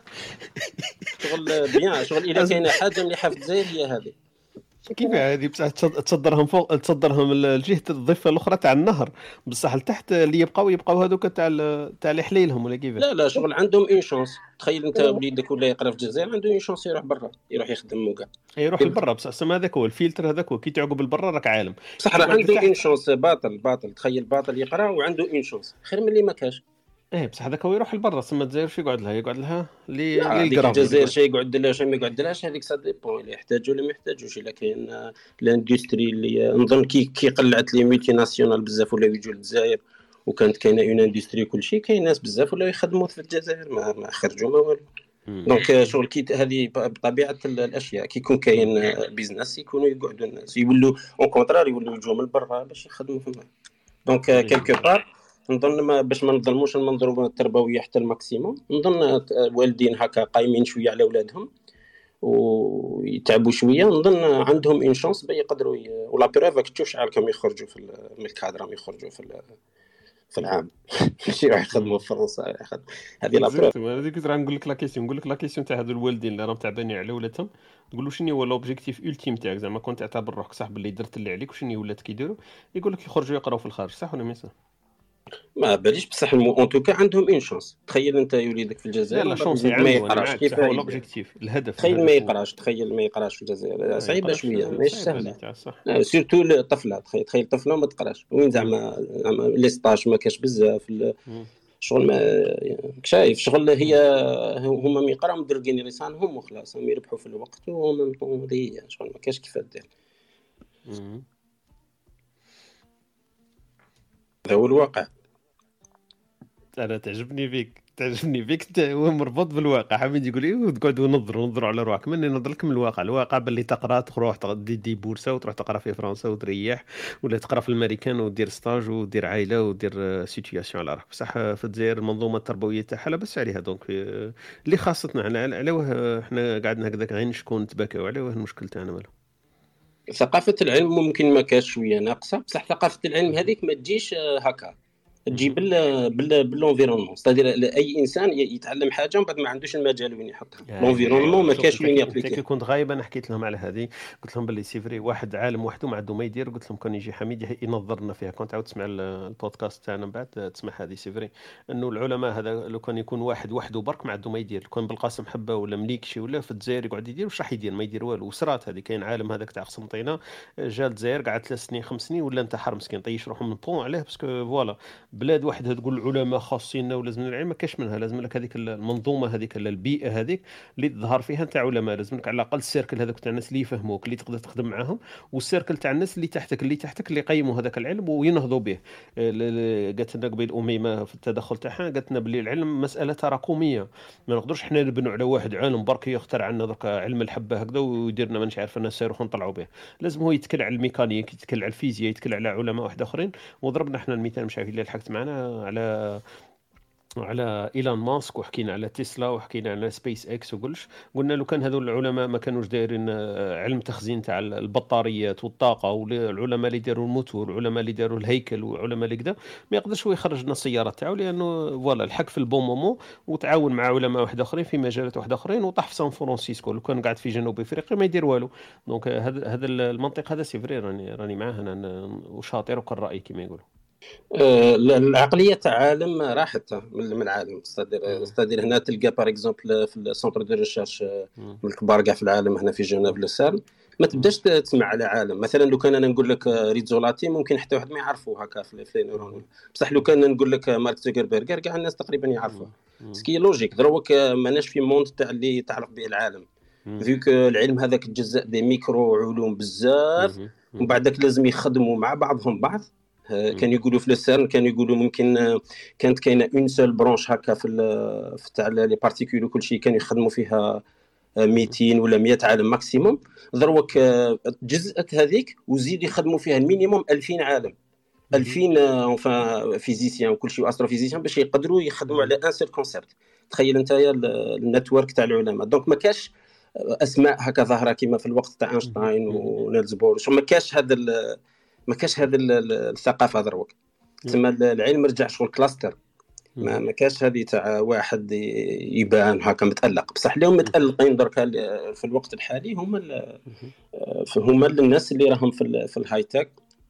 شغل بيان، شغل اذا كاينه حاجه مليحه في الجزائر هي هذه. كيف هذه بصح تصدرهم فوق، تصدرهم الجهه الضفه الاخرى تاع النهر بصح لتحت اللي يبقاو هذوك تاع الحليلهم ولا كيف؟ لا شغل عندهم اون شانس. تخيل انت وليدك ولا يقرا في الجزائر عنده اون شانس يروح برا، يروح يخدم وكاع يروح لبرا. بصح هذاك هو الفلتر، هذاك هو كي تعقب لبرا راك عالم. بصح راه عنده اون شانس. باطل تخيل باطل يقرا وعنده اون شانس خير من اللي ما كاش. بصح هذاك هو يروح لبرا. تسمى الجزائر شي يقعد لها اللي الجزائر شي يقعد لها شي ما يقعد لهاش. هذيك سا ديبون اللي يحتاجوا ولا ما يحتاجوش. الا كاين الاندستري اللي نظن كي قلعت لي ملتي ناسيونال بزاف ولا يجوا للجزائر وكانت كاينه اون اندستري كل شيء، كاين ناس بزاف ولا يخدموا في الجزائر ما خرجوا ما والو. دونك شغل كي هذه بطبيعه الاشياء كي يكون كاين بيزنس يكونوا يقعدوا الناس يولوا اون كونترار يولوا يجوا من برا باش يخدموا فيها. دونك كيلكو بار نظن باش ما نظلموش المنظومه التربويه حتى الماكسيموم. نظن والدين هكا قايمين شويه على اولادهم ويتعبوا شويه، نظن عندهم اون شانس يقدروا ولا بروف تشوف شحال كم يخرجوا من الكادر، يخرجوا في العام ماشي راح يخدموا في فرنسا. هذه لا بروف. هذه كنت راه نقول لك لا كيسيون، نقول لك لا كيسيون تاع هذو الوالدين اللي راهم تعبانين على ولادهم، تقول له شنو هو لوبجيكتيف التيم تاعك، زعما كنت تعتبر روحك صاحب اللي درت اللي عليك وشنو ولادك يديروا، يقول لك يخرجوا يقراو في الخارج، صح ولا ماشي؟ ما باليش بصح اون توكا عندهم اون شانس. تخيل انت وليدك في الجزائر ما يقراش كيف هو لوبجيكتيف الهدف. تخيل ما يقراش، تخيل ما يقراش في الجزائر صعيبه شويه ماشي سهله. سيرتو الطفله، تخيل طفله ما تقراش وين زعما لي ستاج ما كاش بزاف شغل ما شايف شغل. هي هما ما يقراو مدرقين لسانهم وخلاص هم يربحوا في الوقت وهم هي شغل ما كاش كيف دير. هذا هو الواقع. انا تعجبني فيك تعجبني فيك انت هو مربوط بالواقع. حميد يقول لي تقعدوا نظروا على رواحك، من نظر لك من الواقع باللي تقرا تروح دي بورصه وتروح تقرا في فرنسا وتريح، ولا تقرا في الامريكان ودير ستاج ودير عائله ودير سيتوياسيون على راحك. بصح في الجزائر المنظومه التربويه تاعها لاباس عليها. دونك اللي خاصتنا على واه احنا قاعدين هكذاك غير نشكون نتباكاو على واه المشكل تاعنا مالو. ثقافه العلم ممكن ما كاش شويه ناقصه، بصح ثقافه العلم هذيك ما تجيش هكا، تجي بالانفيرونمون. ستادير اي انسان يتعلم حاجه ومن بعد ما عندوش المجال وين يحطها. الانفيرونمون ما كاش وين يابليكي. كنت غايبه انا حكيت لهم على هذه، قلت لهم باللي سيفري واحد عالم وحده ما عنده ما يدير. قلت لهم كان يجي حميد ينظرنا فيها. كنت عاود تسمع البودكاست تاعنا من بعد تسمع هذه سيفري، انه العلماء هذا لو كان يكون واحد وحده برك ما عنده ما يدير. لو كان بالقاسم حبه ولا مليكشي ولا في الجزائر يقعد يدير واش راح يدير؟ ما يدير والو. وسرات هذه كاين عالم هذاك تاع قسنطينه جا الجزائر قعد 3 سنين 5 سنين ولا انتحر مسكين طيش روحه من بون عليه باسكو فوالا بلاد واحد تقول العلماء خاصين ولازم العلم ما كاش منها. لازم لك هذيك المنظومه هذيك البيئه هذيك اللي تظهر فيها نتاع علماء. لازم لك على الاقل السيركل هذاك تاع الناس اللي يفهموك اللي تقدر تخدم معاهم، والسيركل تاع الناس اللي تحتك اللي يقيموا هذاك العلم وينهضوا به. قالت لنا قبيل اميمه في التدخل تاعها قالت لنا باللي العلم مساله تراكميه. ما نقدرش احنا نبنوا على واحد عالم برك يخترع لنا درك علم الحبه هكذا ويديرنا ما عارف الناس يروحوا نطلعوا به. لازم هو يتكل على الميكانيك، يتكل على الفيزياء، يتكل على علماء واحد اخرين. وضربنا احنا المثال مش عارف اللي لحقت معنا على ايلون ماسك، وحكينا على تسلا، وحكينا على سبيس اكس وكلش. قلنا لو كان هذول العلماء ما كانوش دايرين علم تخزين تاع البطاريات والطاقه، والعلماء اللي داروا الموتور، والعلماء اللي داروا الهيكل، والعلماء اللي كذا، ما يقدرش هو يخرج لنا السياره تاعو، لانه فوالا الحق في البون مومون وتعاون مع علماء واحد اخرين في مجالات واحد اخرين وطاح في سان فرانسيسكو. لو كان قاعد في جنوب افريقيا ما يدير والو. دونك هذا المنطق هذا سيفري راني معاه انا وشاطر وكل راي كما يقولوا. العقليه تاع عالم راحت من العالم. استدير هنا تلقى بار اكزومبل في السونتر دو ريشيرش من الكبار كاع في العالم هنا في جنيف لسان. ما تبداش تسمع على عالم. مثلا لو كان انا نقول لك ريزولاتي ممكن حتى واحد ما يعرفه هكا في النيورون، بصح لو كان نقول لك مارك زوكربيرغ كاع الناس تقريبا يعرفوه. سكي لوجيك دروك ماناش في موند تاع اللي تعرف به العالم. فيك العلم هذاك تجزأ دي ميكرو علوم بزاف، ومن بعدك لازم يخدموا مع بعضهم بعض. كان يقولوا في السيرن كان يقولوا ممكن كانت كاينه اون سول برونش هكا في تاع لي بارتيكول وكل شيء كانوا يخدموا فيها 200 ولا 100 عالم ماكسيموم. دروك تجزأت هذيك وزيد يخدموا فيها المينيموم 2000 عالم، 2000 فيزيسيان وكل شيء واستروفيزيسيان باش يقدروا يخدموا على ان سول كونسيبت. تخيل انت النتورك تاع العلماء. دونك ما كاش اسماء هكا ظاهره كما في الوقت تاع اينشتاين ونيلز بور. ما كاش هذا الثقافه دروك. تسمى العلم رجع شغل كلاستر. ما كاش هذه تاع واحد يبان هكا متالق. بصح اليوم متالقين درك في الوقت الحالي هما الناس اللي راهم في الهاي تك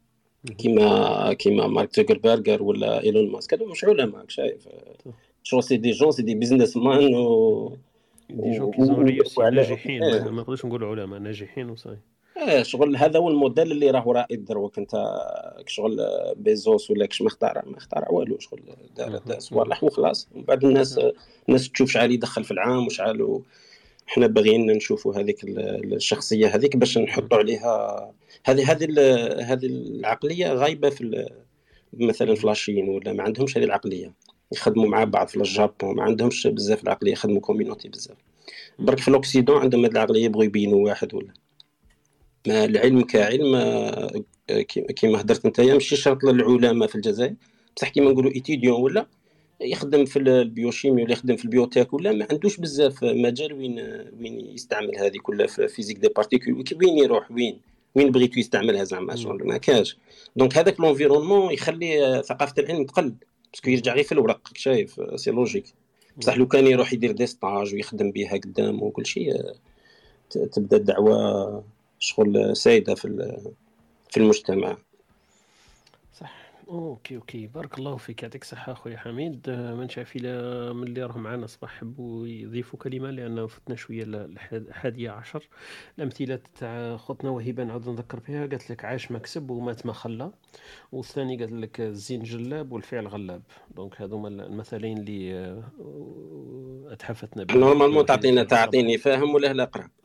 كيما مارك زوكربيرغ ولا ايلون ماسك. هذو مش علماء شايف شغل سي دي جون سي دي بيزنس مان دي جون كيزون ناجحين. ما نقدرش نقولوا علماء ناجحين وصاي. شغل هذا هو الموديل اللي راه رائد دروك. انت شغل بيزوس ولا كش ما اخترع والو. شغل دار صوالح وخلاص. ومن بعد الناس تشوف شحال يدخل في العام وشحال. احنا باغيين نشوفوا هذيك الشخصيه هذيك باش نحطوا عليها هذه العقليه غايبه في مثلا فلاشين ولا ما عندهمش هذه العقليه. يخدموا مع بعض في الجابون ما عندهمش بزاف العقليه، يخدموا كوميونيتي بزاف. برك في الاوكسيدون عندهم هذه العقليه يبغوا يبينوا واحد ولا ما. العلم كعلم كيما هدرت نتايا ماشي شرط للعلماء في الجزائر، بصح كيما نقولوا ايتيديون ولا يخدم في البيوشيمي ولا يخدم في البيوتيك ولا ما عندوش بزاف مجال وين يستعمل هذه كلها في فيزيك دي بارتيكول. وين يروح وين بغيتو يستعملها زعما شغل ما كاش. دونك هذاك لونفيرونمون يخلي ثقافه العلم تقل باسكو يرجع غير في الورق. شايف سي لوجيك. بصح لو كان يروح يدير دي ستاج ويخدم بها قدام وكل شيء تبدا الدعوه شغل سيدة في المجتمع. صح. اوكي بارك الله فيك، يعطيك الصحه اخويا حميد. ما نشاف الا من اللي راهم معنا صباح حبوا يضيفوا كلمه لانه فتنا شويه الحادية عشر. الامثله تاع خوتنا وهبه نعاود نذكر بها. قالت لك عاش مكسب ومات ما خلى، والثاني قالت لك الزين جلاب والفعل غلاب. دونك هذوما المثلين اللي اتحفتنا بهم. نورمالمون تعطيني فاهم ولا لا اقرا.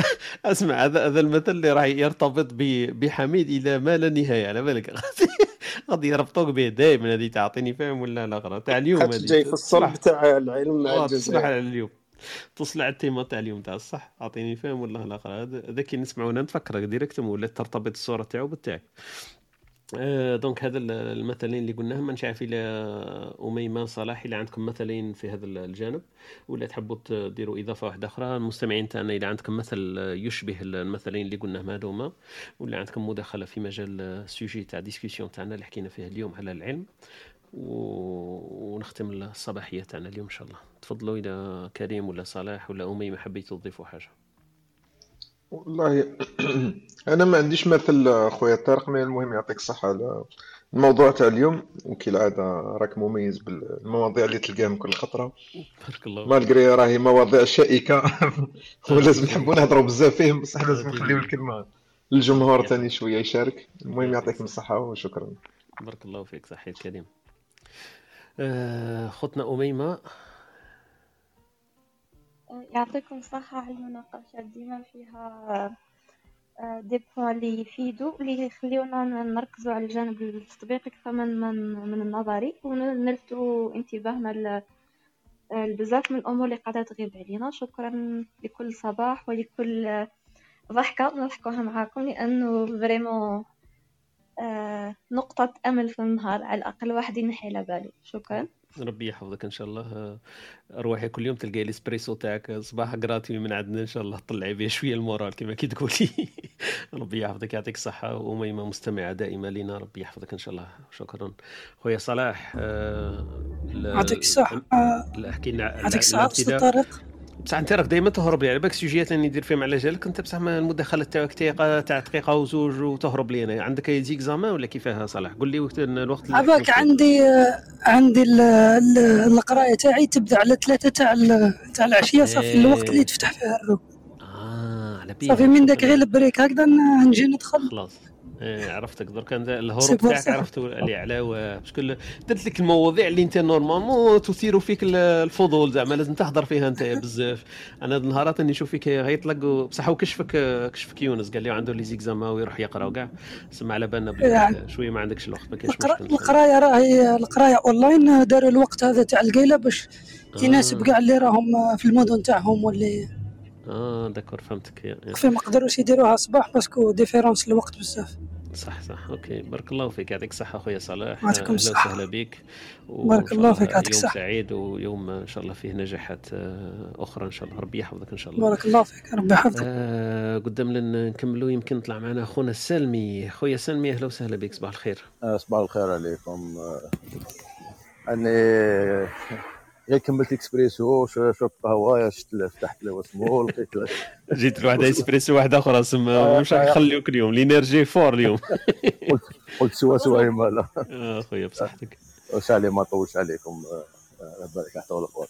اسمع هذا المثل اللي راح يرتبط بحميد الى ما لا نهايه على بالك. غادي يربطوك به دائما. هذه تعطيني فاهم ولا لا تاع اليوم هذه جاي في الصلب تاع العلم مع الجزائر. تصلح على اليوم، تصل على التيمه تاع اليوم تاع الصح. اعطيني فاهم ولا لا هذا كي نسمعوا انا نتفكرك ديريكت ولا ترتبط الصوره تاعو بالتاعك. دونك هذا المثلين اللي قلناهم. ما نعرف الى أميمة صلاح الى عندكم مثلين في هذا الجانب ولا تحبوا تديروا اضافه واحده اخرى. المستمعين تاعنا الى عندكم مثل يشبه المثلين اللي قلناهم هذوما ولا عندكم مداخله في مجال السوجي تاع ديسكسيون تاعنا اللي حكينا فيه اليوم على العلم، ونختم الصباحيه تاعنا اليوم ان شاء الله. تفضلوا الى كريم ولا صلاح ولا أميمة حبيتوا تضيفوا حاجه. والله انا ما عنديش مثل خويا طارق، من المهم يعطيك الصحه على الموضوع تاع اليوم، وكالعاده راك مميز بالمواضيع اللي تلقاهم كل خطره. بارك الله. مالغري راهي مواضيع شائكه ولازم نحبوا نهضروا بزاف فيهم، بصح لازم نخليو الكلمه للجمهور ثاني شويه يشارك. المهم يعطيكم الصحه وشكرا. بارك الله فيك. صحيت كريم. خطنا أميمة. يعطيكم الصحة على المناقشة، ديما فيها دي بوين اللي يفيدوا اللي يخليونا نركزوا على الجانب التطبيقي أكثر من النظري، ونلفتوا انتباهنا لبزاف من الأمور اللي قاعدة تغيب علينا. شكرا لكل صباح ولكل ضحكة نضحكوها معاكم، لأنه فريمون نقطة أمل في النهار على الأقل واحد ينحي على باله. شكرا. ربي يحفظك ان شاء الله. روحي كل يوم تلقاي الاسبريسو تاعك صباح قراتي من عندنا ان شاء الله، طلعي به شويه المورال كما كي تقولي. ربي يحفظك يعطيك الصحه. وأميمة مستمعه دائمه لنا، ربي يحفظك ان شاء الله. شكرا خويا صلاح. يعطيك الصحه. يعطيك الصحه استاذ طارق. بصح انت راك دائما تهرب لي على بالك سوجيات اللي ندير فيهم على جالك انت، بصح المداخله تاعك تاع دقيقه وزوج وتهرب لي انا. عندك اي زيكزامان ولا كيفاه صلاح؟ قول لي الوقت اللي عباك. عندي القرايه تاعي تبدا على 3 تاع العشيه، صافي الوقت اللي تفتح فيه الروم. على صافي من داك غير البريك هكذا نجي ندخل. خلاص عرفتك درك. انت الهروب تاعك عرفتوا اللي على باسكو درت لك المواضيع اللي انت نورمالمون تثير فيك الفضول، زعما لازم تحضر فيها انت بزاف. انا النهارات اني نشوف فيك غيطلق بصح وكشفك يونس قال لي عنده لي زيكزاما ويروح يقرا وكاع. سمع على بالنا يعني شويه ما عندكش الوقت، ما كاينش مشكل. القرايه راهي القرايه اونلاين، داروا الوقت هذا تاع القيله باش يناسب كاع اللي راهم في المدن تاعهم واللي داكور فهمتك. كيف ما قدروش يديروها صباح باسكو ديفيرونس الوقت بزاف. صح اوكي. بارك الله فيك يعطيك الصحه خويا صلاح. اهلا وسهلا بك. بارك الله فيك يعطيك الصحه. يوم سعيد ويوم ان شاء الله فيه نجاحات اخرى ان شاء الله. ربي يحفظك ان شاء الله. بارك الله فيك ربي يحفظك. قدام لنا نكملوا. يمكن نطلع معنا اخونا السلمي. خويا سلمي اهلا وسهلا بك. صباح الخير. صباح الخير عليكم. غير كملت اكسبريسو شربت قهوه فتحت له اسمه لقيت جيت لواحد اسبريسو واحد اخرى سما واش راح نخليوك اليوم لينيرجي فور اليوم. قلت سوا مالا خويا بصحتك. واش علي ما طولش عليكم. بارك يحطوا القوه.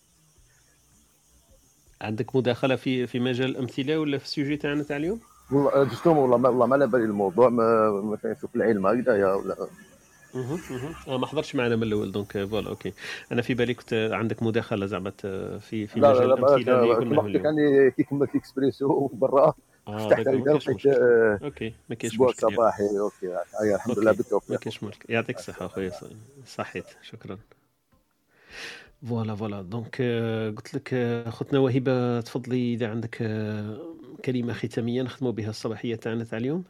عندك مداخله في مجال الامثله ولا في السوجي تاعنا تاع اليوم؟ والله ما على بالي الموضوع، ما كنشوف العلم هكذايا ولا ما حضرتش معنا من الاول دونك فوالا اوكي. انا في بالي كنت عندك مداخله زعما في مجال الامثله اللي قلنا اليوم. يعني كي كملت اكسبريسو برا فتحت لقيت اوكي ما كاينش مشكل. صباحي اوكي الحمد لله بالتوفيق. ما كاينش مشكل. يعطيك الصحه خويا صحيت. شكرا. فوالا دونك قلت لك اختنا وهبه تفضلي اذا عندك كلمه ختاميه نختموا بها الصباحيه تاعنا تاع اليوم.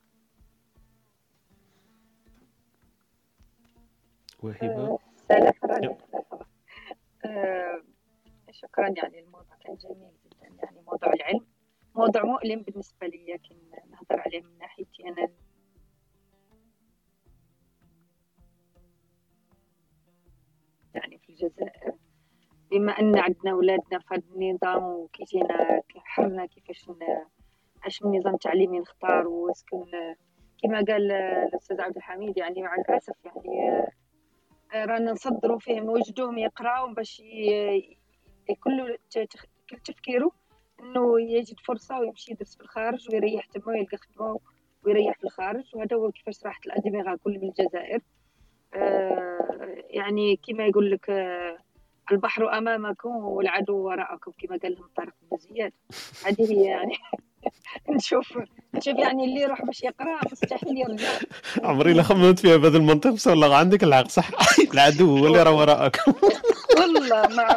وهبه. شكرا. يعني الموضوع كان جميل جدا. يعني موضوع العلم موضوع مؤلم بالنسبه لي، لكن نهضر عليه من ناحيتي انا. يعني في الجزائر بما ان عندنا اولادنا في هذا النظام وكيجينا حرنا كيفاش اش من نظام تعليمي نختار، واسكن كما قال الاستاذ عبد الحميد يعني مع الاسف يعني رانا نصدروا فيهم نوجدوهم يقراوا باش كل تفكيره انه يجد فرصه ويمشي يدرس في الخارج ويريح تما ويلقى خدمه ويريح في الخارج. وهذا هو كيفاش راحت الادمغه كل من الجزائر. يعني كما يقول لك البحر امامكم والعدو وراءكم كما قال لهم طارق بن زياد. هذه هي يعني نشوف يعني اللي يروح باش يقرا مستحيل يرجع. عمري لا خممت فيها بهذا المنطق، بس والله عندك الحق صح. العدو هو اللي راه وراءك. والله ما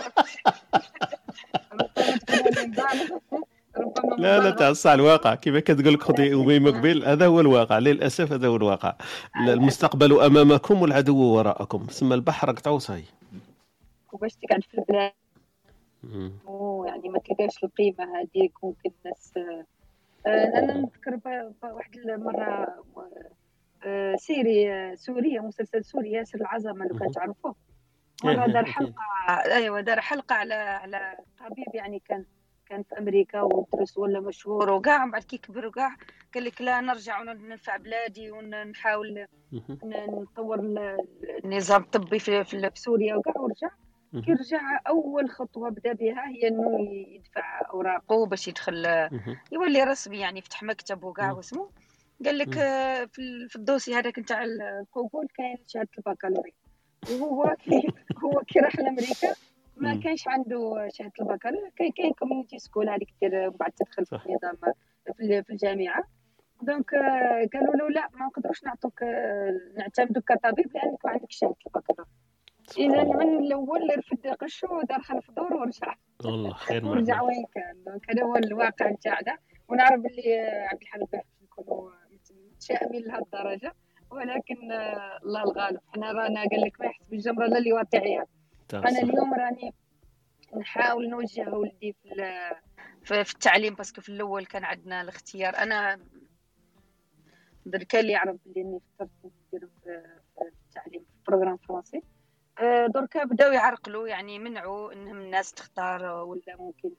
لا تعصى على الواقع كيما كتقول لك خدي أميمة قبيل، هذا هو الواقع للأسف، هذا هو الواقع. المستقبل أمامكم والعدو وراءكم، ثم البحر قطعوا صاي. وباش تقعد في البلاد يعني ما تلقاش القيمة هذيك. ممكن الناس أنا نذكر واحد المرة سيري سورية، مسلسل سوري ياسر العظمة لو كان تعرفوه. مرة دار حلقة، أيوة دار حلقة على طبيب يعني كان في أمريكا ودرس ولا مشهور وكاع، بعد كي كبر وكاع قال لك لا نرجع وننفع بلادي ونحاول نطور النظام الطبي في سوريا وكاع. ورجع كي رجع أول خطوة بدأ بها هي إنه يدفع أوراقه باش يدخل يولي رسمي، يعني يفتح مكتب وكاع واسمه. قال لك في الدوسي هذاك نتاع القبول كاين شهادة البكالوريا، وهو كي راح لأمريكا ما كانش عنده شهادة البكالوريا. كاين كوميونيتي سكول هذيك دير بعد تدخل في النظام في الجامعة. دونك قالوا له لا ما نقدروش نعطوك نعتمدوك كطبيب لأنك ما عندك شهادة البكالوريا. إذا من الأول اللي رفد قشو دار خلف دور ورجع. والله خير ما ورجع وين كان. دونك هذا هو الواقع نتاعنا، ونعرف اللي عبد الحميد نكونوا متشائمين لهالدرجة، ولكن الله الغالب. احنا رانا قال لك ما يحسب الجمرة لا اللي واطعيها. انا اليوم راني نحاول نوجه ولدي في التعليم، باسكو في الاول كان عندنا الاختيار. انا درك اللي يعرف بلي اني فكرت ندير في التعليم في بروغرام فرنسي. دركا بداو يعرقلوا يعني منعوا انهم الناس تختار، ولا ممكن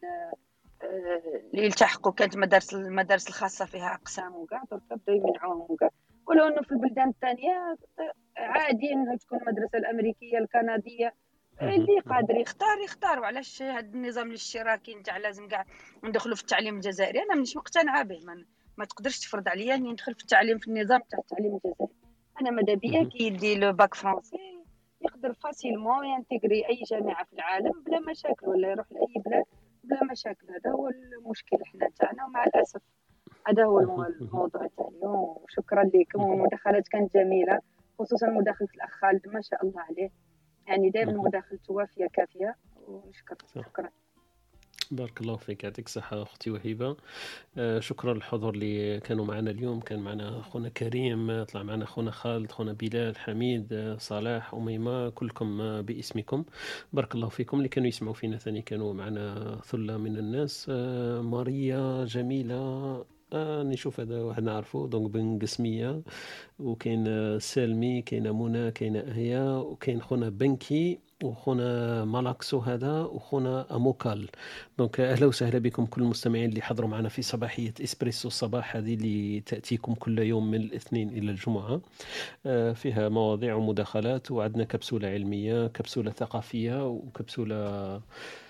اللي يلتحقوا كانت المدارس الخاصه فيها اقسام وكاع. دركا بداو يمنعوهم وكاع، ولو انه في البلدان الثانيه عادي انها تكون المدرسه الامريكيه الكنديه اللي قادر يختار. وعلاش هذا النظام الاشتراكي نتاع لازم كاع ندخلوا في التعليم الجزائري؟ انا مانيش مقتنعه به. ما تقدرش تفرض عليا اني ندخل في التعليم في النظام تاع التعليم الجزائري. انا ماذا بيا كي يدي لو باك فرونسي يقدر فاسيلمون ينتغري اي جامعه في العالم بلا مشاكل، ولا يروح لاي بلاد بلا مشاكل. هذا هو المشكل احنا تاعنا، ومع الاسف هذا هو الموضوع تاع اليوم. وشكرا لكم، والمداخلات كانت جميله، خصوصا مداخله الاخ خالد ما شاء الله عليه، يعني دائما مداخلته وافيه كافيه. ونشكر شكرا. بارك الله فيك، يعطيك الصحة أختي وهيبة. شكرا للحضور اللي كانوا معنا اليوم. كان معنا أخونا كريم، طلع معنا أخونا خالد، أخونا بلال، حميد، صلاح، أميمة، كلكم باسمكم. بارك الله فيكم. اللي كانوا يسمعوا فينا ثاني كانوا معنا ثلة من الناس، ماريا، جميلة، نشوف هذا واحد نعرفه دونك بن قسمية، وكاين سالمي، كاين منى، كاين أهيا، وكاين خونا بنكي، وخونا مالاكسو هذا، وخونا أموكال. دونك أهلا وسهلا بكم كل المستمعين اللي حضروا معنا في صباحية إسبريسو الصباح، هذه اللي تأتيكم كل يوم من الاثنين إلى الجمعة. فيها مواضيع ومداخلات، وعندنا كبسولة علمية، كبسولة ثقافية، وكبسولة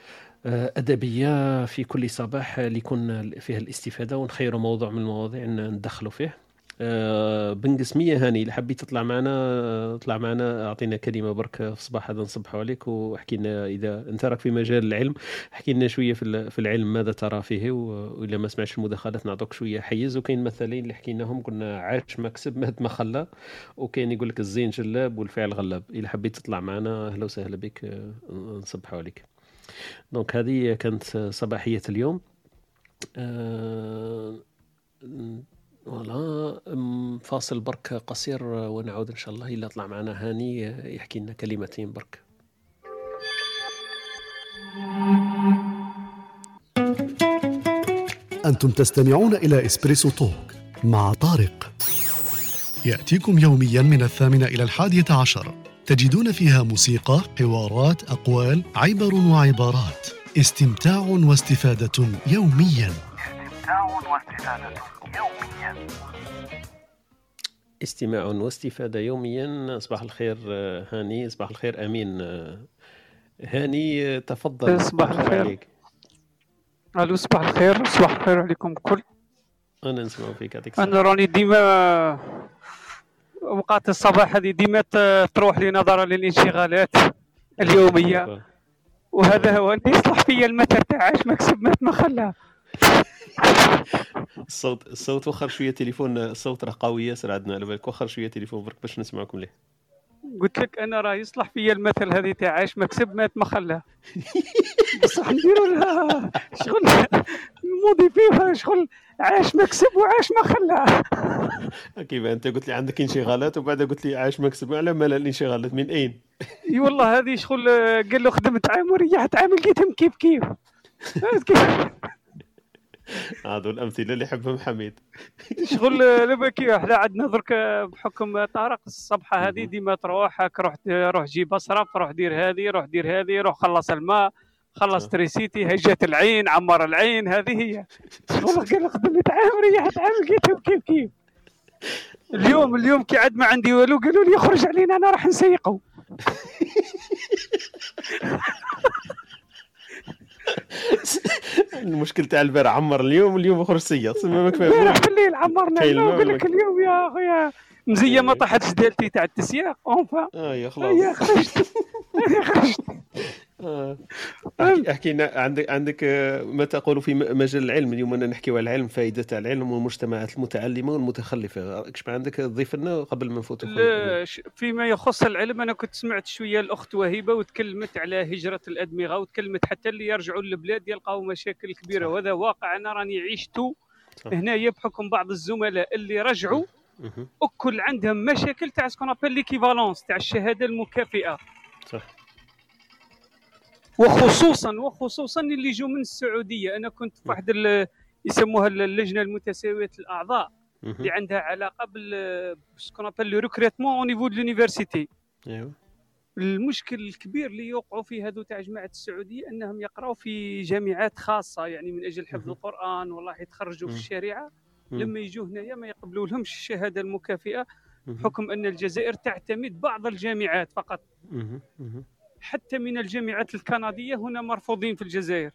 أدبية في كل صباح ليكون فيها الاستفادة، ونخير موضوع من المواضيع ندخلوا فيه. بن قسمية هاني اللي حبيت تطلع معنا، طلع معنا، أعطينا كلمة برك في الصباح هذا نصبحوا عليك، وحكي لنا إذا أنت راك في مجال العلم، حكي لنا شوية في العلم ماذا ترى فيه، وإلا ما سمعش المداخلات نعطوك شوية حيز. وكاين مثالين اللي حكيناهم، قلنا عاش مكسب مات ما خلى، وكاين يقول لك الزين جلاب والفعل غلاب. إذا حبيت تطلع معنا أهلا وسهلا بك، نصبحوا عليك. دونك هذه كانت صباحية اليوم. ولا فاصل برك قصير ونعود إن شاء الله. إلا طلع معنا هاني يحكي لنا كلمتين برك. أنتم تستمعون إلى إسبريسو توك مع طارق، يأتيكم يوميا من 8 إلى 11. تجدون فيها موسيقى، حوارات، أقوال، عبر وعبارات، استمتاع واستفادة يوميا. استماع واستفادة يوميا. صباح الخير هاني، صباح الخير أمين. هاني تفضل. صباح الخير عليك. ألو صباح الخير، صباح الخير عليكم الكل. أنا نسمع فيك، يعطيك أنا راني ديما أوقات الصباح هذه ديما تروح لي نظرا للانشغالات اليومية، وهذا هو اللي يصلح فيا المثل تاع عاش مكسب مات ما خلى. الصوت وخر شويه تليفون، الصوت راه قوي ياسر عندنا، على بالك وخر شويه تليفون برك باش نسمعكم ليه. قلت لك انا راه يصلح فيا المثل هذه تاع عاش مكسب مات ما خلاه. بصح نديروا لها شغل الماضي فيها شغل عاش مكسب وعاش ما خلاه. كيف انت قلت لي عندك انشغالات وبعد قلت لي عاش مكسب، على مال الانشغالات من اين؟ اي والله هذه شغل قال له خدمت عام وريحت عام لقيتهم كيف كيف. هذو الامثله اللي يحبهم حميد. شغل لبكي احنا عندنا درك بحكم طارق الصبحه هذه ديما تروح روح جيب اصرف، روح دير هذه، روح دير هذه، روح خلص الماء، خلص تريسيتي، هجت العين، عمر العين، هذه هي شغل. قال خدمت عام ريحت عام لقيتهم كيف كيف. اليوم كي عاد ما عندي والو قالوا لي خرج علينا انا راح نسيقوا. المشكل تاع البارح عمر اليوم خرج سيا سمامك فاهم. البارح في الليل عمرنا، نقول لك اليوم يا خويا مزيه ما طاحتش دالتي تاع التسياق اونفا. يا خلاص خرجت. احكي لنا عندك ما تقول في مجال العلم. اليوم انا نحكيو على العلم، فائده تاع العلم والمجتمعات المتعلمه والمتخلفه. كش ما عندك تضيف لنا قبل ما نفوتوا فيما يخص العلم؟ انا كنت سمعت شويه الاخت وهبه وتكلمت على هجره الادمغه، وتكلمت حتى اللي يرجعوا للبلاد يلقاو مشاكل كبيره، وهذا واقع انا راني عيشته هنايا بحكم بعض الزملاء اللي رجعوا وكل عندهم مشاكل تاع سكون ابل ليكيفالونس تاع الشهاده المكافئه. صح. وخصوصا اللي جو من السعوديه. انا كنت في واحد يسموها اللجنه المتساويه الاعضاء اللي عندها علاقه بسكون ابل لو ريكروتمون او نيفو دو لونيفرسيتي. ايوه. المشكل الكبير اللي يوقعوا فيه هذو تاع جماعه السعوديه انهم يقراوا في جامعات خاصه، يعني من اجل حفظ القران والله يتخرجوا في الشريعه. لما يجوا هنايا ما يقبلوا لهمش الشهاده المكافئه بحكم ان الجزائر تعتمد بعض الجامعات فقط. حتى من الجامعات الكنديه هنا مرفوضين في الجزائر.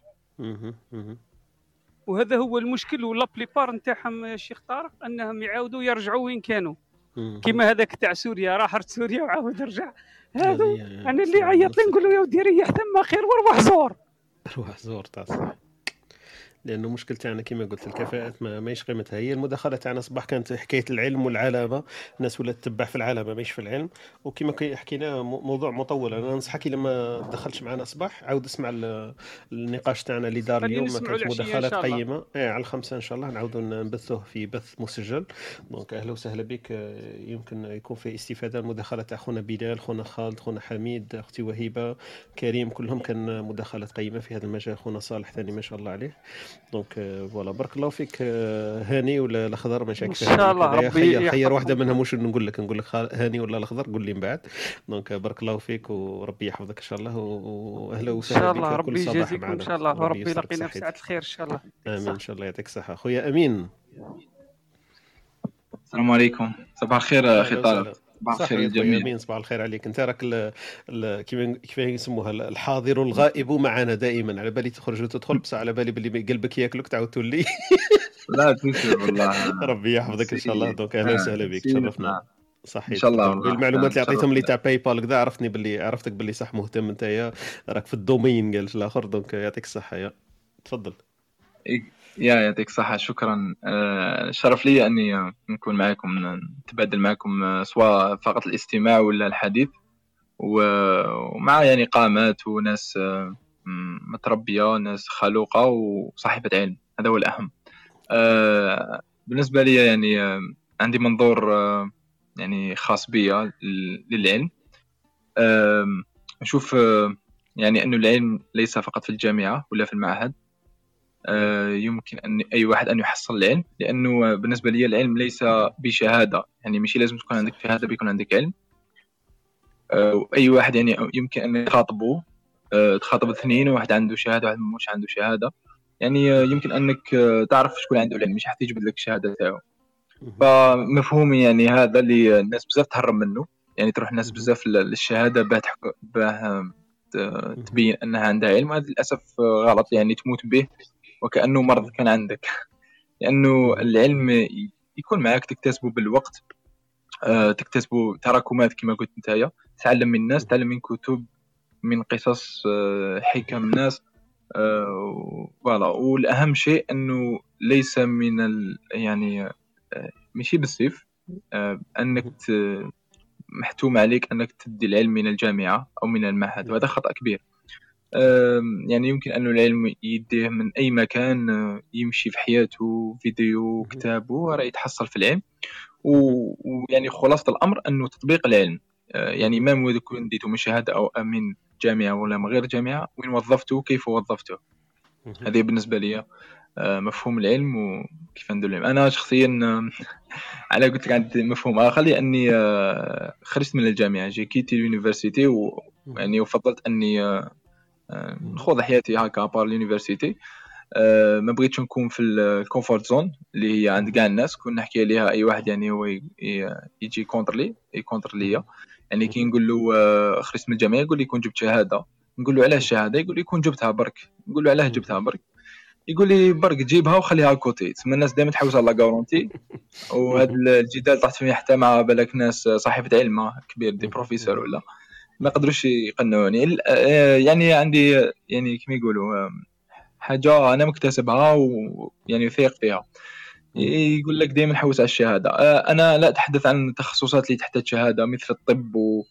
وهذا هو المشكل. ولا بليبار نتاعهم يا شيخ طارق انهم يعاودوا يرجعوا وين كانوا، كيما هذاك تاع سوريا راح سوريا وعاود رجع. هذا انا اللي عيط لي نقول له يا ودي ريح ثم خير وروح زور تاع صح. لانه مشكل تاعنا كما قلت الكفاءات ماهيش قيمتها. هي المداخله تاعنا صباح كانت حكايه العلم والعلامه، الناس ولات تتبع في العلامه ماهيش في العلم. وكما حكينا موضوع مطول. انا ننصحك لما دخلتش معنا صباح عاود اسمع النقاش تاعنا اللي دار اليوم، كانت مداخلات قيمه. على 5 ان شاء الله نعاودوا نبثوه في بث مسجل. دونك اهلا وسهلا بك. يمكن يكون في استفاده المداخله تاع خونا بلال، خونا خالد، خونا حميد، اختي وهيبه، كريم، كلهم كان مداخلات قيمه في هذا المجال. خونا صالح ثاني ما شاء الله عليه. دونك فوالا بارك الله فيك. هاني ولا الاخضر ماشي ان شاء الله ربي خير واحده منهم. واش نقول لك هاني ولا الاخضر؟ قول لي من بعد. دونك بارك الله فيك وربي يحفظك ان شاء الله. واهلا وسهلا بك. ان شاء الله ربي يجازيكم ان شاء الله وربي يلقينا في ساعه الخير ان شاء الله. امين ان شاء الله. يعطيك الصحه خويا امين. السلام عليكم. صباح الخير اخي طارق. صباح الخير للجميع. صباح الخير عليك. انت راك كيف يسموها الحاضر الغائب معنا دائما. على بالي تخرج وتدخل بصح على بالي باللي قلبك ياكلك تعاود تولي. لا تسلم والله. ربي يحفظك ان شاء الله. دونك اهلا وسهلا بك، تشرفنا. صحيح ان شاء الله. بالمعلومات اللي عطيتهم لي تاع باي بال كذا عرفتك باللي صح مهتم انت راك في الدومين قال الاخر. دونك يعطيك الصحه. يا تفضل. يعطيك الصحة. شكرا. شرف لي أني نكون معكم، نتبادل معكم سواء فقط الاستماع ولا الحديث، ومع يعني قامات وناس متربية، ناس خلوقة وصاحبة علم. هذا هو الأهم. بالنسبة لي يعني عندي منظور يعني خاص بي للعلم. أشوف يعني أنه العلم ليس فقط في الجامعة ولا في المعهد. يمكن أن أي واحد أن يحصل العلم، لأنه بالنسبة لي العلم ليس بشهادة. يعني مش لازم تكون عندك شهادة بيكون عندك علم. أي واحد يعني يمكن أن يخاطبه، تخاطب اثنين، واحد عنده شهادة واحد مش عنده شهادة. يعني يمكن أنك تعرف شكون عنده العلم، مش حتى يجبد لك الشهادة تاعو. فمفهوم يعني هذا اللي الناس بزاف تهرب منه. يعني تروح الناس بزاف للشهادة باه تبين أنها عندها علم. هذا للأسف غلط، يعني تموت به وكأنه مرض كان عندك. لأنه العلم يكون معك تكتسبه بالوقت، تكتسبه تراكمات كما قلت نتايا. تعلم من الناس، تعلم من كتب، من قصص، حكم الناس. فوالا. والاهم شيء انه ليس من يعني ماشي بالسيف انك محتوم عليك انك تدي العلم من الجامعه او من المعهد، وهذا خطا كبير. يعني يمكن أن العلم يديه من أي مكان، يمشي في حياته، فيديو، كتابه، راه يتحصل في العلم. ويعني خلاصة الأمر أنه تطبيق العلم، يعني ما ممكن يكون ديتو من شهادة أو من جامعة ولا من غير جامعة، وين وظفته كيف وظفته. هذه بالنسبة لي مفهوم العلم وكيف ندير العلم. أنا شخصيا على قلت لك عندي مفهوم آخر، لأني خرجت من الجامعة، جي كيتي اليونيفرسيتي، ويعني وفضلت أني نخوض حياتي هكا بار اليونيفرسيتي. ما بغيتش نكون في الكومفورت زون اللي هي عند كاع الناس، كون نحكي عليها اي واحد يعني هو يجي كونتر ليا. يعني كي نقول له خرجت من الجامعه يقول لي كون جبت شهاده، نقول له علاش شهاده، يقول لي كون جبتها برك، نقول له علاش جبتها برك، يقول لي برك جيبها وخليها كوتي. تسمى الناس دائما تحوس على غارونتي، وهذا الجدال طحت فيه حتى مع بالك ناس صاحبه علم كبير، دي بروفيسور ولا ما قدروش يقنعوني. يعني عندي يعني كما يقولوا حاجه انا مكتسبها ويعني ثيق فيها. يقول لك دائما حوس على الشهاده. انا لا اتحدث عن التخصصات اللي تحتاج شهاده مثل الطب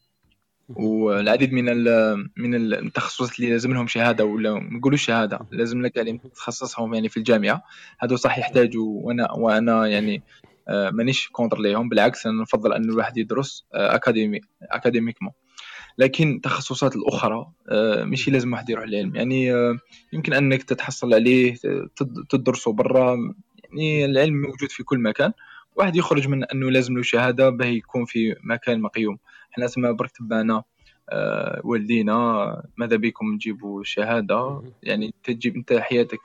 والعديد من التخصصات اللي لازم لهم شهاده، ولا ما نقولوش شهاده، لازم لك يعني تخصصهم يعني في الجامعه. هذو صح يحتاجوا، وانا يعني مانيش كونتر ليهم، بالعكس انا نفضل ان الواحد يدرس اكاديميكمون. لكن التخصصات الأخرى ماشي لازم واحد يروح للعلم، يعني يمكن أنك تتحصل عليه تدرسه برا. يعني العلم موجود في كل مكان، واحد يخرج من أنه لازم له شهادة به يكون في مكان مقيوم. احنا اسمها برك تبعنا والدينا ماذا بكم تجيبوا شهادة، يعني تجيب انت حياتك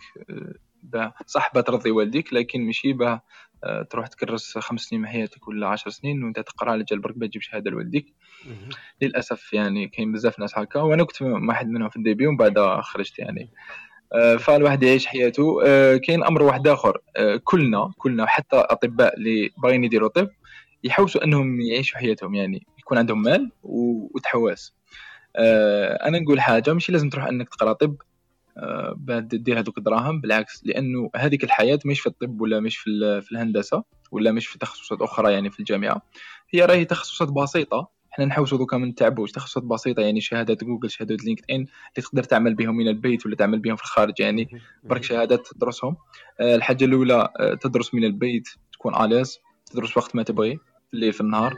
صح بترضي والديك، لكن ماشي به تروح تكرس 5 سنين من حياتك ولا 10 سنين وانت تقرا على جال برك تجيب شهاده لوالديك. للاسف يعني كاين بزاف ناس هكا، وانا كنت واحد منهم في الديبي ومن بعد خرجت يعني. فالواحد يعيش حياته. كاين امر واحد اخر، كلنا حتى اطباء اللي باغيين يديروا طب يحوسوا انهم يعيشوا حياتهم، يعني يكون عندهم مال وتحواس. انا نقول حاجه، ماشي لازم تروح انك تقرا طب بعد دير هذوك الدراهم، بالعكس، لانه هذيك الحياه مش في الطب ولا مش في الهندسه ولا مش في تخصصات اخرى يعني في الجامعه، هي راهي تخصصات بسيطه. احنا نحوسوا دوكا من تعبوش، تخصصات بسيطه يعني شهاده جوجل، شهاده لينكد ان اللي تقدر تعمل بهم من البيت ولا تعمل بهم في الخارج، يعني برك شهادات تدرسهم. الحاجه الاولى تدرس من البيت، تكون عاليز، تدرس وقت ما تبغي، في الليل في النهار.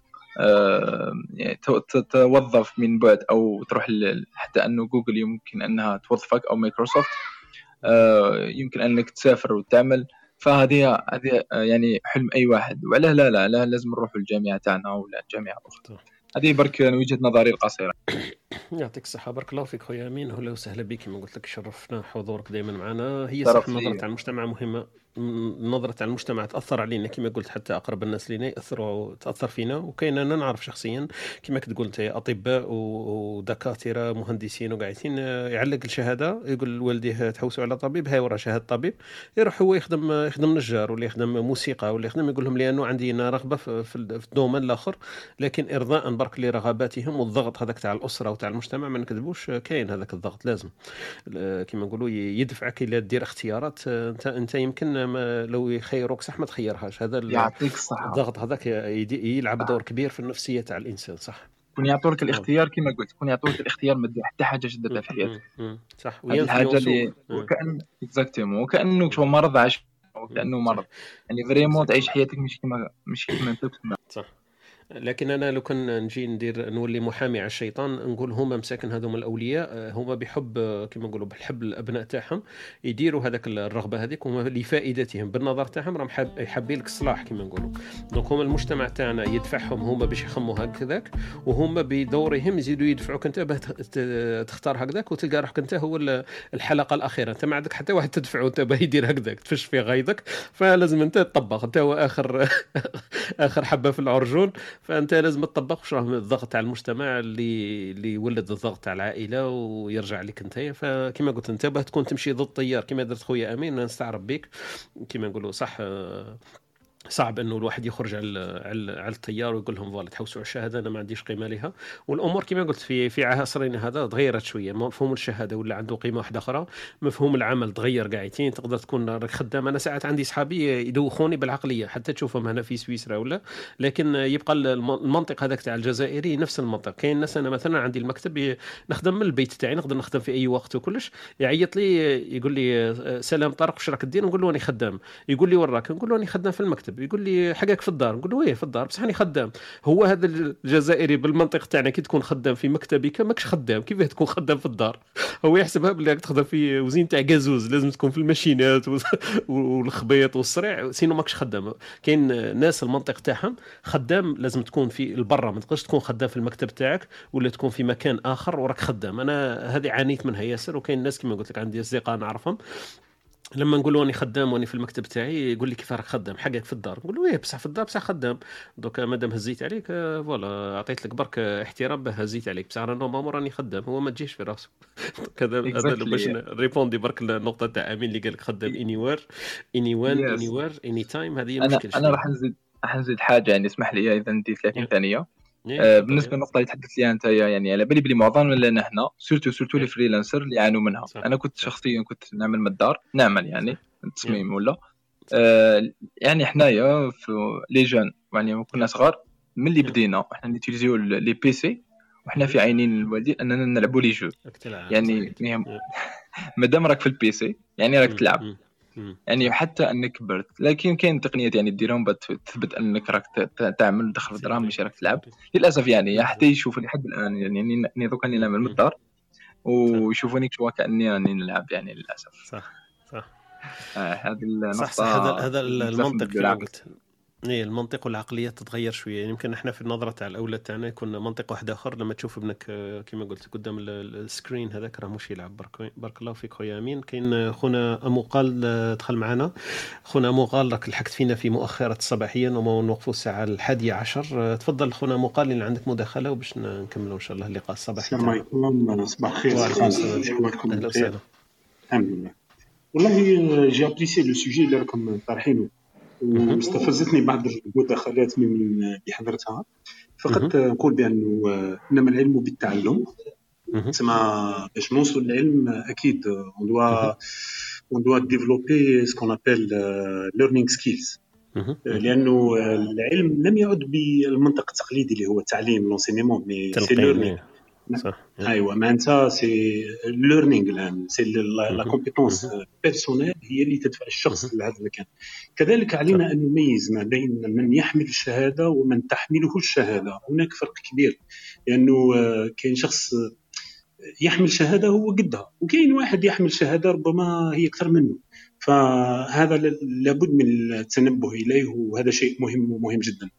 يعني توظف من بعد او تروح حتى انه جوجل يمكن انها توظفك او مايكروسوفت، يمكن انك تسافر وتعمل. فهذه يعني حلم اي واحد، وعلاه لا لازم نروح الجامعه تاعنا ولا الجامعه الاخرى. هذه برك وجهه نظري القصيره. يعطيك الصحة، بارك الله فيك خويا أمين. أهلا وسهلا بك، كما قلت لك شرفنا حضورك دائما معنا. هي صح نظرة على المجتمع مهمة، نظرة على المجتمع تأثر علينا كما قلت، حتى أقرب الناس لنا تأثر فينا. وكاين أنا نعرف شخصيا كما كنت قلت أطباء ودكاترة مهندسين وقاعدين يعلق الشهادة، يقول لوالديه تحوسوا على طبيب، هاي ورا شهادة طبيب، يروح هو يخدم نجار ولا يخدم موسيقى ولا يخدم، يقول لهم لأنه عندي رغبة في الدومين الآخر، لكن إرضاء برك لرغباتهم والضغط هذاك تاع الأسرة وتاع المجتمع. ما نكذبوش كاين هذاك الضغط، لازم كما نقولوا يدفعك الى دير اختيارات انت يمكن لو يخيروك صح ما تخيرهاش. هذا يعطيك الصحه، الضغط هذاك يلعب دور كبير في النفسيه تاع الانسان. صح، كون يعطوك الاختيار كما قلت، كون يعطوك الاختيار ما دير حتى حاجه جدتها في حياتك. صح، هذه الحاجه اللي وكأن اكزاكتومون وكانه شو مرض عايش، وكانه مرض يعني فريمون تعيش حياتك مش كما انت تسمع. صح. لكن انا لو كان نجي نولي محامي على الشيطان، نقول هما مساكن هذوما الاولياء، هما بحب كما نقولوا بالحب الابناء تاعهم يديروا هذاك الرغبه هذيك، هما لفائدتهم بالنظر تاعهم راهم حابين لك الصلاح كما نقولوا. دونك هما المجتمع تاعنا يدفعهم هما باش يخموا هكذاك، وهما بدورهم يزيدوا يدفعوك انت باه تختار هكذاك، وتلقى روحك انت هو الحلقه الاخيره، انت ما عندك حتى واحد تدفعه انت باه يدير هكذاك، تفش في غيظك، فلازم انت تطبق، انت هو اخر حبه في العرجون، فانت لازم تطبق. واش راه الضغط تاع المجتمع اللي يولد الضغط تاع العائله ويرجع لك انت. فكما قلت انت باه تكون تمشي ضد التيار كما درت خويا امين، نستعرب بك كما نقولوا صح. صعب انه الواحد يخرج على التيار ويقول لهم فوالا تحوسوا على الشهاده، انا ما عنديش قيمه لها. والامور كما قلت في عصرنا هذا تغيرت شويه، مفهوم الشهاده ولا عنده قيمه واحده اخرى، مفهوم العمل تغير قاعدين. تقدر تكون راك خدام. انا ساعات عندي اصحابي يدوخوني بالعقليه حتى تشوفهم هنا في سويسرا ولا، لكن يبقى المنطق هذاك تاع الجزائري نفس المنطق. كاين ناس انا مثلا عندي المكتب نخدم من البيت تاعي، نقدر نخدم في اي وقت وكلش. يعيط لي يقول لي سلام طارق واش راك دير؟ نقول له راني خدام. يقول لي وراك؟ نقول له راني خدام في المكتب. يقول لي حقك في الدار؟ نقول له ايه في الدار بصح راني خدام. هو هذا الجزائري بالمنطق تاعنا كي تكون خدام في مكتبك ماكش خدام، كيفاه تكون خدام في الدار؟ هو يحسبها بلي راك تخدم في وزين تاع غازوز، لازم تكون في الماشينات والخبيط والصريع، سينو ماكش خدام. كاين ناس المنطق تاعهم خدام لازم تكون في البرة، ما تقدرش تكون خدام في المكتب تاعك ولا تكون في مكان اخر وراك خدام. انا هذه عانيت منها ياسر. وكاين ناس كما قلت لك عندي اصدقاء نعرفهم لما نقول له اني خدام واني في المكتب تاعي يقول لي كيف راك خدام؟ حقك في الدار. نقول له ايه بصح في الدار بصح خدام. دوكا مادام هزيت عليك فوالا عطيت لك برك احترام به هزيت عليك، بصح انا نورمالمون راني خدام. هو ما تجيش في راسه كذا. هذا باش نريبوندي برك النقطه تاع امين اللي قال لك خدام اني وير اني وين اني وير اني تايم. هذه مشكله. انا راح نزيد حاجه، يعني اسمح لي اذا ندير 30 ثانيه. بالنسبه للنقطه اللي تحدثت ليها انت، يعني على بالي بلي معظمنا لنا هنا سورتو لي فريلانسر اللي يعانوا منها. انا كنت شخصيا نعمل من الدار، نعمل يعني التصميم ولا يعني حنايا في لي جون يعني كنا صغار ملي بدينا احنا نيتيليزيو لي بي سي وحنا في عينين الوالدين اننا نلعبوا لي جو. يعني مادام راك في البي سي يعني راك تلعب، يعني حتى انك كبرت. لكن كاين تقنيات يعني ديرهم تثبت انك راك تعمل دخل في الدراهم ماشي راك تلعب. للاسف يعني حتى يشوفوني لحد الان يعني دوك اني نعمل من الدار ويشوفوني كوا كاني راني نلعب يعني للاسف. صح هذه النقطه. صح هذا المنطق كما قلت. المنطق والعقلية تتغير شوية. يمكن احنا في النظرة تاع الأولاد تاعنا يكون منطق واحد آخر. لما تشوف ابنك كما قلت قدام السكرين هذاك راه مش يلعب. بارك الله فيك خويا أمين. كاين خونا أموقال دخل معنا. خونا أموقال راك لحقت فينا في مؤخرة الصباحية وما نوقفوا الساعة 11. تفضل خونا أموقال اللي عندك مداخلة وباش نكملوا إن شاء الله اللقاء الصباحي. السلام عليكم. صباح الخير. أهلا وسهلا. الحمد لله. والله جي ابريسي لو سوجي اللي راكم طارحينه واستفزتني بعض المداخلات اللي حضرتها. فقط نقول بأنه إنما العلم بالتعلم. تسمى باش نوصل للعلم أكيد on doit développer ce qu'on appelle learning skills. لأنه العلم لم يعد بالمنطق التقليدي اللي هو التعليم l'enseignement mais c'est learning. ايوه معناتها سي ليرنينغ الان سي لا كومبيتونس بيرسونيل هي اللي تدفع الشخص لهذا المكان. كذلك علينا ان نميز ما بين من يحمل الشهاده ومن تحمله الشهاده. هناك فرق كبير لانه كاين شخص يحمل شهاده هو قدها وكاين واحد يحمل شهاده ربما هي اكثر منه. فهذا لابد من التنبه اليه وهذا شيء مهم ومهم جدا.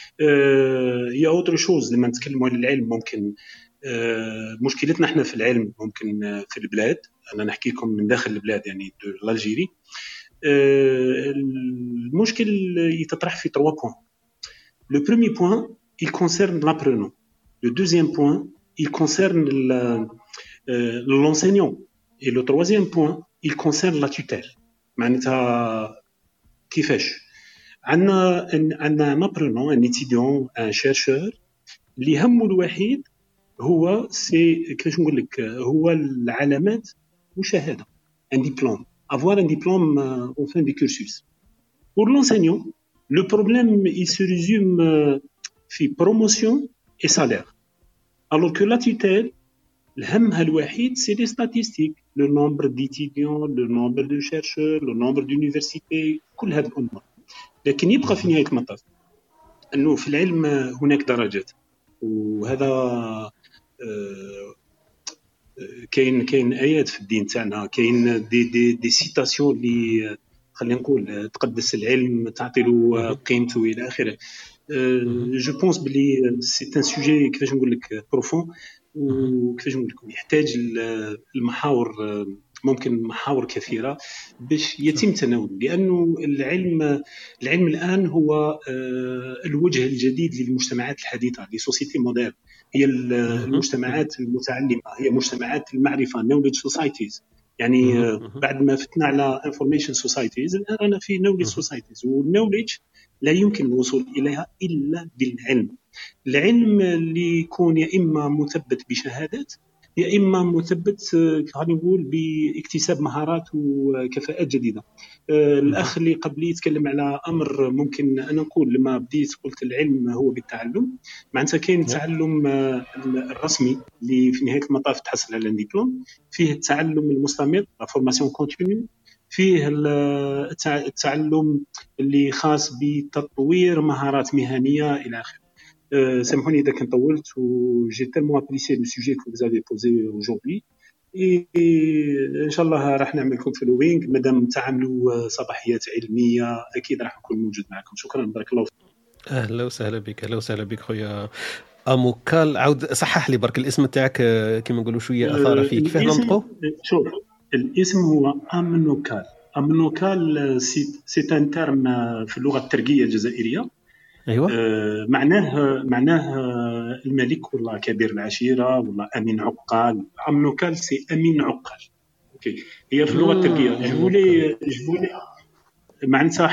هي اوتر شوز لما نتكلموا على العلم. ممكن مشكلتنا احنا في العلم ممكن في البلاد. انا نحكي لكم من داخل البلاد يعني الجيري. المشكل يتطرح في 3 points. Le premier point il concerne l'apprenant. Le deuxième point il concerne l'enseignant et le troisième point il concerne la tutelle. معناتها كيفاش عندنا un apprenant un étudiant un chercheur اللي همه الوحيد هو سي كيفاش نقول لك هو العلامات وشهاده un diplôme avoir un diplôme en fin de cursus. Pour l'enseignant le problème il se résume في promotion et salaire alors que la tutelle الهمها الوحيد c'est les statistiques le nombre d'étudiants le nombre de chercheurs le nombre d'universités كل هذه الامور. لكن يبقى في نهايه المطاف انه في العلم هناك درجات وهذا كاين ايات في الدين تاعنا كاين دي سيتاسيون اللي خلينا نقول تقدس العلم تعطي له قيمته الى اخره. جو بونس بلي سي ان سوجي كيفاش نقول لك بروفون وكيفاش نقول لكم يحتاج المحاور ممكن محاور كثيره باش يتم تناوله. لانه العلم الان هو الوجه الجديد للمجتمعات الحديثه لسوسيتي موديرن. هي المجتمعات المتعلمه هي مجتمعات المعرفه knowledge societies. يعني بعد ما فتنا على information societies الان رانا في knowledge societies والknowledge لا يمكن الوصول إليها إلا بالعلم. العلم اللي يكون يا إما مثبت بشهادات يا إما مثبت خلينا نقول باكتساب مهارات وكفاءات جديدة. الأخ اللي قبلي يتكلم على أمر ممكن أنا نقول لما بديت قلت العلم هو بالتعلم. معناتها كاين التعلم الرسمي اللي في نهاية المطاف تحصل على الدبلوم، فيه التعلم المستمر لا فورماسيون كونتينيو، فيه التعلم اللي خاص بتطوير مهارات مهنية إلى آخره. سامحوني إذا كنت طولت وجي تالمون ابريسيي لو سوجي كو vous avez posé aujourd'hui. إن شاء الله راح نعمل لكم فولوينغ مادام تعملوا صباحيات علمية، أكيد راح نكون موجود معكم. شكرا، بارك الله فيك. أهلا وسهلا بك، أهلا وسهلا بك خويا أموكال. عاود صحح لي برك الاسم تاعك كما نقولوا شوية أثار فيه، كيفاه ننطقوا؟ شوف الاسم هو أمنوكال. أمنوكال سي ان تيرم في اللغة التركية الجزائرية. أيوة. معناه الملك ولا كبير العشيرة ولا أمين عقال. أمنوكال سي أمين عقال. أوكي، هي في اللغة التركية. جبولي معناتها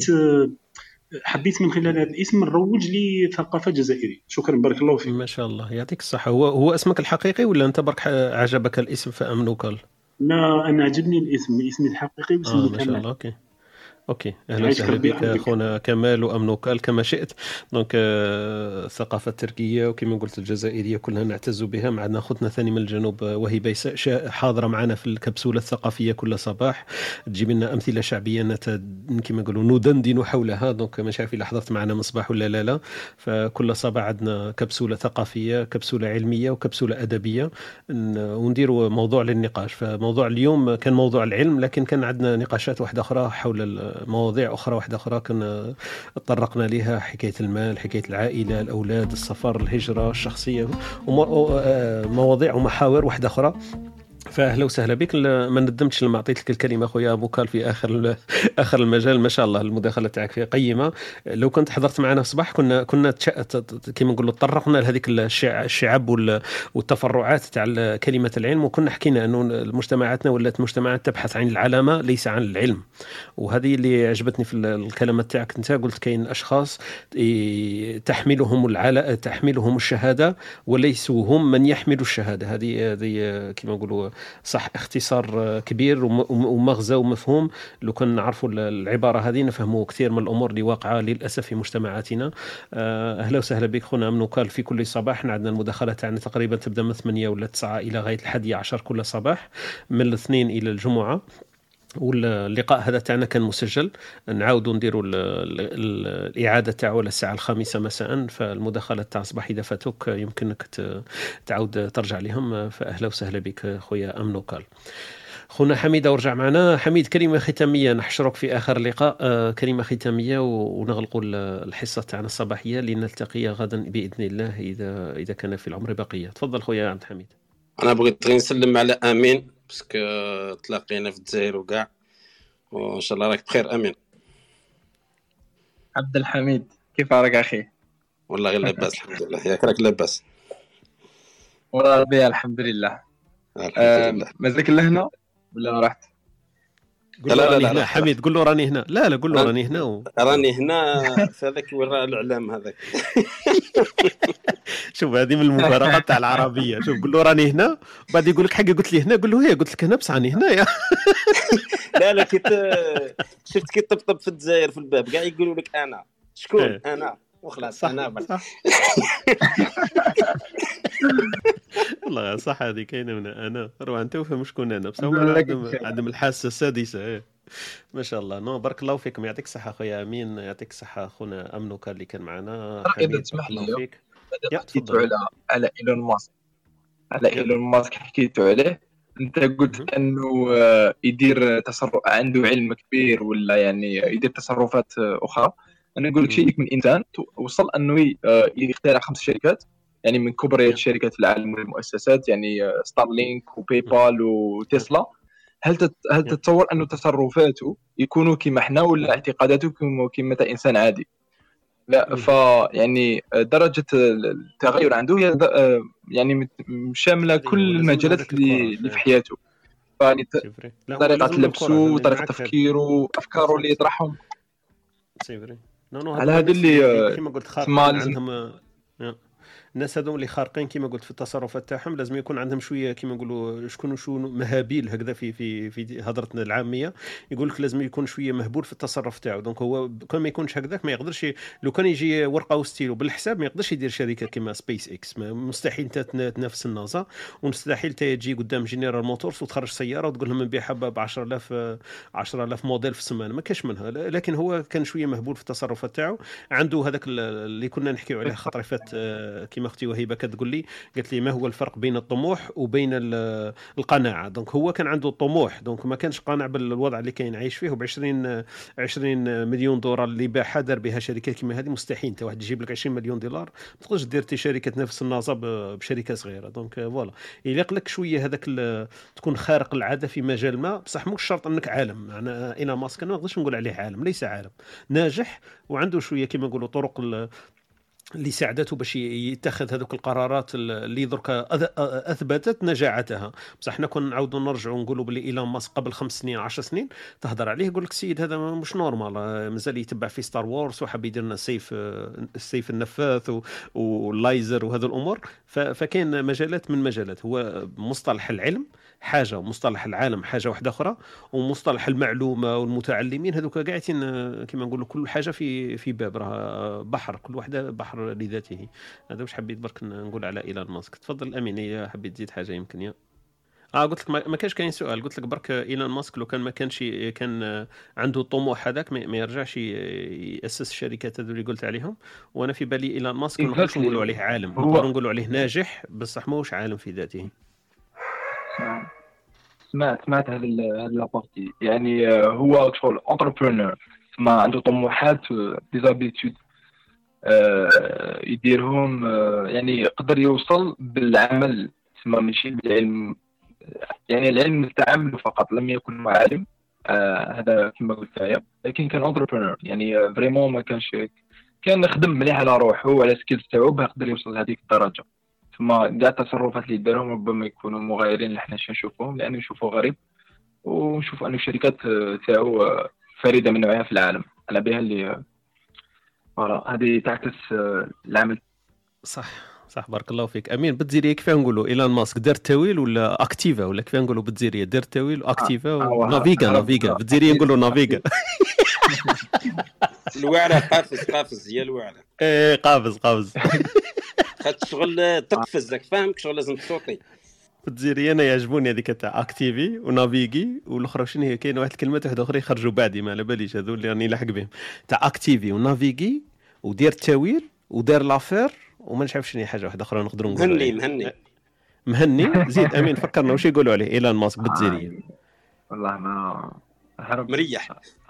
حبيت من خلال هذا الاسم نروج لي ثقافة جزائرية. شكرا، بارك الله فيك. ما شاء الله، يعطيك الصحة. هو اسمك الحقيقي ولا أنت برك عجبك الاسم فأمنوكال؟ لا، أنا عجبني الاسم، اسمي الحقيقي واسمي ما شاء الله. اوكي اهلا وسهلا بك اخونا كمال وامنوكال كما شئت. دونك الثقافه التركيه وكما قلت الجزائريه كلها نعتز بها. معنا اخوتنا ثاني من الجنوب وهبه حاضره معنا في الكبسوله الثقافيه كل صباح، تجيب لنا امثله شعبيه كما نقولوا ندندن حولها. دونك مش عارف اذا حضرت معنا مصباح ولا لا. فكل صباح عندنا كبسوله ثقافيه، كبسوله علميه وكبسوله ادبيه، ونديروا موضوع للنقاش. فموضوع اليوم كان موضوع العلم، لكن كان عندنا نقاشات واحده اخرى حول مواضيع أخرى واحدة أخرى كنا تطرقنا لها، حكاية المال، حكاية العائلة، الأولاد، السفر، الهجرة، الشخصية، ومواضيع ومحاور واحدة أخرى. فأهلا وسهلا بك. ما ندمتش لما أعطيت لك الكلمة خويا أبوكال في آخر المجال. ما شاء الله المداخلة تاعك فيها قيمة. لو كنت حضرت معنا صباح كنا كما نقولوا تطرقنا لهذيك الشعب والتفرعات تاع كلمة العلم، وكنا حكينا أنه مجتمعاتنا ولات مجتمعات تبحث عن العلامة ليس عن العلم. وهذه اللي عجبتني في الكلمات تاعك أنت. قلت كاين أشخاص تحملهم الشهادة وليسوا هم من يحملوا الشهادة. هذه كما نقولوا صح، اختصار كبير ومغزى ومفهوم. لو كنا نعرفوا العبارة هذه نفهموا كثير من الأمور اللي واقعة للأسف في مجتمعاتنا. أهلا وسهلا بك خونا أمنوكال في كل صباح. عندنا المداخلة تاعنا تقريبا تبدأ من 8 ولا 9 إلى غاية 11 كل صباح من الاثنين إلى الجمعة. واللقاء هذا تاعنا كان مسجل، نعاودوا نديروا الإعادة تاعو الساعة 5 مساء. فالمداخلة تاع صباح إذا فاتوك يمكنك تعاود ترجع لهم. فأهلا وسهلا بك خويا أمنوكال. خونا حميد ورجع معنا. حميد، كلمة ختامية نحشرك في آخر اللقاء، كلمة ختامية ونغلقوا الحصة تاعنا الصباحية لنلتقي غدا بإذن الله إذا كان في العمر بقية. تفضل خويا عبد الحميد. أنا بغيت غير نسلم على أمين باسكو تلاقينا في الجزائر وكاع، وإن شاء الله راك بخير. أمين عبد الحميد، كيف راك أخي؟ والله غير لاباس الحمد لله. ياك راك لاباس؟ والله بيا الحمد لله. مازلك لهنا ولا رحت؟ لا هنا حميد قول له راني هنا. لا قول له راني هنا راني هنا في هذاك وراء الإعلام هذاك. شوف هذه من المفارقات تاع العربية. شوف قول له راني هنا بعد يقول لك حاجة قلت لي هنا، قول له هي قلت لك هنا بس راني هنا يا لا شفت كي طبطب في الجزائر في الباب كاع يقولوا لك أنا شكون أنا وخلاص. أنا صح. والله صح، هذه كاينه من انا روح انت وفهم شكون انا بس عندهم الحاسه السادسه. ما شاء الله. نو بارك الله فيكم، يعطيك الصحه خويا امين، يعطيك الصحه اخونا امنوكا اللي كان معنا. اذا تسمح لي حكيتوا على ايلون ماسك. ايلون ماسك حكيتوا عليه، انت قلت انه يدير تصرف عنده علم كبير ولا يعني يدير تصرفات اخرى. انا نقول لك شيء من انسان وصل انه يخترع 5 شركات يعني من كبرى شركات العالم والمؤسسات، يعني ستارلينك وبايبال وتسلا. هل تتصور أن تصرفاته يكونوا كما احنا ولا اعتقاداته كما انسان عادي؟ لا، فيعني درجة التغير عنده هي يعني شاملة كل المجالات اللي في حياته. يعني طريقة لبسه، طريقة تفكيره، أفكاره اللي يطرحهم. على هذا اللي كما قلت خارقين عندهم الناس هذو اللي خارقين كما قلت في التصرفات تاعهم، لازم يكون عندهم شويه كما نقولوا شكون مهابيل هكذا في هضرتنا العاميه، يقول لك لازم يكون شويه مهبول في التصرف تاعو. دونك هو كون ما يكونش هكذاك ما يقدرش، لو كان يجي ورقه وستيلو بالحساب ما يقدرش يدير شركه كما سبيس اكس. مستحيل تنافس الناسا، ومستحيل تجي قدام جنرال موتورز وتخرج سياره وتقول لهم نبيعها ب 10000 موديل في السمانه، ما كاش منها. لكن هو كان شويه مهبول في التصرفات تاعو. عنده هذاك اللي كنا نحكيو عليه خطره فات كما اختي وهيبه كتقول لي، قالت لي ما هو الفرق بين الطموح وبين القناعه. دونك هو كان عنده طموح، دونك ما كانش قانع بالوضع اللي كاين عايش فيه، وب 20 مليون دولار اللي باعها دار بها شركات كما هذه مستحيل انت واحد يجيب لك 20 مليون دولار ما تقدرش دير شركه نفس الناسا بشركه صغيره. دونك فوالا يليق لك شويه هذاك تكون خارق العاده في مجال ما، بصح مش شرط انك عالم. يعني ايلون ماسك انا ما نقدرش نقول عليه عالم، ليس عالم، ناجح وعنده شويه كما نقولوا طرق اللي ساعدته باش يتخذ هذوك القرارات اللي درك اثبتت نجاعتها. بصح حنا كنا نعاودوا نرجعوا نقولوا بلي ايلون ماسك قبل 5 سنين 10 سنين تهضر عليه يقول لك السيد هذا مش نورمال، مازال يتبع في ستار وورز وحاب يدير لنا السيف النفاث واللايزر وهذا الامور. فكاين مجالات من مجالات. هو مصطلح العلم حاجه ومصطلح العالم حاجه واحده اخرى، ومصطلح المعلومه والمتعلمين هذوك قاعدين كما نقولوا كل حاجه في باب، راه بحر، كل وحده بحر لذاته. هذا واش حبيت برك نقول على ايلون ماسك. تفضل امين، هي حبيت تزيد حاجه يمكن يا قلت لك ما كانش كاين سؤال. قلت لك برك ايلون ماسك لو كان ما كانش كان عنده الطموح هذاك ما يرجعش ياسس الشركات هذو اللي قلت عليهم. وانا في بالي ايلون ماسك ما نقدرش نقولوا عليه عالم، نقدروا نقولوا عليه ناجح بصح ماهوش عالم في ذاته. سمعت هذا لابارتي، يعني هو شغل انتربرونور، ما عنده طموحات ديزابيتود يديرهم، يعني يقدر يوصل بالعمل، ما ماشي بالعلم. يعني العلم استعمله فقط، لم يكن عالم. هذا كما قلت لك، لكن كان انتربرونور، يعني فريمون ما كان يخدم مليح على روحه وعلى سكيلز تاعو باش يقدر يوصل لهذيك الدرجه. ثم كاع التصرفات اللي دارهم ربما يكونوا مغايرين اللي حنا نشوفوهم، لانه نشوفوا غريب ونشوف ان الشركات تاعو فريده من نوعها في العالم. على بها اللي هذه تعكس العمل. صح بارك الله فيك امين. بالجزيريه كيف نقولوا ايلون ماسك دار تاويل ولا اكتيفا، ولا كيف نقولوا بالجزيريه دار تاويل واكتيفا ونافيغا بالجزيريه نقولوا نافيغا. الوعره قافز هي الوعره. قافز خاطر شغل تقفز، راك فاهم شغل لازم تصوتي. بالجزيريه انا يعجبوني هذيك تاع اكتيفي ونافيغي، والاخرى شنو هي؟ كاين واحد الكلمات واحده اخرى يخرجوا بعدي ما على باليش، هذو اللي راني لاحق بهم. تاع اكتيفي ونافيغي ودير التاويل ودار لافير وما نعرفش شنو هي حاجه واحده اخرى نقدروا نقولوا مهني. زيد امين فكرنا واش يقولوا عليه ايلون ماسك بالجزيريه. والله ما مريح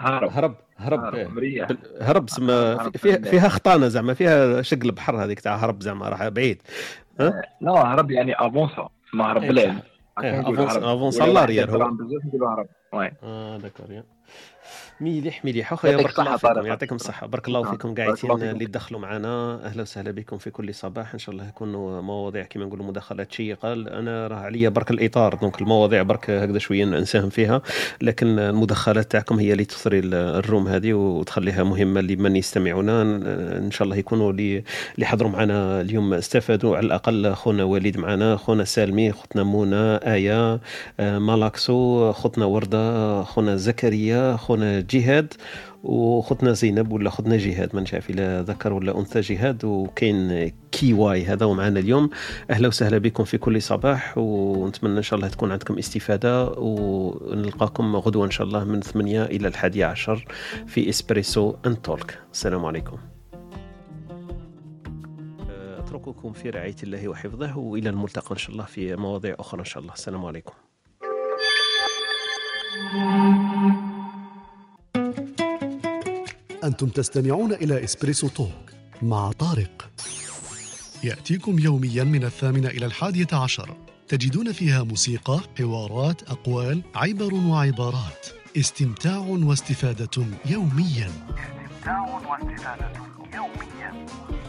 هرب سما فيها خطانه زعما، فيها شق البحر هذيك تاع هرب زعما راح بعيد. لا هرب يعني افونسا، ما هرب بالعلم. افونسا لاريير هو هرب. داكور مليح اخويا. بارك الله فيكم، يعطيكم الصحه. بارك الله فيكم قاعدين اللي تدخلوا معنا. اهلا وسهلا بكم في كل صباح. ان شاء الله يكونوا مواضيع كما نقولوا مداخلات شيقه. انا راه عليا برك الاطار، دونك المواضيع برك هكذا شويه نساهم فيها، لكن المداخلات تاعكم هي اللي تثري الروم هذه وتخليها مهمه لمن يستمعونا. ان شاء الله يكونوا اللي حضروا معنا اليوم استفادوا على الاقل. خونا وليد معنا، خونا سالمي، خوتنا منى، ايه، مالاكسو، خوتنا ورده، خونا زكريا، خونا جهاد، وخدنا زينب ولا خدنا جهاد، ما نعرف الا ذكر ولا انثى جهاد، وكاين كي واي هذا ومعنا اليوم. اهلا وسهلا بكم في كل صباح، ونتمنى ان شاء الله تكون عندكم استفاده، ونلقاكم غدوه ان شاء الله من 8 الى 11 في اسبريسو اند تولك. السلام عليكم. اترككم في رعايه الله وحفظه، والى الملتقى ان شاء الله في مواضيع اخرى ان شاء الله. السلام عليكم. أنتم تستمعون إلى إسبريسو توك مع طارق، يأتيكم يوميا من 8 إلى 11. تجدون فيها موسيقى، حوارات، أقوال، عبر وعبارات، استمتاع واستفادة يوميا.